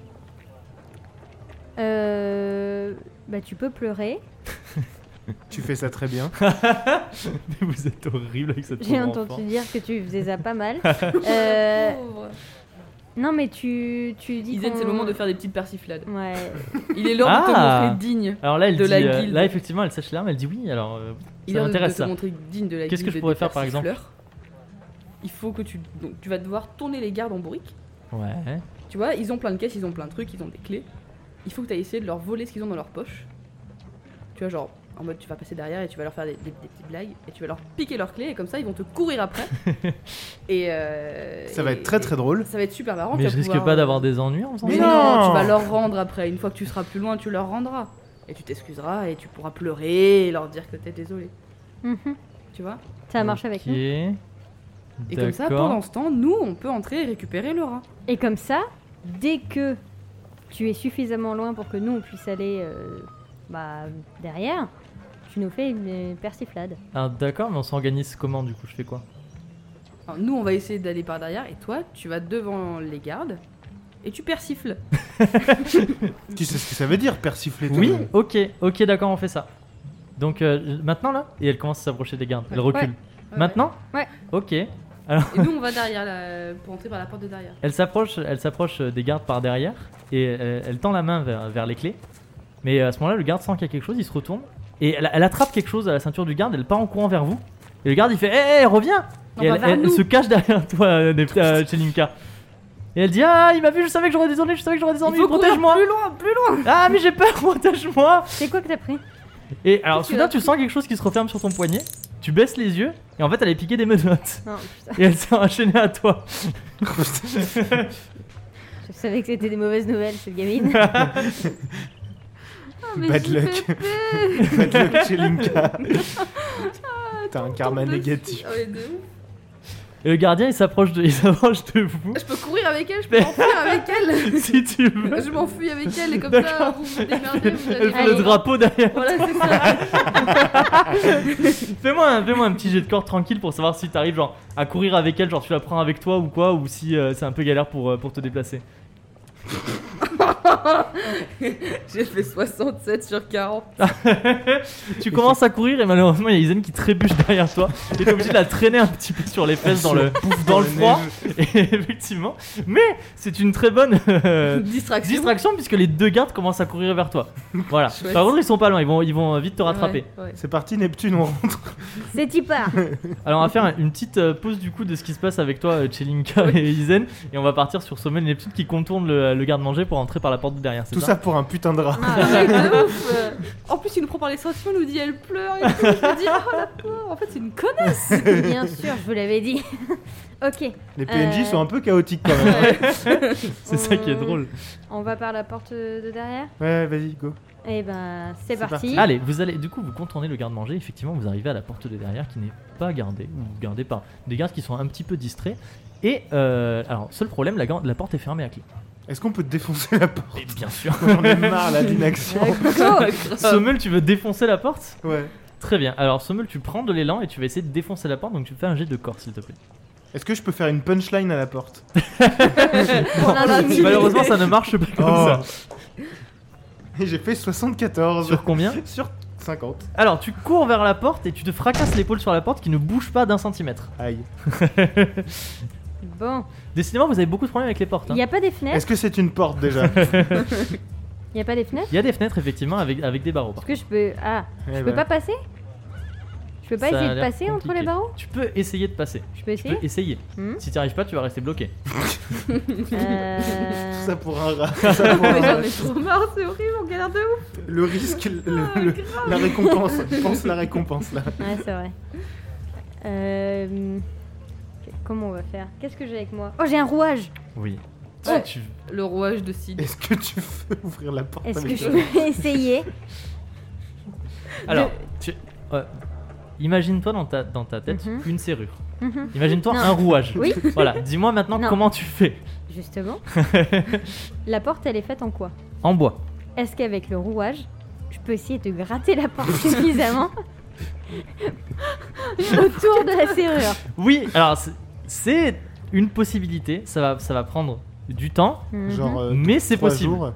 [SPEAKER 2] Bah tu peux pleurer.
[SPEAKER 3] Tu fais ça très bien.
[SPEAKER 1] Mais vous êtes horrible avec cette
[SPEAKER 2] J'ai
[SPEAKER 1] pauvre
[SPEAKER 2] entendu
[SPEAKER 1] enfant.
[SPEAKER 2] dire que tu faisais ça pas mal.
[SPEAKER 4] Pauvre.
[SPEAKER 2] Non mais tu dis
[SPEAKER 4] Isen,
[SPEAKER 2] qu'on-
[SPEAKER 4] c'est le moment de faire des petites persiflades.
[SPEAKER 2] Ouais.
[SPEAKER 4] Il est l'heure de te
[SPEAKER 1] Ah.
[SPEAKER 4] montrer digne.
[SPEAKER 1] Alors là, elle
[SPEAKER 4] De
[SPEAKER 1] dit,
[SPEAKER 4] la guilde.
[SPEAKER 1] là effectivement, elle sèche les larmes, elle dit oui. Alors
[SPEAKER 4] Il
[SPEAKER 1] ça
[SPEAKER 4] est l'heure de
[SPEAKER 1] m'intéresse
[SPEAKER 4] te
[SPEAKER 1] ça.
[SPEAKER 4] montrer digne de la
[SPEAKER 1] Qu'est-ce que
[SPEAKER 4] guilde
[SPEAKER 1] je pourrais
[SPEAKER 4] des
[SPEAKER 1] faire, par exemple?
[SPEAKER 4] persifleurs. Il faut que tu vas devoir tourner les gardes en bourrique.
[SPEAKER 1] Ouais.
[SPEAKER 4] Tu vois, ils ont plein de caisses, ils ont plein de trucs, ils ont des clés. Il faut que tu ailles essayer de leur voler ce qu'ils ont dans leur poche. Tu vois, genre, en mode tu vas passer derrière et tu vas leur faire des petites blagues et tu vas leur piquer leurs clés et comme ça ils vont te courir après. Et
[SPEAKER 3] Ça va être très très drôle.
[SPEAKER 4] Ça va être super marrant.
[SPEAKER 1] Mais
[SPEAKER 4] tu
[SPEAKER 1] je
[SPEAKER 4] vas
[SPEAKER 1] risque
[SPEAKER 4] pouvoir,
[SPEAKER 1] pas d'avoir des ennuis en faisant
[SPEAKER 4] Mais
[SPEAKER 1] ça.
[SPEAKER 4] non,
[SPEAKER 3] Non.
[SPEAKER 4] tu vas leur rendre après. Une fois que tu seras plus loin, tu leur rendras. Et tu t'excuseras et tu pourras pleurer et leur dire que t'es désolé.
[SPEAKER 2] Mhm.
[SPEAKER 4] Tu vois.
[SPEAKER 2] Ça marche avec nous.
[SPEAKER 1] Ok.
[SPEAKER 4] Et comme ça,
[SPEAKER 1] D'accord.
[SPEAKER 4] pendant ce temps, nous, on peut entrer et récupérer le rat.
[SPEAKER 2] Et comme ça, dès que tu es suffisamment loin pour que nous on puisse aller derrière, tu nous fais une persiflade.
[SPEAKER 1] Ah, d'accord, mais on s'organise comment du coup? Je fais quoi?
[SPEAKER 4] Alors, nous, on va essayer d'aller par derrière et toi, tu vas devant les gardes et tu persifles.
[SPEAKER 3] Tu sais ce que ça veut dire, persifler toi.
[SPEAKER 1] Oui, ok, d'accord, on fait ça. Donc maintenant là, et elle commence à s'approcher des gardes, elle recule.
[SPEAKER 4] Ouais.
[SPEAKER 1] Maintenant?
[SPEAKER 2] Ouais.
[SPEAKER 1] Ok.
[SPEAKER 4] Et nous, on va derrière pour entrer par la porte de derrière.
[SPEAKER 1] Elle s'approche des gardes par derrière et elle tend la main vers les clés. Mais à ce moment-là, le garde sent qu'il y a quelque chose, il se retourne et elle attrape quelque chose à la ceinture du garde, elle part en courant vers vous. Et le garde il fait hé, reviens!
[SPEAKER 4] Non,
[SPEAKER 1] Et
[SPEAKER 4] pas
[SPEAKER 1] elle,
[SPEAKER 4] vers
[SPEAKER 1] elle
[SPEAKER 4] nous.
[SPEAKER 1] se cache derrière toi, Chelinka. Et elle dit ah, il m'a vu, je savais que j'aurais des ennuis,
[SPEAKER 4] Il faut courir
[SPEAKER 1] protège-moi!
[SPEAKER 4] plus loin.
[SPEAKER 1] Ah, mais j'ai peur, protège-moi!
[SPEAKER 2] C'est quoi que t'as pris?
[SPEAKER 1] Et alors,
[SPEAKER 4] Qu'est-ce que
[SPEAKER 1] soudain,
[SPEAKER 4] tu as
[SPEAKER 1] tu sens quelque chose qui se referme sur ton poignet, tu baisses les yeux, et en fait, elle est piquée des menottes.
[SPEAKER 2] Non, putain,
[SPEAKER 1] Et elle s'est enchaînée à toi.
[SPEAKER 2] je savais que c'était des mauvaises nouvelles cette gamine.
[SPEAKER 3] Bad luck. Bad luck chez Linka. T'as un karma négatif.
[SPEAKER 4] Ah ouais, de ouf.
[SPEAKER 1] Et le gardien, il s'approche de vous,
[SPEAKER 4] Je peux courir avec elle, je peux m'enfuir avec elle.
[SPEAKER 1] si tu veux.
[SPEAKER 4] Je m'enfuis avec elle et comme ça,
[SPEAKER 1] D'accord.
[SPEAKER 4] vous vous démerdez. Vous
[SPEAKER 1] Elle
[SPEAKER 4] allez...
[SPEAKER 1] fait le
[SPEAKER 2] Allez.
[SPEAKER 1] drapeau derrière.
[SPEAKER 4] Voilà, c'est ça.
[SPEAKER 1] Fais-moi un petit jet de corps tranquille pour savoir si t'arrives genre à courir avec elle, genre tu la prends avec toi ou quoi, ou si c'est un peu galère pour te déplacer.
[SPEAKER 4] J'ai fait 67 sur 40.
[SPEAKER 1] Tu commences à courir et malheureusement il y a Isen qui trébuche derrière toi et t'es obligé de la traîner un petit peu sur les fesses dans le froid. Et effectivement, mais c'est une très bonne distraction puisque les deux gardes commencent à courir vers toi. Voilà.
[SPEAKER 4] Chouette.
[SPEAKER 1] Par contre ils sont pas loin, ils vont vite te rattraper.
[SPEAKER 4] Ouais, ouais.
[SPEAKER 3] C'est parti, Neptune, on rentre.
[SPEAKER 2] C'est y part.
[SPEAKER 1] Alors on va faire une petite pause du coup de ce qui se passe avec toi Chelinka et Isen et on va partir sur Sommel et Neptune qui contourne le garde-manger pour entrer par la porte de derrière. C'est
[SPEAKER 3] Tout ça pour un putain de rat.
[SPEAKER 4] Ah, ouais, de ouf. En plus, il nous prend par les sentiments, il nous dit elle pleure et tout. Je me dis, oh la pauvre, en fait, c'est une connasse.
[SPEAKER 2] Bien sûr, je vous l'avais dit. Ok,
[SPEAKER 3] Les PNJ sont un peu chaotiques quand même.
[SPEAKER 1] C'est ça qui est drôle.
[SPEAKER 2] on va par la porte de derrière.
[SPEAKER 3] Ouais, vas-y, go.
[SPEAKER 2] Et ben, c'est
[SPEAKER 3] C'est
[SPEAKER 2] parti.
[SPEAKER 1] Allez, vous allez, du coup, vous contournez le garde-manger. Effectivement, vous arrivez à la porte de derrière qui n'est pas gardée ou gardée par des gardes qui sont un petit peu distraits. Et alors, seul problème, la porte est fermée à clé.
[SPEAKER 3] Est-ce qu'on peut défoncer la porte?
[SPEAKER 1] Et bien sûr.
[SPEAKER 3] J'en ai marre là d'inaction.
[SPEAKER 1] Sommel, tu veux défoncer la porte?
[SPEAKER 3] Ouais.
[SPEAKER 1] Très bien. Alors, Sommel, tu prends de l'élan et tu vas essayer de défoncer la porte. Donc, tu fais un jet de corps, s'il te plaît.
[SPEAKER 3] Est-ce que je peux faire une punchline à la porte?
[SPEAKER 1] Malheureusement, ça ne marche pas comme
[SPEAKER 3] Oh.
[SPEAKER 1] ça.
[SPEAKER 3] Et j'ai fait 74
[SPEAKER 1] Sur combien?
[SPEAKER 3] sur 50.
[SPEAKER 1] Alors, tu cours vers la porte et tu te fracasses l'épaule sur la porte qui ne bouge pas d'un centimètre.
[SPEAKER 3] Aïe.
[SPEAKER 2] Bon,
[SPEAKER 1] Décidément, vous avez beaucoup de problèmes avec les portes.
[SPEAKER 2] il
[SPEAKER 1] Hein.
[SPEAKER 2] n'y a pas des fenêtres.
[SPEAKER 3] Est-ce que c'est une porte déjà?
[SPEAKER 2] Il y a pas des fenêtres.
[SPEAKER 1] Il y a des fenêtres, effectivement, avec des barreaux. par
[SPEAKER 2] Est-ce que je peux. Ah,
[SPEAKER 3] Eh
[SPEAKER 2] je peux
[SPEAKER 3] ben,
[SPEAKER 2] pas passer. Je peux pas
[SPEAKER 1] Ça a
[SPEAKER 2] essayer de
[SPEAKER 1] l'air
[SPEAKER 2] passer entre
[SPEAKER 1] compliqué.
[SPEAKER 2] les barreaux.
[SPEAKER 1] Tu peux essayer de passer.
[SPEAKER 2] Je peux
[SPEAKER 1] Tu
[SPEAKER 2] essayer.
[SPEAKER 1] peux essayer.
[SPEAKER 2] Hmm.
[SPEAKER 1] Si tu n'y arrives pas, tu vas rester bloqué.
[SPEAKER 3] Tout ça pour un rat. Tout ça pour un
[SPEAKER 4] Mais j'en
[SPEAKER 3] rat.
[SPEAKER 4] ai trop marre, c'est horrible, on galère de ouf.
[SPEAKER 3] Le risque, la récompense. Pense la récompense là.
[SPEAKER 2] Ouais, c'est vrai. Comment on va faire? Qu'est-ce que j'ai avec moi? Oh, j'ai un rouage.
[SPEAKER 1] Oui.
[SPEAKER 4] Ouais.
[SPEAKER 1] Tu-
[SPEAKER 4] Le rouage de Sid.
[SPEAKER 3] Est-ce que tu veux ouvrir la porte
[SPEAKER 2] Est-ce que
[SPEAKER 3] avec
[SPEAKER 2] je
[SPEAKER 3] toi
[SPEAKER 2] peux essayer?
[SPEAKER 1] Alors, imagine-toi dans ta tête
[SPEAKER 2] Mhm.
[SPEAKER 1] une serrure.
[SPEAKER 2] Mhm.
[SPEAKER 1] Imagine-toi
[SPEAKER 2] Non.
[SPEAKER 1] un rouage.
[SPEAKER 2] Oui.
[SPEAKER 1] Voilà, dis-moi maintenant
[SPEAKER 2] Non.
[SPEAKER 1] comment tu fais.
[SPEAKER 2] Justement. La porte, elle est faite en quoi?
[SPEAKER 1] En bois.
[SPEAKER 2] Est-ce qu'avec le rouage, je peux essayer de gratter la porte suffisamment autour de la serrure?
[SPEAKER 1] Oui, alors c'est une possibilité, ça va prendre du temps,
[SPEAKER 2] Mhm.
[SPEAKER 3] Genre,
[SPEAKER 1] mais c'est
[SPEAKER 3] 3
[SPEAKER 1] possible.
[SPEAKER 3] jours.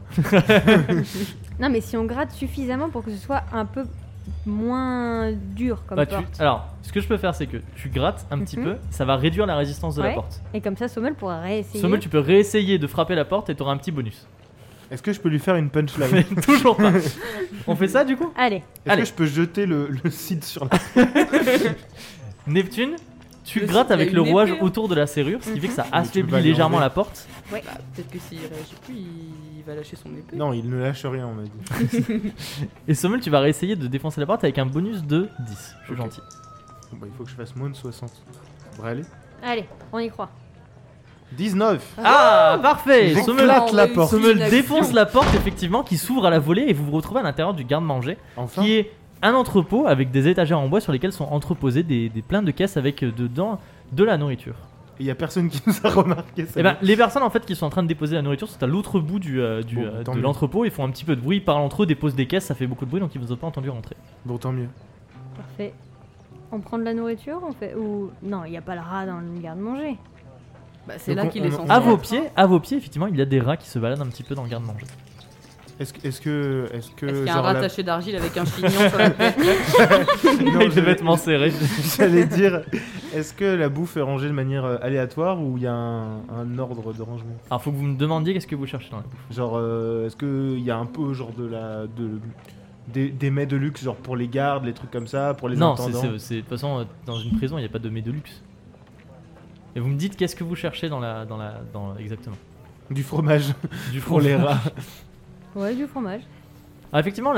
[SPEAKER 2] Non, mais si on gratte suffisamment pour que ce soit un peu moins dur comme
[SPEAKER 1] Bah,
[SPEAKER 2] porte.
[SPEAKER 1] alors, ce que je peux faire, c'est que tu grattes un petit
[SPEAKER 2] Mhm.
[SPEAKER 1] peu, ça va réduire la résistance de la
[SPEAKER 2] Ouais.
[SPEAKER 1] porte.
[SPEAKER 2] Et comme ça, Sommel pourra réessayer.
[SPEAKER 1] Sommel, tu peux réessayer de frapper la porte et tu auras un petit bonus.
[SPEAKER 3] Est-ce que je peux lui faire une punchline?
[SPEAKER 1] Mais toujours pas. On fait ça du coup?
[SPEAKER 2] Allez,
[SPEAKER 3] Est-ce
[SPEAKER 1] Allez.
[SPEAKER 3] que je peux jeter le cidre sur la...
[SPEAKER 1] Neptune, tu
[SPEAKER 4] Le
[SPEAKER 1] grattes
[SPEAKER 4] site, il y a
[SPEAKER 1] avec le
[SPEAKER 4] une
[SPEAKER 1] rouage
[SPEAKER 4] épée, hein.
[SPEAKER 1] autour de la serrure, ce qui fait que ça
[SPEAKER 3] Mais tu peux
[SPEAKER 1] affaiblit
[SPEAKER 3] pas
[SPEAKER 1] légèrement
[SPEAKER 3] l'enlever.
[SPEAKER 1] la porte.
[SPEAKER 4] Bah, peut-être que s'il réagit plus, il va lâcher son épée.
[SPEAKER 3] Non, il ne lâche rien, on m'a dit.
[SPEAKER 1] Et Sommel, tu vas réessayer de défoncer la porte avec un bonus de 10. Je suis
[SPEAKER 3] Ok.
[SPEAKER 1] gentil.
[SPEAKER 3] Bon, bah, il faut que je fasse moins de 60. Ça devrait aller.
[SPEAKER 2] allez, on y croit.
[SPEAKER 3] 19.
[SPEAKER 1] Ah, parfait!
[SPEAKER 3] J'éclate
[SPEAKER 1] Sommel,
[SPEAKER 3] la porte.
[SPEAKER 1] Sommel défonce la porte effectivement qui s'ouvre à la volée et vous vous retrouvez à l'intérieur du garde-manger
[SPEAKER 3] Enfin.
[SPEAKER 1] qui est un entrepôt avec des étagères en bois sur lesquelles sont entreposées des plein de caisses avec dedans de la nourriture.
[SPEAKER 3] Il y a personne qui nous a remarqué ça.
[SPEAKER 1] Et ben les personnes en fait qui sont en train de déposer la nourriture sont à l'autre bout
[SPEAKER 3] Bon, tant
[SPEAKER 1] de
[SPEAKER 3] mieux.
[SPEAKER 1] l'entrepôt, ils font un petit peu de bruit, ils parlent entre eux, déposent des caisses, ça fait beaucoup de bruit donc ils vous ont pas entendu rentrer.
[SPEAKER 3] Bon, tant mieux.
[SPEAKER 2] Parfait. On prend de la nourriture, on fait. Ou. Non, il n'y a pas le rat dans le garde-manger.
[SPEAKER 4] Bah, c'est
[SPEAKER 3] Donc
[SPEAKER 4] là qu'il
[SPEAKER 3] on-
[SPEAKER 4] est
[SPEAKER 3] on-
[SPEAKER 4] censé
[SPEAKER 1] À
[SPEAKER 4] être.
[SPEAKER 1] vos pieds effectivement il y a des rats qui se baladent un petit peu dans le garde-manger.
[SPEAKER 3] Est-ce que
[SPEAKER 4] Est-ce qu'il y a un
[SPEAKER 3] genre,
[SPEAKER 4] rat
[SPEAKER 3] la-
[SPEAKER 4] taché d'argile avec un chignon sur la tête?
[SPEAKER 3] Non,
[SPEAKER 1] Avec
[SPEAKER 3] je-
[SPEAKER 1] des vêtements serrés.
[SPEAKER 3] J'allais dire, est-ce que la bouffe est rangée de manière aléatoire ou il y a un ordre de rangement?
[SPEAKER 1] Alors faut que vous me demandiez qu'est-ce que vous cherchez dans la bouffe.
[SPEAKER 3] Genre, est-ce qu'il y a un peu genre des mets de luxe, genre pour les gardes, les trucs comme ça, pour les
[SPEAKER 1] Non,
[SPEAKER 3] intendants?
[SPEAKER 1] de toute façon dans une prison il n'y a pas de mets de luxe. Et vous me dites qu'est-ce que vous cherchez dans exactement.
[SPEAKER 3] Du fromage
[SPEAKER 1] Du
[SPEAKER 3] pour les rats.
[SPEAKER 2] Ouais, du fromage.
[SPEAKER 1] Alors effectivement,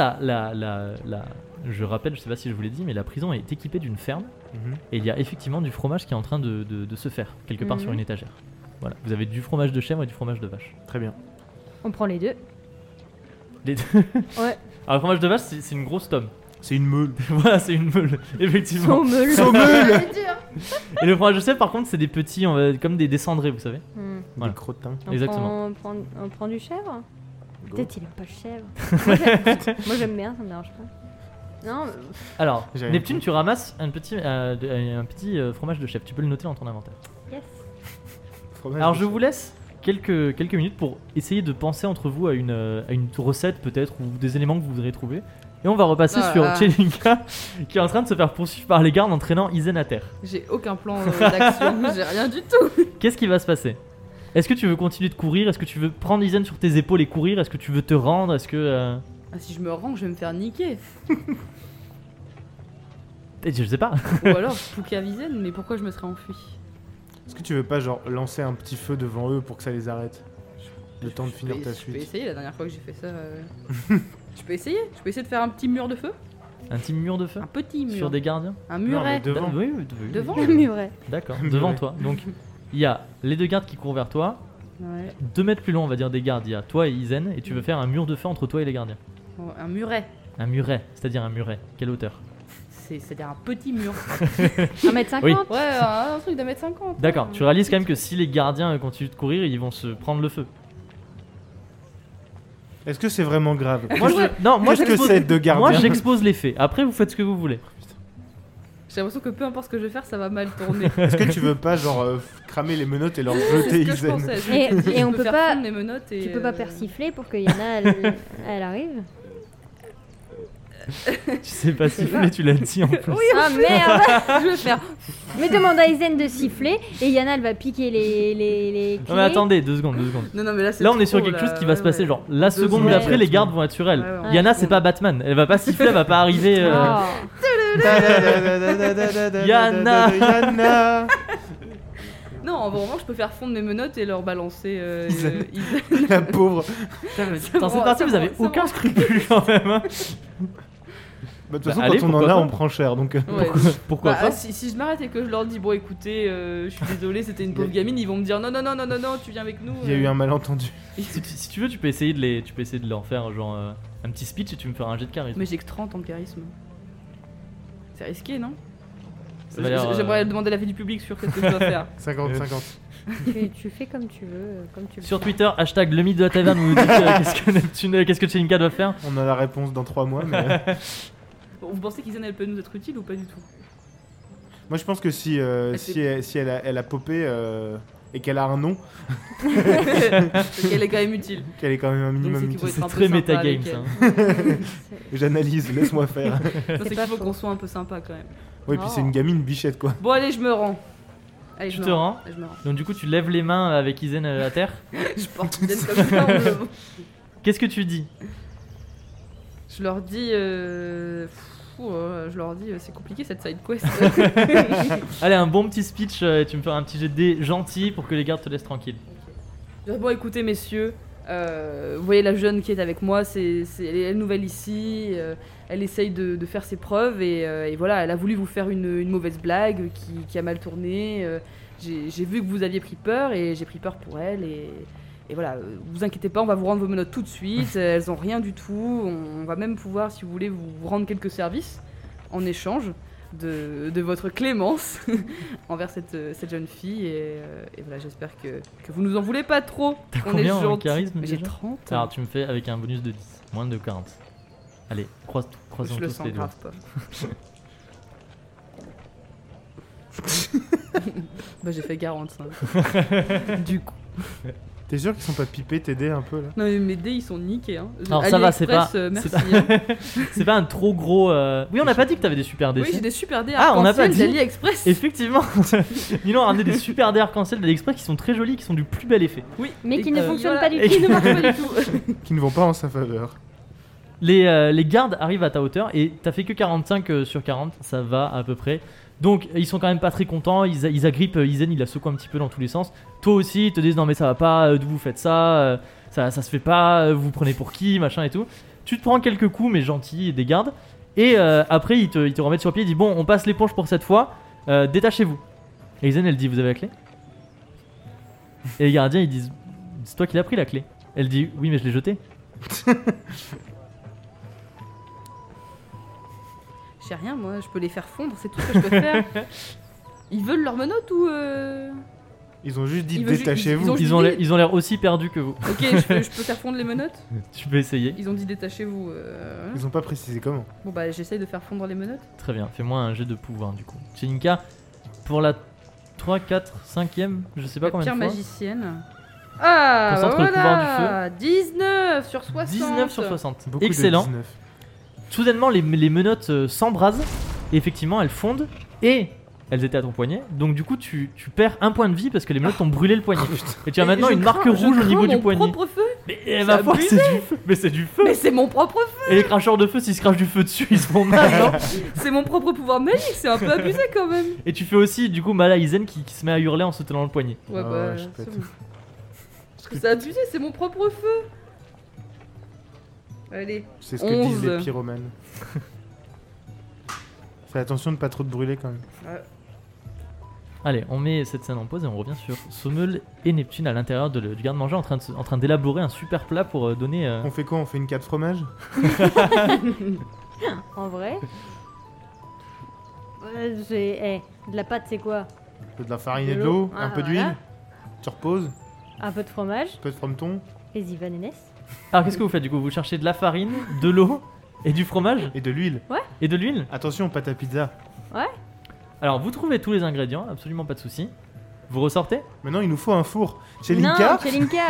[SPEAKER 1] je rappelle, je sais pas si je vous l'ai dit, mais la prison est équipée d'une ferme
[SPEAKER 3] Mhm.
[SPEAKER 1] et il y a effectivement du fromage qui est en train de se faire quelque part
[SPEAKER 2] Mhm.
[SPEAKER 1] sur une étagère. Voilà, vous avez du fromage de chèvre et du fromage de vache.
[SPEAKER 3] Très bien.
[SPEAKER 2] On prend les deux.
[SPEAKER 1] Les deux.
[SPEAKER 2] Ouais.
[SPEAKER 1] Alors le fromage de vache, c'est une grosse tome.
[SPEAKER 3] C'est une meule.
[SPEAKER 1] Voilà, c'est une meule, effectivement.
[SPEAKER 2] Sommel.
[SPEAKER 3] Sommel.
[SPEAKER 1] Et le fromage de chèvre, par contre, c'est des petits, comme des cendrés, vous savez.
[SPEAKER 2] Hmm.
[SPEAKER 1] Voilà.
[SPEAKER 3] Des crottins.
[SPEAKER 1] Exactement.
[SPEAKER 2] On prend du chèvre.
[SPEAKER 3] Go.
[SPEAKER 2] Peut-être il aime pas le chèvre. Moi j'aime bien, ça me dérange pas. Non,
[SPEAKER 1] Alors,
[SPEAKER 3] J'ai rien
[SPEAKER 1] Neptune,
[SPEAKER 3] compris.
[SPEAKER 1] tu ramasses un petit fromage de chèvre. Tu peux le noter dans ton inventaire.
[SPEAKER 2] yes.
[SPEAKER 3] Fromage
[SPEAKER 1] Alors
[SPEAKER 3] de
[SPEAKER 1] je vous laisse quelques minutes pour essayer de penser entre vous à une recette peut-être ou des éléments que vous voudrez trouver. Et on va repasser
[SPEAKER 4] Ah
[SPEAKER 1] sur
[SPEAKER 4] là.
[SPEAKER 1] Chelinka qui est en train de se faire poursuivre par les gardes en traînant Izen à terre.
[SPEAKER 4] J'ai aucun plan d'action, j'ai rien du tout.
[SPEAKER 1] Qu'est-ce qui va se passer? Est-ce que tu veux continuer de courir? Est-ce que tu veux prendre Izen sur tes épaules et courir? Est-ce que tu veux te rendre? Est-ce que...
[SPEAKER 4] Ah, si je me rends, je vais me faire niquer.
[SPEAKER 1] Je sais pas.
[SPEAKER 4] Ou alors, Poukavizen, mais pourquoi je me serais enfui?
[SPEAKER 3] Est-ce que tu veux pas genre lancer un petit feu devant eux pour que ça les arrête? Le temps de finir ta
[SPEAKER 4] Je peux
[SPEAKER 3] suite.
[SPEAKER 4] essayer, la dernière fois que j'ai fait ça. Je peux essayer de faire un petit mur de feu.
[SPEAKER 1] Un petit mur de feu?
[SPEAKER 4] Un petit mur.
[SPEAKER 1] Sur des gardiens?
[SPEAKER 4] Un
[SPEAKER 3] Non, mais
[SPEAKER 4] muret.
[SPEAKER 3] devant.
[SPEAKER 1] Oui, oui, oui.
[SPEAKER 4] Devant.
[SPEAKER 2] Le muret.
[SPEAKER 1] D'accord,
[SPEAKER 3] Muret.
[SPEAKER 1] devant toi. Donc il y a les deux gardes qui courent vers toi.
[SPEAKER 4] Ouais.
[SPEAKER 1] 2 mètres plus loin, on va dire, des gardes, il y a toi et Izen, et tu veux faire un mur de feu entre toi et les gardiens.
[SPEAKER 4] Oh, un muret.
[SPEAKER 1] Un muret, c'est-à-dire un muret. Quelle hauteur?
[SPEAKER 4] C'est-à-dire un petit mur.
[SPEAKER 2] 1m50.
[SPEAKER 1] Oui.
[SPEAKER 4] Ouais, un truc d'1m50.
[SPEAKER 1] D'accord, tu réalises quand même que si les gardiens continuent de courir, ils vont se prendre le feu.
[SPEAKER 3] Est-ce que c'est vraiment grave?
[SPEAKER 1] Moi, non, moi
[SPEAKER 3] Qu'est-ce que
[SPEAKER 1] j'expose-
[SPEAKER 3] c'est de gardien?
[SPEAKER 1] Moi j'expose les faits. Après, vous faites ce que vous voulez.
[SPEAKER 4] J'ai l'impression que peu importe ce que je vais faire, ça va mal tourner.
[SPEAKER 3] Est-ce que tu veux pas genre cramer les menottes et leur
[SPEAKER 4] C'est
[SPEAKER 3] jeter
[SPEAKER 4] ce que je
[SPEAKER 3] Izen?
[SPEAKER 4] pensais. Je
[SPEAKER 2] Et-
[SPEAKER 4] me suis dit,
[SPEAKER 2] et
[SPEAKER 4] je
[SPEAKER 2] on
[SPEAKER 4] peux
[SPEAKER 2] peut
[SPEAKER 4] faire
[SPEAKER 2] pas-
[SPEAKER 4] fondre mes menottes et
[SPEAKER 2] Tu peux pas persifler pour que Yana elle arrive.
[SPEAKER 1] Tu sais pas siffler, tu l'as dit en plus.
[SPEAKER 2] Ah merde.
[SPEAKER 4] Je vais faire.
[SPEAKER 2] Mais demande à Izen de siffler et Yana elle va piquer les
[SPEAKER 1] Non
[SPEAKER 2] clés.
[SPEAKER 1] mais attendez, 2 secondes.
[SPEAKER 4] Non, non, mais là, c'est
[SPEAKER 1] Là on est
[SPEAKER 4] trop,
[SPEAKER 1] sur quelque
[SPEAKER 4] là.
[SPEAKER 1] chose qui va se
[SPEAKER 4] Ouais,
[SPEAKER 1] passer,
[SPEAKER 4] ouais.
[SPEAKER 1] genre la
[SPEAKER 4] Deux
[SPEAKER 1] seconde
[SPEAKER 4] secondes.
[SPEAKER 1] d'après les gardes vont être sur elle.
[SPEAKER 4] Ouais, ouais,
[SPEAKER 1] Yana
[SPEAKER 4] ouais.
[SPEAKER 1] c'est pas Batman, elle va pas siffler, elle va pas arriver...
[SPEAKER 2] Oh.
[SPEAKER 1] Yana.
[SPEAKER 3] Yana.
[SPEAKER 4] Non, en revanche, je peux faire fondre mes menottes et leur balancer.
[SPEAKER 3] Izen.
[SPEAKER 4] Izen.
[SPEAKER 3] La pauvre.
[SPEAKER 1] Putain, mais
[SPEAKER 4] Ça
[SPEAKER 1] dans cette
[SPEAKER 4] me-
[SPEAKER 1] partie
[SPEAKER 4] ça
[SPEAKER 1] vous
[SPEAKER 4] me-
[SPEAKER 1] avez
[SPEAKER 4] ça me-
[SPEAKER 1] aucun scrupule quand même. Hein.
[SPEAKER 3] Bah, de toute
[SPEAKER 1] Bah,
[SPEAKER 3] façon,
[SPEAKER 1] allez,
[SPEAKER 3] quand on en
[SPEAKER 1] pourquoi
[SPEAKER 3] a,
[SPEAKER 1] pas.
[SPEAKER 3] on prend cher. Donc,
[SPEAKER 4] Ouais.
[SPEAKER 1] Pourquoi
[SPEAKER 4] Bah,
[SPEAKER 1] pas?
[SPEAKER 4] si je m'arrête et que je leur dis, bon écoutez, je suis désolé, c'était une pauvre gamine, ils vont me dire non, non, non, non, non, non, tu viens avec nous.
[SPEAKER 3] il y a eu un malentendu.
[SPEAKER 1] Si tu veux, tu peux essayer de leur faire genre un petit speech et tu me feras un jet de charisme.
[SPEAKER 4] Mais j'ai que 30 en charisme. C'est risqué, non?
[SPEAKER 1] Ça va l'air,
[SPEAKER 4] J'aimerais demander l'avis du public sur qu'est-ce que je dois faire.
[SPEAKER 3] 50-50.
[SPEAKER 2] Tu fais comme tu veux, comme tu le
[SPEAKER 1] Sur
[SPEAKER 2] sens.
[SPEAKER 1] Twitter, hashtag le mythe de la taverne, vous nous dites qu'est-ce que Chelinka doit faire.
[SPEAKER 3] On a la réponse dans 3 mois, mais
[SPEAKER 4] Bon, vous pensez qu'Isen elle peut nous être utile ou pas du tout?
[SPEAKER 3] moi je pense que si elle a popé et qu'elle a un nom,
[SPEAKER 4] Elle est quand même utile.
[SPEAKER 3] qu'elle est quand même un
[SPEAKER 4] Donc
[SPEAKER 3] minimum
[SPEAKER 4] c'est qu'il faut
[SPEAKER 3] utile.
[SPEAKER 4] être un
[SPEAKER 1] C'est
[SPEAKER 4] peu
[SPEAKER 1] très
[SPEAKER 4] sympa avec
[SPEAKER 1] metagame
[SPEAKER 4] elle.
[SPEAKER 1] ça.
[SPEAKER 3] J'analyse, laisse-moi faire.
[SPEAKER 4] Non, c'est qu'il
[SPEAKER 2] pas
[SPEAKER 4] faut
[SPEAKER 2] faux.
[SPEAKER 4] qu'on soit un peu sympa quand même.
[SPEAKER 3] Oui, puis c'est
[SPEAKER 2] Oh.
[SPEAKER 3] une gamine bichette quoi.
[SPEAKER 4] Bon, allez, je me rends. Allez,
[SPEAKER 1] Tu
[SPEAKER 4] je
[SPEAKER 1] te
[SPEAKER 4] me
[SPEAKER 1] rends
[SPEAKER 4] Allez, je me rends.
[SPEAKER 1] Donc du coup tu lèves les mains avec Isen à terre.
[SPEAKER 4] Je porte Isen comme ça.
[SPEAKER 1] Qu'est-ce que tu dis?
[SPEAKER 4] Je leur dis. Je leur dis, c'est compliqué cette side quest.
[SPEAKER 1] Allez, un bon petit speech, tu me fais un petit jet de dés gentil pour que les gardes te laissent tranquille.
[SPEAKER 4] Bon, écoutez, messieurs, vous voyez la jeune qui est avec moi, elle est nouvelle ici, elle essaye de faire ses preuves et voilà, elle a voulu vous faire une mauvaise blague qui a mal tourné. J'ai vu que vous aviez pris peur et j'ai pris peur pour elle et voilà, vous inquiétez pas, on va vous rendre vos menottes tout de suite, elles ont rien du tout, on va même pouvoir, si vous voulez, vous rendre quelques services en échange de votre clémence envers cette jeune fille et voilà, j'espère que vous nous en voulez pas trop.
[SPEAKER 1] T'as
[SPEAKER 4] On
[SPEAKER 1] combien
[SPEAKER 4] est
[SPEAKER 1] en
[SPEAKER 4] gentils.
[SPEAKER 1] charisme
[SPEAKER 4] Mais j'ai
[SPEAKER 1] déjà
[SPEAKER 4] 30.
[SPEAKER 1] Alors tu me fais avec un bonus de 10, moins de 40. Allez, croisons
[SPEAKER 4] Je le
[SPEAKER 1] tous
[SPEAKER 4] sens
[SPEAKER 1] les doigts.
[SPEAKER 4] grave pas. Bah j'ai fait 45. Du coup.
[SPEAKER 3] T'es sûr qu'ils sont pas pipés, t'aider un peu là?
[SPEAKER 4] Non mais mes dés ils sont niqués hein.
[SPEAKER 1] Alors, ça va, c'est pas-
[SPEAKER 4] Merci.
[SPEAKER 1] c'est pas-
[SPEAKER 4] hein.
[SPEAKER 1] C'est pas un trop gros. Oui, on n'a pas dit que t'avais des super dés.
[SPEAKER 4] Oui j'ai des super dés
[SPEAKER 1] Ah, on n'a pas
[SPEAKER 4] arc-en-ciel
[SPEAKER 1] dit.
[SPEAKER 4] d'AliExpress.
[SPEAKER 1] Effectivement, Nilo a ramené des super dés arc-en-ciel d'AliExpress qui sont très jolis, qui sont du plus bel effet.
[SPEAKER 4] Oui.
[SPEAKER 2] Mais qui ne fonctionnent
[SPEAKER 4] voilà.
[SPEAKER 2] pas du
[SPEAKER 1] Et
[SPEAKER 2] tout.
[SPEAKER 4] Qui ne marchent pas du tout.
[SPEAKER 3] Qui ne vont pas en sa faveur.
[SPEAKER 1] Les gardes arrivent à ta hauteur et t'as fait que 45 sur 40, ça va à peu près. Donc ils sont quand même pas très contents, ils agrippent Isen, ils la secouent un petit peu dans tous les sens. Toi aussi, ils te disent non mais ça va pas, d'où vous faites ça, ça se fait pas, vous prenez pour qui, machin et tout. Tu te prends quelques coups mais gentils des gardes. Et après ils te remettent sur pied, ils disent bon on passe l'éponge pour cette fois, détachez-vous. Et Isen elle dit vous avez la clé? Et les gardiens ils disent c'est toi qui l'as pris la clé. Elle dit oui mais je l'ai jetée.
[SPEAKER 4] Je sais rien moi, je peux les faire fondre, c'est tout ce que je peux faire. Ils veulent leurs menottes ou
[SPEAKER 3] Ils ont juste dit
[SPEAKER 4] Ils veulent juste-
[SPEAKER 3] détachez-vous.
[SPEAKER 4] ils ont-
[SPEAKER 1] Ils ont l'air aussi perdus que vous.
[SPEAKER 4] Ok, je peux faire fondre les menottes.
[SPEAKER 1] Tu peux essayer.
[SPEAKER 4] Ils ont dit détachez-vous.
[SPEAKER 3] Ils ont pas précisé comment.
[SPEAKER 4] Bon bah j'essaye de faire fondre les menottes.
[SPEAKER 1] Très bien, fais-moi un jet de pouvoir du coup. Chelinka, pour la 3, 4, 5ème, je sais pas
[SPEAKER 4] La
[SPEAKER 1] combien
[SPEAKER 4] pierre
[SPEAKER 1] de fois.
[SPEAKER 4] magicienne. Ah
[SPEAKER 1] Concentre
[SPEAKER 4] bah
[SPEAKER 1] le pouvoir
[SPEAKER 4] voilà 19 sur 60.
[SPEAKER 1] 19 sur 60.
[SPEAKER 3] Beaucoup
[SPEAKER 1] Excellent.
[SPEAKER 3] de 19.
[SPEAKER 1] Soudainement, les menottes s'embrasent. Et effectivement, elles fondent. Et elles étaient à ton poignet. Donc du coup, tu perds un point de vie parce que les menottes t'ont brûlé le poignet. Et tu as
[SPEAKER 4] Et
[SPEAKER 1] maintenant
[SPEAKER 4] je
[SPEAKER 1] une marque
[SPEAKER 4] crains- je
[SPEAKER 1] rouge au
[SPEAKER 4] crains
[SPEAKER 1] niveau du
[SPEAKER 4] mon
[SPEAKER 1] poignet.
[SPEAKER 4] propre feu.
[SPEAKER 1] Mais ma foi,
[SPEAKER 4] abusé.
[SPEAKER 1] c'est du feu. Mais c'est du feu.
[SPEAKER 4] Mais c'est mon propre feu.
[SPEAKER 1] Et les cracheurs de feu, s'ils se crachent du feu dessus, ils se font mal, non?
[SPEAKER 4] C'est mon propre pouvoir magique, c'est un peu abusé quand même.
[SPEAKER 1] Et tu fais aussi du coup mal à Isen qui se met à hurler en se tenant le poignet.
[SPEAKER 4] Ouais
[SPEAKER 3] Ah
[SPEAKER 4] bah
[SPEAKER 3] ouais, je
[SPEAKER 4] c'est
[SPEAKER 3] pète.
[SPEAKER 4] bon. Parce que c'est abusé, c'est mon propre feu. Allez.
[SPEAKER 3] C'est ce que disent
[SPEAKER 4] 11.
[SPEAKER 3] les pyromanes. Fais attention de pas trop te brûler quand même.
[SPEAKER 1] Allez, on met cette scène en pause et on revient sur Sommel et Neptune à l'intérieur du garde-manger en train d'élaborer un super plat pour donner.
[SPEAKER 3] On fait quoi? On fait une 4 fromage?
[SPEAKER 2] En vrai. De la pâte, c'est quoi?
[SPEAKER 3] De la farine et
[SPEAKER 2] De
[SPEAKER 3] de
[SPEAKER 2] l'eau.
[SPEAKER 3] l'eau, un
[SPEAKER 2] Ah,
[SPEAKER 3] peu
[SPEAKER 2] voilà.
[SPEAKER 3] d'huile. Tu reposes,
[SPEAKER 2] Un peu de fromage.
[SPEAKER 3] un peu de frometon
[SPEAKER 2] Les Ivanenes.
[SPEAKER 1] Alors qu'est-ce que vous faites du coup? Vous cherchez de la farine, de l'eau et du fromage
[SPEAKER 3] et de l'huile.
[SPEAKER 1] et de l'huile?
[SPEAKER 3] Attention, pâte à pizza.
[SPEAKER 1] Alors vous trouvez tous les ingrédients, absolument pas de souci. Vous ressortez?
[SPEAKER 3] Maintenant, il nous faut un four. Chez
[SPEAKER 2] Non,
[SPEAKER 3] Linka,
[SPEAKER 2] chez Linka.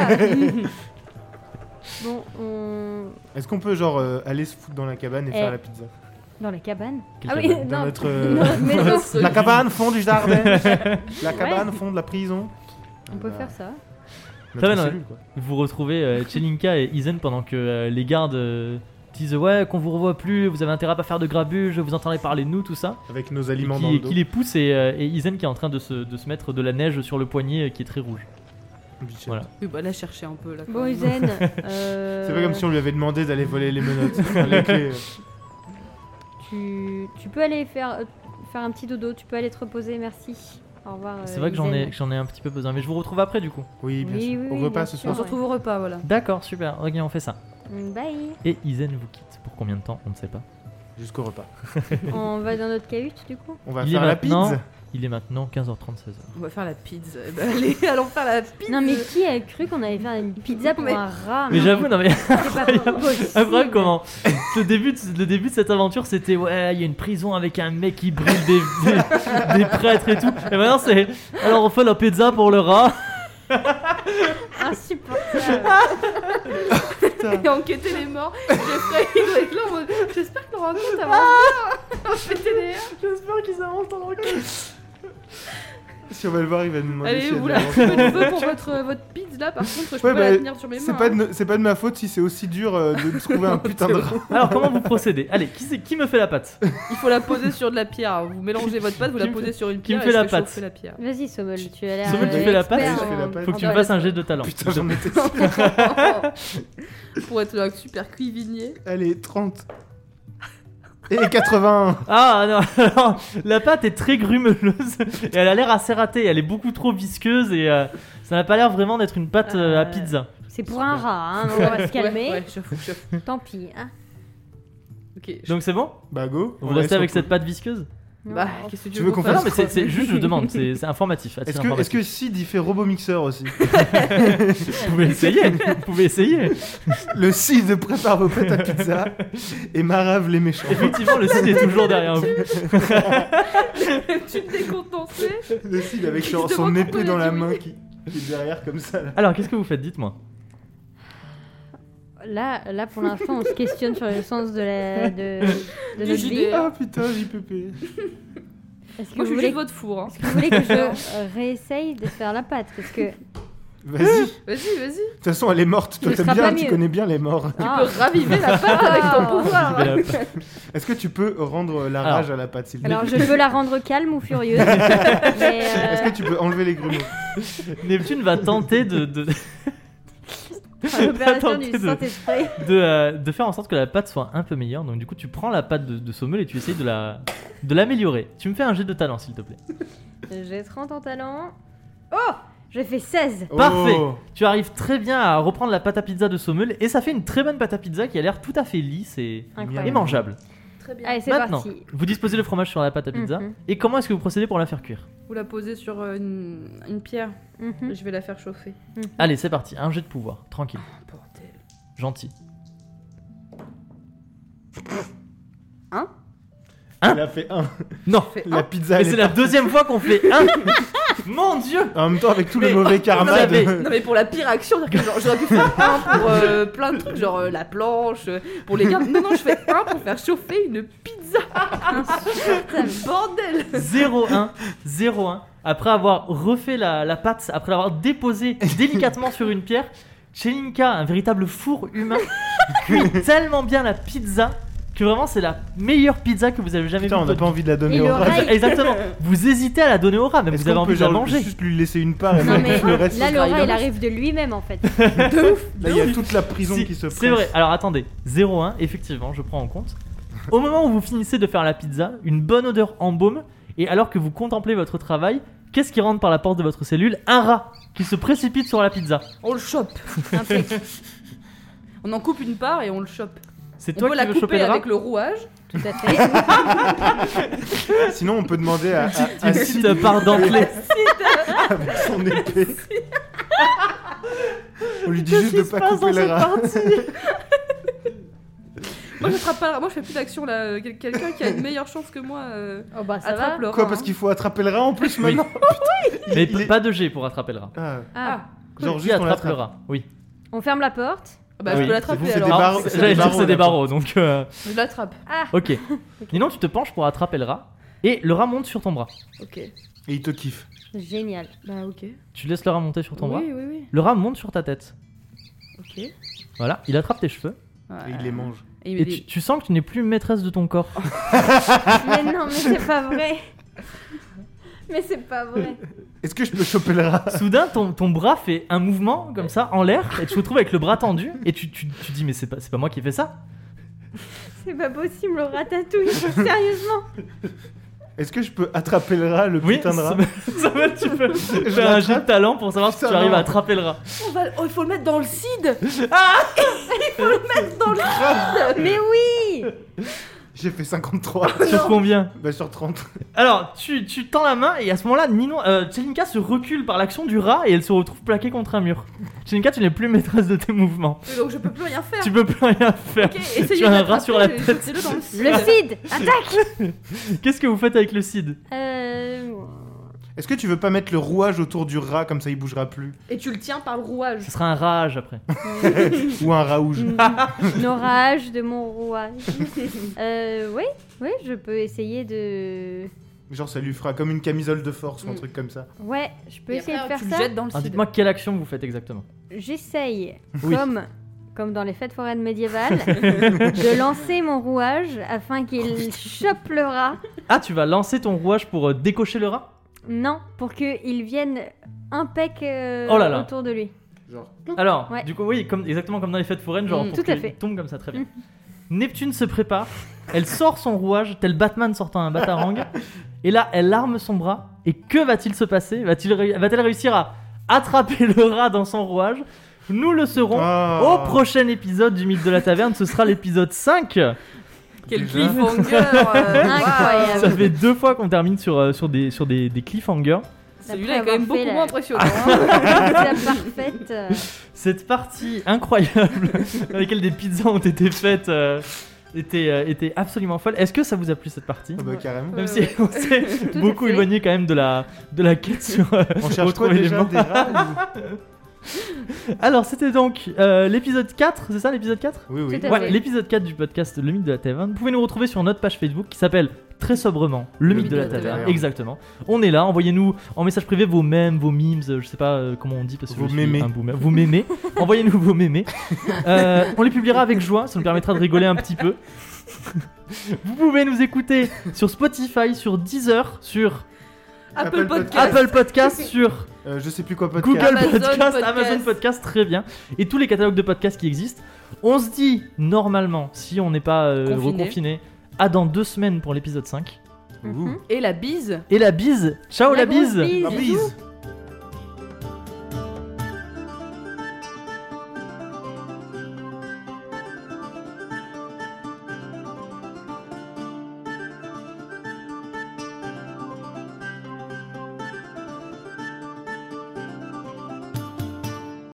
[SPEAKER 2] Bon, on...
[SPEAKER 3] est-ce qu'on peut genre aller se foutre dans la cabane et faire la pizza?
[SPEAKER 2] Dans la cabane.
[SPEAKER 1] Quelle
[SPEAKER 2] Ah oui,
[SPEAKER 1] cabane
[SPEAKER 3] Dans
[SPEAKER 2] non.
[SPEAKER 3] notre,
[SPEAKER 2] dans notre maison.
[SPEAKER 3] La cabane fond du jardin. La cabane fond de la prison.
[SPEAKER 2] On peut faire ça.
[SPEAKER 3] Notre
[SPEAKER 1] Ça va, non,
[SPEAKER 3] cellule, quoi.
[SPEAKER 1] Vous retrouvez Chelinka et Isen pendant que les gardes disent ouais qu'on vous revoit plus, vous avez intérêt à pas faire de grabuge, vous entendez parler de nous, tout ça.
[SPEAKER 3] Avec nos
[SPEAKER 1] Et
[SPEAKER 3] aliments dans le dos.
[SPEAKER 1] qui les pousse et Isen qui est en train de se mettre de la neige sur le poignet qui est très rouge.
[SPEAKER 3] Bichette.
[SPEAKER 1] Voilà.
[SPEAKER 4] Oui bah là chercher un peu là. quand
[SPEAKER 2] Bon,
[SPEAKER 4] même.
[SPEAKER 2] Uzen.
[SPEAKER 3] C'est pas comme si on lui avait demandé d'aller voler les menottes. Enfin, les clés.
[SPEAKER 2] Tu peux aller faire un petit dodo, tu peux aller te reposer, merci. Au revoir.
[SPEAKER 1] C'est vrai que j'en ai un petit peu besoin, mais je vous retrouve après du coup.
[SPEAKER 3] Oui, bien
[SPEAKER 2] Oui,
[SPEAKER 3] sûr.
[SPEAKER 2] oui,
[SPEAKER 3] Au
[SPEAKER 2] oui,
[SPEAKER 3] repas
[SPEAKER 2] bien
[SPEAKER 3] ce
[SPEAKER 2] sûr.
[SPEAKER 4] On
[SPEAKER 3] soir.
[SPEAKER 4] se retrouve au repas voilà.
[SPEAKER 1] D'accord, super, ok on fait ça.
[SPEAKER 2] Bye.
[SPEAKER 1] Et Isen vous quitte pour combien de temps, on ne sait pas.
[SPEAKER 3] jusqu'au repas.
[SPEAKER 2] On va dans notre cahute du coup.
[SPEAKER 3] On va
[SPEAKER 1] Il
[SPEAKER 3] faire
[SPEAKER 1] est
[SPEAKER 3] la
[SPEAKER 1] maintenant-
[SPEAKER 3] pizza.
[SPEAKER 1] Il est maintenant 15h30, 16h.
[SPEAKER 4] On va faire la pizza. Eh ben, allez, allons faire la pizza.
[SPEAKER 2] Non mais qui a cru qu'on allait faire une pizza pour
[SPEAKER 4] Mais-
[SPEAKER 2] un rat
[SPEAKER 1] Mais j'avoue, non mais
[SPEAKER 2] c'est pas possible.
[SPEAKER 1] incroyable comment le début de cette aventure c'était ouais, il y a une prison avec un mec qui brûle des prêtres et tout. Et maintenant c'est alors on fait la pizza pour le rat.
[SPEAKER 2] Insupportable.
[SPEAKER 4] Et enquêter les morts. Jeffrey, il doit être là en mode. J'espère que leur rencontre avance bien. Péter les airs.
[SPEAKER 1] J'espère qu'ils avancent en enquête.
[SPEAKER 3] Si on va le voir, il va nous demander
[SPEAKER 4] Allez,
[SPEAKER 3] si
[SPEAKER 4] vous
[SPEAKER 3] elle
[SPEAKER 4] la
[SPEAKER 3] avance.
[SPEAKER 4] faites feu pour votre pizza là. Par contre, je peux
[SPEAKER 3] Ouais,
[SPEAKER 4] pas la
[SPEAKER 3] bah,
[SPEAKER 4] tenir sur mes mains.
[SPEAKER 3] C'est pas de ma faute si c'est aussi dur de trouver un putain de rat.
[SPEAKER 1] Alors comment vous procédez? Allez, qui me fait la pâte?
[SPEAKER 4] Il faut la poser sur de la pierre. Vous mélangez votre pâte, vous la
[SPEAKER 1] Qui me
[SPEAKER 4] posez sur une
[SPEAKER 1] qui me
[SPEAKER 4] pierre.
[SPEAKER 1] fait
[SPEAKER 4] et
[SPEAKER 1] la
[SPEAKER 4] je fais
[SPEAKER 1] pâte
[SPEAKER 4] chauffer la pierre.
[SPEAKER 2] Vas-y Sommel, tu as l'air.
[SPEAKER 1] Sommel, tu fais la pâte?
[SPEAKER 2] expert
[SPEAKER 3] Je fais la
[SPEAKER 2] en-
[SPEAKER 3] pâte.
[SPEAKER 1] Faut que tu
[SPEAKER 2] en
[SPEAKER 1] me fasses un
[SPEAKER 2] dresse.
[SPEAKER 1] jet de talent.
[SPEAKER 3] Putain, j'en étais sûr.
[SPEAKER 4] Pour être un super cuisinier.
[SPEAKER 3] Allez, 30. Et 81.
[SPEAKER 1] Ah non, alors, la pâte est très grumeleuse et elle a l'air assez ratée, elle est beaucoup trop visqueuse et ça n'a pas l'air vraiment d'être une pâte à pizza.
[SPEAKER 2] C'est pour un rat, hein, donc on va se calmer.
[SPEAKER 4] Ouais, j'avoue.
[SPEAKER 2] Tant pis. Hein.
[SPEAKER 4] Ok.
[SPEAKER 1] Donc c'est bon?
[SPEAKER 3] Bah go.
[SPEAKER 1] Vous
[SPEAKER 3] on
[SPEAKER 1] restez
[SPEAKER 3] laisse
[SPEAKER 1] avec
[SPEAKER 3] au
[SPEAKER 1] cette
[SPEAKER 3] coup.
[SPEAKER 1] pâte visqueuse?
[SPEAKER 4] Bah, qu'est-ce que
[SPEAKER 3] Tu veux qu'on
[SPEAKER 1] Ah non
[SPEAKER 3] fasse
[SPEAKER 1] mais c'est juste je demande, c'est informatif. à titre
[SPEAKER 3] Est-ce
[SPEAKER 1] informatif.
[SPEAKER 3] que Sid il fait robomixeur aussi?
[SPEAKER 1] Vous pouvez essayer, vous pouvez essayer.
[SPEAKER 3] Le Sid prépare vos pâtes à pizza et Marave les méchants.
[SPEAKER 1] Effectivement le site est toujours derrière vous.
[SPEAKER 4] Tu me décontenancé.
[SPEAKER 3] Le Sid avec
[SPEAKER 4] Je
[SPEAKER 3] genre
[SPEAKER 4] te
[SPEAKER 3] son
[SPEAKER 4] demande
[SPEAKER 3] épée
[SPEAKER 4] pourquoi
[SPEAKER 3] dans
[SPEAKER 4] il a
[SPEAKER 3] la
[SPEAKER 4] dit
[SPEAKER 3] main
[SPEAKER 4] oui.
[SPEAKER 3] qui est derrière comme ça là.
[SPEAKER 1] Alors qu'est-ce que vous faites? Dites-moi.
[SPEAKER 2] Là, pour l'instant, on se questionne sur le sens de
[SPEAKER 4] Du
[SPEAKER 2] notre
[SPEAKER 4] JDR.
[SPEAKER 2] vie.
[SPEAKER 3] Ah putain, JPP.
[SPEAKER 2] Est-ce que,
[SPEAKER 4] Moi, je
[SPEAKER 2] vous
[SPEAKER 4] suis
[SPEAKER 2] voulez...
[SPEAKER 4] juste votre four. Hein.
[SPEAKER 2] est-ce que vous voulez que je réessaye de faire la pâte? Parce que
[SPEAKER 3] Vas-y. De
[SPEAKER 4] Vas-y.
[SPEAKER 3] toute façon, elle est morte. Toi,
[SPEAKER 2] Ce
[SPEAKER 3] t'aimes
[SPEAKER 2] sera
[SPEAKER 3] bien,
[SPEAKER 2] pas
[SPEAKER 3] tu
[SPEAKER 2] mieux.
[SPEAKER 3] connais bien les morts.
[SPEAKER 4] Tu
[SPEAKER 2] Ah.
[SPEAKER 4] peux raviver la pâte avec ton pouvoir.
[SPEAKER 1] Vivez la pâte.
[SPEAKER 3] Est-ce que tu peux rendre la
[SPEAKER 1] Alors.
[SPEAKER 3] rage à la pâte, s'il te plaît?
[SPEAKER 2] alors, je peux la rendre calme ou furieuse. mais
[SPEAKER 3] Est-ce que tu peux enlever les grumeaux?
[SPEAKER 1] Neptune va tenter de
[SPEAKER 2] l'opération
[SPEAKER 1] Attendez
[SPEAKER 2] du
[SPEAKER 1] de-
[SPEAKER 2] Saint-Esprit.
[SPEAKER 1] de faire en sorte que la pâte soit un peu meilleure. Donc du coup tu prends la pâte de Sommel et tu essayes de l'améliorer. Tu me fais un jet de talent s'il te plaît.
[SPEAKER 2] J'ai 30 en talent. Oh, j'ai fait 16.
[SPEAKER 1] Parfait.
[SPEAKER 3] Oh.
[SPEAKER 1] Tu arrives très bien à reprendre la pâte à pizza de Sommel et ça fait une très bonne pâte à pizza qui a l'air tout à fait lisse et
[SPEAKER 2] Incroyable.
[SPEAKER 1] mangeable.
[SPEAKER 4] Très bien.
[SPEAKER 2] Allez, c'est
[SPEAKER 1] Maintenant,
[SPEAKER 2] parti.
[SPEAKER 1] vous disposez le fromage sur la pâte à pizza.
[SPEAKER 2] Mhm.
[SPEAKER 1] Et comment est-ce que vous procédez pour la faire cuire?
[SPEAKER 4] Vous la posez sur une pierre.
[SPEAKER 2] Mhm.
[SPEAKER 4] Je vais la faire chauffer.
[SPEAKER 1] Allez, c'est parti. Un jet de pouvoir. Tranquille.
[SPEAKER 4] Bordel.
[SPEAKER 1] Gentil.
[SPEAKER 3] Elle a fait 1.
[SPEAKER 1] Non.
[SPEAKER 3] La pizza,
[SPEAKER 1] Mais
[SPEAKER 3] elle
[SPEAKER 1] c'est
[SPEAKER 3] est
[SPEAKER 1] la
[SPEAKER 3] partie.
[SPEAKER 1] deuxième fois qu'on fait un. Mon dieu.
[SPEAKER 3] En même temps, avec tout le
[SPEAKER 1] Mais-
[SPEAKER 3] mauvais karma
[SPEAKER 1] Non, mais-
[SPEAKER 3] de...
[SPEAKER 4] Non mais pour la pire action, c'est-à-dire que genre, j'aurais pu faire un pour plein de trucs, genre la planche, pour les gars. Non, je fais un pour faire chauffer une pizza. Bordel.
[SPEAKER 1] 0-1, 0-1. Après avoir refait la pâte, après l'avoir déposée délicatement sur une pierre, Chelinka, un véritable four humain, cuit tellement bien la pizza que vraiment c'est la meilleure pizza que vous avez jamais
[SPEAKER 3] Putain, on
[SPEAKER 1] vue.
[SPEAKER 3] n'a pas envie de la donner
[SPEAKER 2] Et
[SPEAKER 3] au
[SPEAKER 2] le
[SPEAKER 3] rat.
[SPEAKER 2] rat,
[SPEAKER 1] Exactement. Vous hésitez à la donner au rat, mais
[SPEAKER 3] Est-ce
[SPEAKER 1] vous avez
[SPEAKER 3] qu'on peut
[SPEAKER 1] envie de la
[SPEAKER 3] genre
[SPEAKER 1] manger.
[SPEAKER 3] juste lui laisser une part et
[SPEAKER 2] Non
[SPEAKER 3] mettre
[SPEAKER 2] mais
[SPEAKER 3] le reste?
[SPEAKER 2] là, le
[SPEAKER 4] sera
[SPEAKER 2] rat, il
[SPEAKER 4] rigolo.
[SPEAKER 2] arrive de lui-même en fait.
[SPEAKER 3] Là, il y a toute la prison
[SPEAKER 1] Si,
[SPEAKER 3] qui se
[SPEAKER 1] c'est vrai. Alors attendez, 0-1, effectivement, je prends en compte. Au moment où vous finissez de faire la pizza, une bonne odeur embaume, et alors que vous contemplez votre travail, qu'est-ce qui rentre par la porte de votre cellule? Un rat qui se précipite sur la pizza.
[SPEAKER 4] On le chope.
[SPEAKER 2] Impeccable.
[SPEAKER 4] On en coupe une part et on le chope.
[SPEAKER 1] C'est
[SPEAKER 4] On
[SPEAKER 1] toi
[SPEAKER 4] peut
[SPEAKER 1] qui
[SPEAKER 4] la
[SPEAKER 1] veux choper
[SPEAKER 4] couper
[SPEAKER 1] le rat?
[SPEAKER 4] avec le rouage.
[SPEAKER 2] Tout à fait.
[SPEAKER 3] Sinon, on peut demander à
[SPEAKER 1] Une
[SPEAKER 3] Sid
[SPEAKER 1] petite part d'entrée.
[SPEAKER 3] avec son épée. On lui dit juste de pas couper le rat.
[SPEAKER 4] Moi, j'attrape pas. Moi, je fais plus d'action là. Quelqu'un qui a une meilleure chance que moi
[SPEAKER 2] Oh bah ça
[SPEAKER 4] attrape
[SPEAKER 2] va.
[SPEAKER 4] le
[SPEAKER 3] Quoi,
[SPEAKER 4] rat,
[SPEAKER 3] parce
[SPEAKER 4] hein.
[SPEAKER 3] qu'il faut attraper le rat en plus maintenant?
[SPEAKER 1] Mais
[SPEAKER 3] Il est-
[SPEAKER 1] pas de G pour attraper le rat.
[SPEAKER 3] Ah,
[SPEAKER 2] Ah,
[SPEAKER 3] genre
[SPEAKER 1] Qui
[SPEAKER 3] juste on
[SPEAKER 1] attrape le
[SPEAKER 3] l'attrape.
[SPEAKER 1] rat? Oui.
[SPEAKER 2] on ferme la porte.
[SPEAKER 4] Bah,
[SPEAKER 1] Oui.
[SPEAKER 4] je peux l'attraper
[SPEAKER 3] Vous, c'est
[SPEAKER 4] alors.
[SPEAKER 3] des barreaux.
[SPEAKER 1] C'est-
[SPEAKER 3] c'est
[SPEAKER 1] J'allais
[SPEAKER 3] des
[SPEAKER 1] dire c'est des
[SPEAKER 3] barreaux,
[SPEAKER 1] barreaux, donc
[SPEAKER 4] Je l'attrape.
[SPEAKER 2] Ah,
[SPEAKER 1] ok. Sinon tu te penches pour attraper le rat et le rat monte sur ton bras.
[SPEAKER 4] Ok.
[SPEAKER 3] Et il te kiffe.
[SPEAKER 2] génial.
[SPEAKER 4] Bah, ok.
[SPEAKER 1] Tu laisses le rat monter sur ton bras.
[SPEAKER 4] Oui, oui, oui.
[SPEAKER 1] Le rat monte sur ta tête.
[SPEAKER 4] Ok.
[SPEAKER 1] Voilà, il attrape tes cheveux
[SPEAKER 3] Et il les mange.
[SPEAKER 4] Et il
[SPEAKER 1] et
[SPEAKER 4] me
[SPEAKER 1] tu,
[SPEAKER 4] dit-
[SPEAKER 1] tu sens que tu n'es plus maîtresse de ton corps.
[SPEAKER 2] Mais non, mais c'est pas vrai. Mais c'est pas vrai.
[SPEAKER 3] Est-ce que je peux choper le rat?
[SPEAKER 1] Soudain, ton bras fait un mouvement comme ça en l'air et tu te retrouves avec le bras tendu et tu dis mais c'est pas moi qui ai fait ça.
[SPEAKER 2] C'est pas possible, le ratatouille. Sérieusement.
[SPEAKER 3] Est-ce que je peux attraper le rat, le
[SPEAKER 1] Oui,
[SPEAKER 3] putain de rat?
[SPEAKER 1] ça va, tu peux
[SPEAKER 3] Je
[SPEAKER 1] faire un jet de
[SPEAKER 3] l'attrape.
[SPEAKER 1] talent pour savoir si tu
[SPEAKER 3] Putain,
[SPEAKER 1] arrives
[SPEAKER 3] non.
[SPEAKER 1] à attraper le rat.
[SPEAKER 4] il faut le mettre dans le cid.
[SPEAKER 2] Mais oui.
[SPEAKER 3] J'ai fait 53.
[SPEAKER 1] Sur combien?
[SPEAKER 3] Bah sur 30.
[SPEAKER 1] Alors, tu tends la main et à ce moment-là, Tchelinka se recule par l'action du rat et elle se retrouve plaquée contre un mur. Tchelinka, tu n'es plus maîtresse de tes mouvements.
[SPEAKER 4] Donc je peux plus rien faire.
[SPEAKER 1] Tu peux plus rien faire.
[SPEAKER 4] Ok, essayez
[SPEAKER 1] Tu as un
[SPEAKER 4] de
[SPEAKER 1] rat sur la
[SPEAKER 4] l'attraper,
[SPEAKER 1] tête.
[SPEAKER 4] jetez-le dans le
[SPEAKER 2] Le Cid, attaque.
[SPEAKER 1] Qu'est-ce que vous faites avec le Cid?
[SPEAKER 3] Est-ce que tu veux pas mettre le rouage autour du rat comme ça il bougera plus?
[SPEAKER 4] Et tu le tiens par le rouage.
[SPEAKER 1] Ce sera un rage après.
[SPEAKER 3] Ou un rouge?
[SPEAKER 2] L'orage de mon rouage. Oui, je peux essayer de.
[SPEAKER 3] Genre ça lui fera comme une camisole de force ou un truc comme ça.
[SPEAKER 2] Ouais, je peux
[SPEAKER 4] Et
[SPEAKER 2] essayer
[SPEAKER 4] après,
[SPEAKER 2] de
[SPEAKER 4] tu
[SPEAKER 2] faire
[SPEAKER 4] le
[SPEAKER 2] ça.
[SPEAKER 4] jettes dans le
[SPEAKER 1] Alors,
[SPEAKER 4] cid.
[SPEAKER 1] dites-moi quelle action vous faites exactement.
[SPEAKER 2] J'essaye,
[SPEAKER 1] Oui.
[SPEAKER 2] comme dans les fêtes foraines médiévales, de lancer mon rouage afin qu'il chope le rat.
[SPEAKER 1] Ah, tu vas lancer ton rouage pour décocher le rat?
[SPEAKER 2] Non, pour qu'il vienne impec
[SPEAKER 1] Oh là là.
[SPEAKER 2] autour de lui.
[SPEAKER 3] Genre.
[SPEAKER 1] Alors,
[SPEAKER 2] Ouais.
[SPEAKER 1] du coup, oui, exactement comme dans les fêtes foraines, genre
[SPEAKER 2] Mm,
[SPEAKER 1] pour
[SPEAKER 2] tout à
[SPEAKER 1] qu'il
[SPEAKER 2] fait.
[SPEAKER 1] tombe comme ça, très bien. Neptune se prépare, elle sort son rouage, tel Batman sortant un batarang, et là, elle arme son bras, et que va-t-il se passer? Va-t-elle réussir à attraper le rat dans son rouage? Nous le saurons
[SPEAKER 3] Oh.
[SPEAKER 1] au prochain épisode du Mythe de la Taverne, ce sera l'épisode 5.
[SPEAKER 4] Quel
[SPEAKER 3] Déjà.
[SPEAKER 4] cliffhanger
[SPEAKER 2] Incroyable.
[SPEAKER 1] Ça fait 2 fois qu'on termine sur des cliffhangers.
[SPEAKER 4] Celui-là est
[SPEAKER 2] Après
[SPEAKER 4] quand même
[SPEAKER 2] avoir
[SPEAKER 4] beaucoup
[SPEAKER 2] fait
[SPEAKER 4] moins impressionnant. hein.
[SPEAKER 2] La parfaite.
[SPEAKER 1] Cette partie incroyable dans laquelle des pizzas ont été faites était absolument folle. Est-ce que ça vous a plu cette partie?
[SPEAKER 3] Ah bah carrément.
[SPEAKER 1] Même si on s'est
[SPEAKER 2] Tout à
[SPEAKER 1] beaucoup
[SPEAKER 2] fait.
[SPEAKER 1] éloigné quand même de la quête sur
[SPEAKER 3] On cherche quoi
[SPEAKER 1] retrouver les
[SPEAKER 3] déjà
[SPEAKER 1] morts.
[SPEAKER 3] des rats
[SPEAKER 1] Alors c'était donc l'épisode 4, c'est ça l'épisode 4?
[SPEAKER 3] Oui, oui.
[SPEAKER 2] Tout à
[SPEAKER 1] Ouais,
[SPEAKER 2] fait.
[SPEAKER 1] l'épisode 4 du podcast Le Mythe de la Taverne. Vous pouvez nous retrouver sur notre page Facebook qui s'appelle très sobrement Le Mythe de la Taverne. Exactement. On est là, envoyez-nous en message privé vos mèmes, vos memes, je sais pas comment on dit parce que
[SPEAKER 3] Vos
[SPEAKER 1] je suis
[SPEAKER 3] mémés.
[SPEAKER 1] un boomer. Vos mémés. Envoyez-nous vos mémés. On les publiera avec joie, ça nous permettra de rigoler un petit peu. Vous pouvez nous écouter sur Spotify, sur Deezer, sur
[SPEAKER 4] Apple Podcast.
[SPEAKER 1] Apple Podcast, sur
[SPEAKER 3] Je sais plus quoi podcast.
[SPEAKER 1] Google
[SPEAKER 4] Amazon
[SPEAKER 1] Podcast,
[SPEAKER 4] Podcast.
[SPEAKER 1] Amazon Podcast, très bien. Et tous les catalogues de podcasts qui existent. On se dit, normalement, si on n'est pas
[SPEAKER 4] Confiné.
[SPEAKER 1] reconfiné, à dans 2 semaines pour l'épisode 5.
[SPEAKER 3] Ouh.
[SPEAKER 4] Et la bise.
[SPEAKER 1] Et la bise. Ciao la
[SPEAKER 2] grosse
[SPEAKER 1] bise.
[SPEAKER 2] bise.
[SPEAKER 3] Ah, bise.